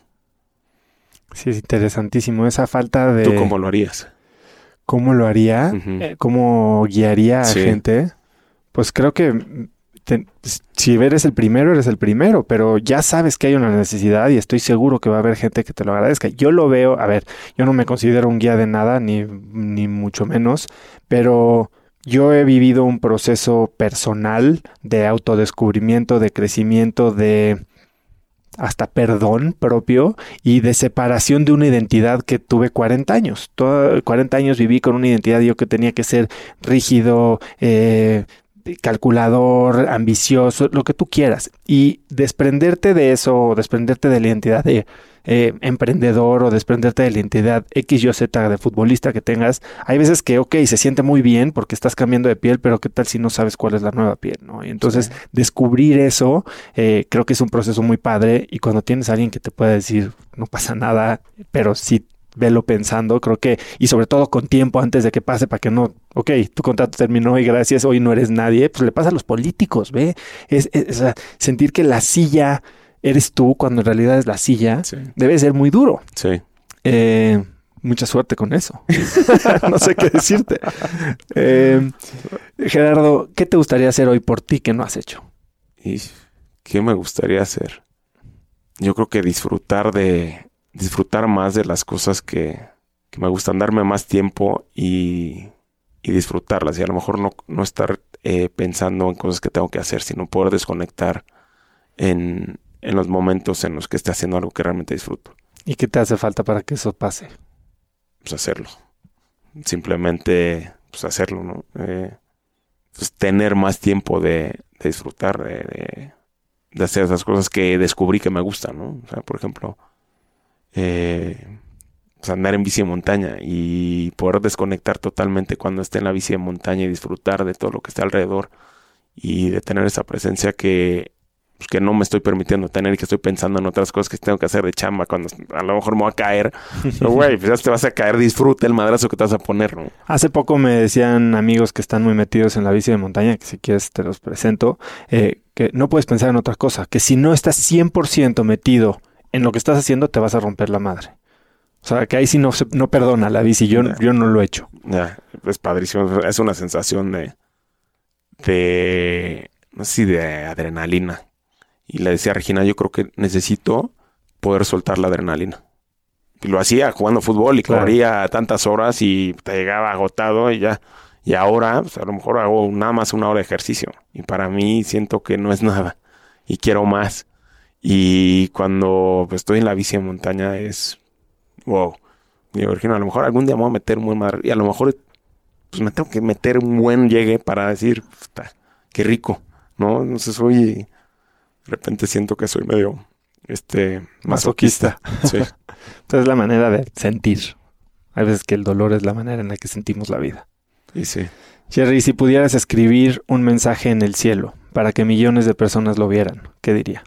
Sí, es interesantísimo. Esa falta de... ¿Tú cómo lo harías? ¿Cómo lo haría? Uh-huh. Eh, ¿Cómo guiaría a Sí. gente? Pues creo que te, si eres el primero, eres el primero, pero ya sabes que hay una necesidad y estoy seguro que va a haber gente que te lo agradezca. Yo lo veo, a ver, yo no me considero un guía de nada, ni, ni mucho menos, pero yo he vivido un proceso personal de autodescubrimiento, de crecimiento, de hasta perdón propio y de separación de una identidad que tuve cuarenta años. Todo, cuarenta años viví con una identidad yo que tenía que ser rígido, eh, calculador, ambicioso, lo que tú quieras. Y desprenderte de eso, o desprenderte de la identidad de eh, emprendedor o desprenderte de la identidad X, Y, Z de futbolista que tengas, hay veces que, ok, se siente muy bien porque estás cambiando de piel, pero ¿qué tal si no sabes cuál es la nueva piel, ¿no? Y entonces, sí. descubrir eso, eh, creo que es un proceso muy padre y cuando tienes a alguien que te pueda decir, no pasa nada, pero sí velo pensando, creo que, y sobre todo con tiempo antes de que pase para que no, ok, tu contrato terminó y gracias, hoy no eres nadie, pues le pasa a los políticos, ¿ve? Es, es, es sentir que la silla eres tú cuando en realidad es la silla, sí. debe ser muy duro. Sí. Eh, mucha suerte con eso. No sé qué decirte. Eh, Gerardo, ¿qué te gustaría hacer hoy por ti que no has hecho? ¿Y qué me gustaría hacer? Yo creo que disfrutar de... disfrutar más de las cosas que, que me gustan, darme más tiempo y, y disfrutarlas. Y a lo mejor no, no estar eh, pensando en cosas que tengo que hacer, sino poder desconectar en, en los momentos en los que esté haciendo algo que realmente disfruto. ¿Y qué te hace falta para que eso pase? Pues hacerlo. Simplemente pues hacerlo, ¿no? Eh, pues tener más tiempo de, de disfrutar, de, de, de hacer esas cosas que descubrí que me gustan, ¿no? O sea, por ejemplo, eh, pues andar en bici de montaña y poder desconectar totalmente cuando esté en la bici de montaña y disfrutar de todo lo que está alrededor y de tener esa presencia que, pues, que no me estoy permitiendo tener y que estoy pensando en otras cosas que tengo que hacer de chamba cuando a lo mejor me voy a caer. Pero güey, pues ya te vas a caer, disfruta el madrazo que te vas a poner, ¿no? Hace poco me decían amigos que están muy metidos en la bici de montaña, que si quieres te los presento, eh, que no puedes pensar en otra cosa, que si no estás cien por ciento metido en lo que estás haciendo te vas a romper la madre. O sea, que ahí sí no, se, no perdona la bici. Yo, yo no lo he hecho. Ya, es padrísimo. Es una sensación de, de, no sé si de adrenalina. Y le decía a Regina, yo creo que necesito poder soltar la adrenalina. Y lo hacía jugando fútbol y claro. corría tantas horas y te llegaba agotado y ya. Y ahora, pues, a lo mejor hago nada más una hora de ejercicio. Y para mí siento que no es nada. Y quiero más. Y cuando pues, estoy en la bici de montaña es... Wow. Digo, Virginia, a lo mejor algún día me voy a meter un buen madre. Y a lo mejor pues me tengo que meter un buen llegue para decir, qué rico, ¿no? No sé, soy... De repente siento que soy medio este masoquista. masoquista. Sí. Entonces es la manera de sentir. Hay veces que el dolor es la manera en la que sentimos la vida. Sí, sí. Jerry, si pudieras escribir un mensaje en el cielo para que millones de personas lo vieran, ¿qué diría?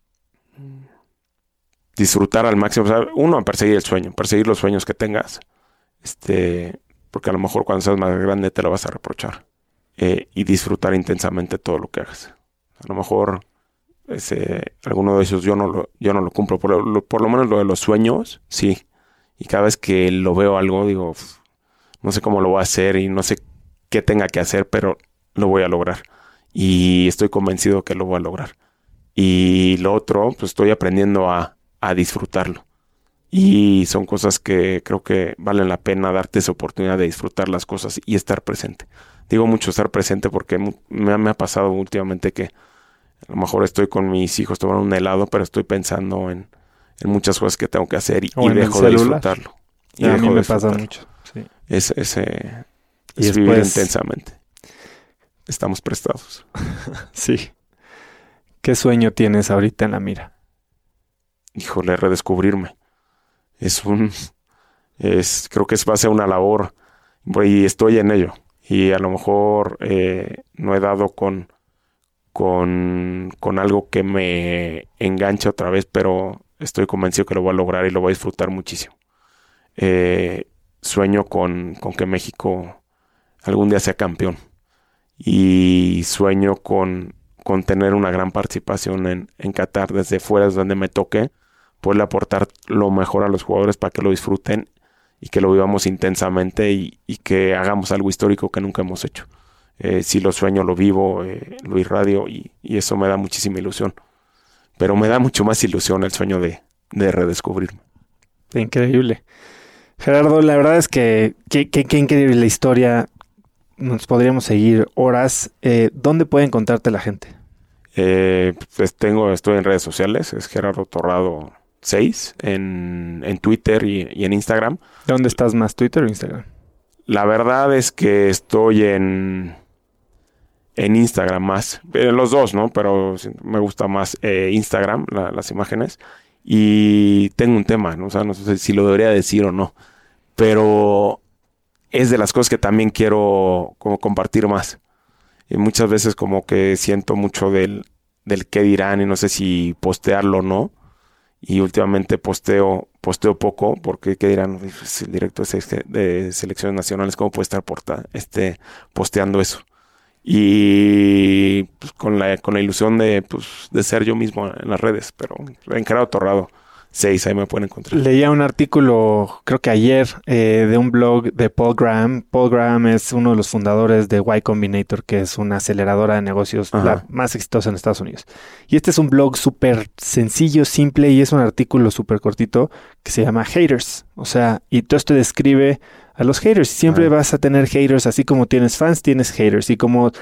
Disfrutar al máximo, o sea, uno, perseguir el sueño, perseguir los sueños que tengas, este, porque a lo mejor cuando seas más grande te lo vas a reprochar, eh, y disfrutar intensamente todo lo que hagas. A lo mejor ese, alguno de esos yo no lo, yo no lo cumplo, por lo, por lo menos lo de los sueños, sí, y cada vez que lo veo algo digo, no sé cómo lo voy a hacer y no sé qué tenga que hacer, pero lo voy a lograr y estoy convencido que lo voy a lograr. Y lo otro, pues estoy aprendiendo a a disfrutarlo. Y son cosas que creo que valen la pena darte esa oportunidad de disfrutar las cosas y estar presente. Digo mucho estar presente porque me, me ha pasado últimamente que a lo mejor estoy con mis hijos tomando un helado, pero estoy pensando en, en muchas cosas que tengo que hacer y, y dejo de disfrutarlo. Y a dejo mí me de pasa mucho. Sí. Es, es, eh, y es después... vivir intensamente. Estamos prestados. Sí. ¿Qué sueño tienes ahorita en la mira? Híjole, redescubrirme. Es un... es creo que es va a ser una labor. Y estoy en ello. Y a lo mejor eh, no he dado con, con, con algo que me enganche otra vez, pero estoy convencido que lo voy a lograr y lo voy a disfrutar muchísimo. Eh, sueño con, con que México algún día sea campeón. Y sueño con, con tener una gran participación en, en Qatar desde fuera, desde donde me toque, poderle aportar lo mejor a los jugadores para que lo disfruten y que lo vivamos intensamente y, y que hagamos algo histórico que nunca hemos hecho. Eh, si lo sueño, lo vivo, eh, lo irradio y, y eso me da muchísima ilusión. Pero me da mucho más ilusión el sueño de, de redescubrirme. Increíble. Gerardo, la verdad es que qué, qué, qué increíble la historia. Nos podríamos seguir horas. Eh, ¿Dónde puede encontrarte la gente? Eh, pues tengo, estoy en redes sociales, es Gerardo Torrado seis en, en Twitter y, y en Instagram. ¿Dónde estás más, Twitter o Instagram? La verdad es que estoy en, en Instagram más, en los dos, ¿no? Pero me gusta más eh, Instagram, la, las imágenes. Y tengo un tema, ¿no? O sea, no sé si lo debería decir o no, pero es de las cosas que también quiero como compartir más. Y muchas veces como que siento mucho del, del qué dirán y no sé si postearlo o no. Y últimamente posteo posteo poco porque qué dirán, pues el director de selecciones nacionales, ¿cómo puede estar porta, este, posteando eso? Y pues, con la con la ilusión de, pues, de ser yo mismo en las redes, pero en Gerardo Torrado seis, ahí me pueden encontrar. Leía un artículo, creo que ayer, eh, de un blog de Paul Graham. Paul Graham es uno de los fundadores de Y Combinator, que es una aceleradora de negocios la más exitosa en Estados Unidos. Y este es un blog súper sencillo, simple, y es un artículo súper cortito que se llama Haters. O sea, y todo esto describe a los haters. Siempre Ajá. vas a tener haters, así como tienes fans, tienes haters. Y como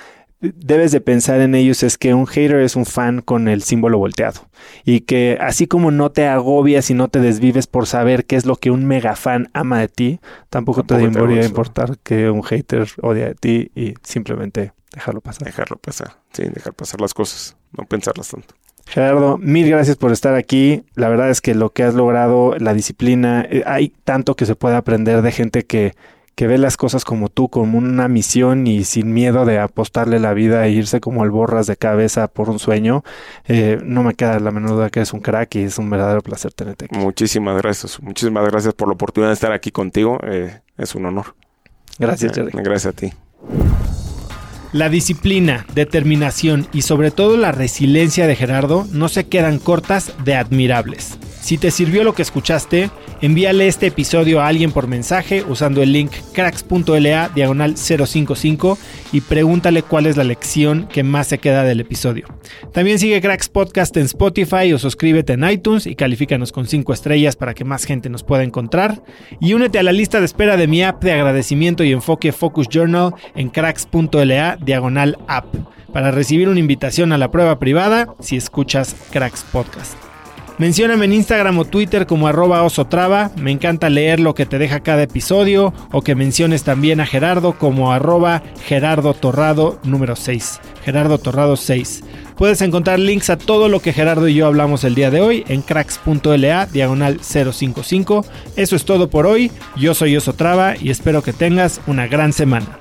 debes de pensar en ellos es que un hater es un fan con el símbolo volteado. Y que así como no te agobias y no te desvives por saber qué es lo que un mega fan ama de ti, tampoco, tampoco te debería importar que un hater odia de ti y simplemente dejarlo pasar. Dejarlo pasar, sí, dejar pasar las cosas, no pensarlas tanto. Gerardo, mil gracias por estar aquí. La verdad es que lo que has logrado, la disciplina, eh, hay tanto que se puede aprender de gente que, que ve las cosas como tú, como una misión y sin miedo de apostarle la vida e irse como al borras de cabeza por un sueño. Eh, no me queda la menor duda que eres un crack y es un verdadero placer tenerte aquí. Muchísimas gracias, muchísimas gracias por la oportunidad de estar aquí contigo. Eh, es un honor. Gracias, Jerry. Eh, gracias a ti. La disciplina, determinación y sobre todo la resiliencia de Gerardo no se quedan cortas de admirables. Si te sirvió lo que escuchaste, envíale este episodio a alguien por mensaje usando el link cracks.la diagonal cero cinco cinco y pregúntale cuál es la lección que más se queda del episodio. También sigue Cracks Podcast en Spotify o suscríbete en iTunes y califícanos con cinco estrellas para que más gente nos pueda encontrar. Y únete a la lista de espera de mi app de agradecimiento y enfoque Focus Journal en cracks.la diagonal app para recibir una invitación a la prueba privada si escuchas Cracks Podcast. Mencióname en Instagram o Twitter como arroba osotrava. Me encanta leer lo que te deja cada episodio o que menciones también a Gerardo como arroba Gerardo Torrado número seis. Gerardo Torrado seis. Puedes encontrar links a todo lo que Gerardo y yo hablamos el día de hoy en cracks.la diagonal cero cinco cinco. Eso es todo por hoy. Yo soy Osotrava y espero que tengas una gran semana.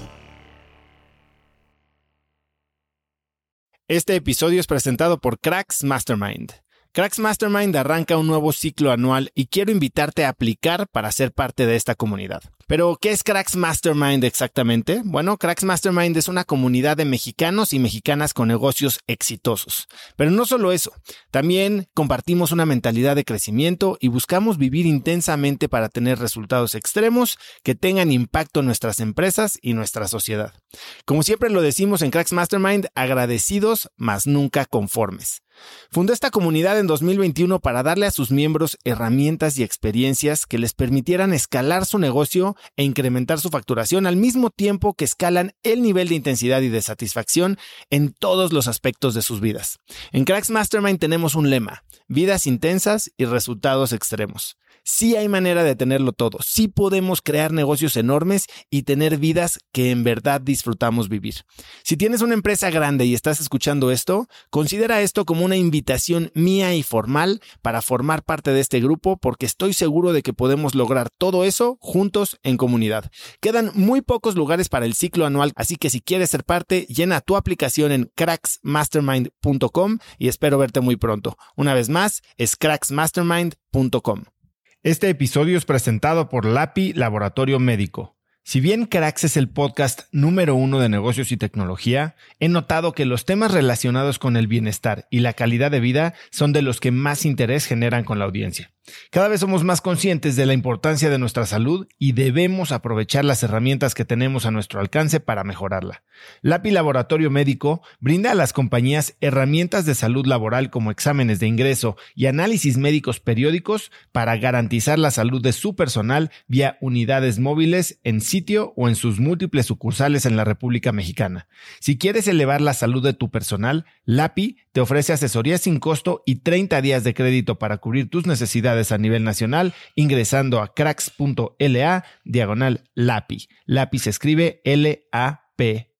Este episodio es presentado por Cracks Mastermind. Cracks Mastermind arranca un nuevo ciclo anual y quiero invitarte a aplicar para ser parte de esta comunidad. Pero, ¿qué es Cracks Mastermind exactamente? Bueno, Cracks Mastermind es una comunidad de mexicanos y mexicanas con negocios exitosos. Pero no solo eso, también compartimos una mentalidad de crecimiento y buscamos vivir intensamente para tener resultados extremos que tengan impacto en nuestras empresas y nuestra sociedad. Como siempre lo decimos en Cracks Mastermind, agradecidos, mas nunca conformes. Fundó esta comunidad en dos mil veintiuno para darle a sus miembros herramientas y experiencias que les permitieran escalar su negocio e incrementar su facturación al mismo tiempo que escalan el nivel de intensidad y de satisfacción en todos los aspectos de sus vidas. En Cracks Mastermind tenemos un lema: vidas intensas y resultados extremos. Sí hay manera de tenerlo todo, sí podemos crear negocios enormes y tener vidas que en verdad disfrutamos vivir. Si tienes una empresa grande y estás escuchando esto, considera esto como una invitación mía y formal para formar parte de este grupo, porque estoy seguro de que podemos lograr todo eso juntos en comunidad. Quedan muy pocos lugares para el ciclo anual, así que si quieres ser parte, llena tu aplicación en cracks mastermind punto com y espero verte muy pronto. Una vez más, es cracks mastermind punto com. Este episodio es presentado por Lapi Laboratorio Médico. Si bien Cracks es el podcast número uno de negocios y tecnología, he notado que los temas relacionados con el bienestar y la calidad de vida son de los que más interés generan con la audiencia. Cada vez somos más conscientes de la importancia de nuestra salud y debemos aprovechar las herramientas que tenemos a nuestro alcance para mejorarla. Lapi Laboratorio Médico brinda a las compañías herramientas de salud laboral como exámenes de ingreso y análisis médicos periódicos para garantizar la salud de su personal vía unidades móviles en sitio o en sus múltiples sucursales en la República Mexicana. Si quieres elevar la salud de tu personal, Lapi te ofrece asesoría sin costo y treinta días de crédito para cubrir tus necesidades a nivel nacional ingresando a cracks.la diagonal Lapi. Lapi se escribe L A P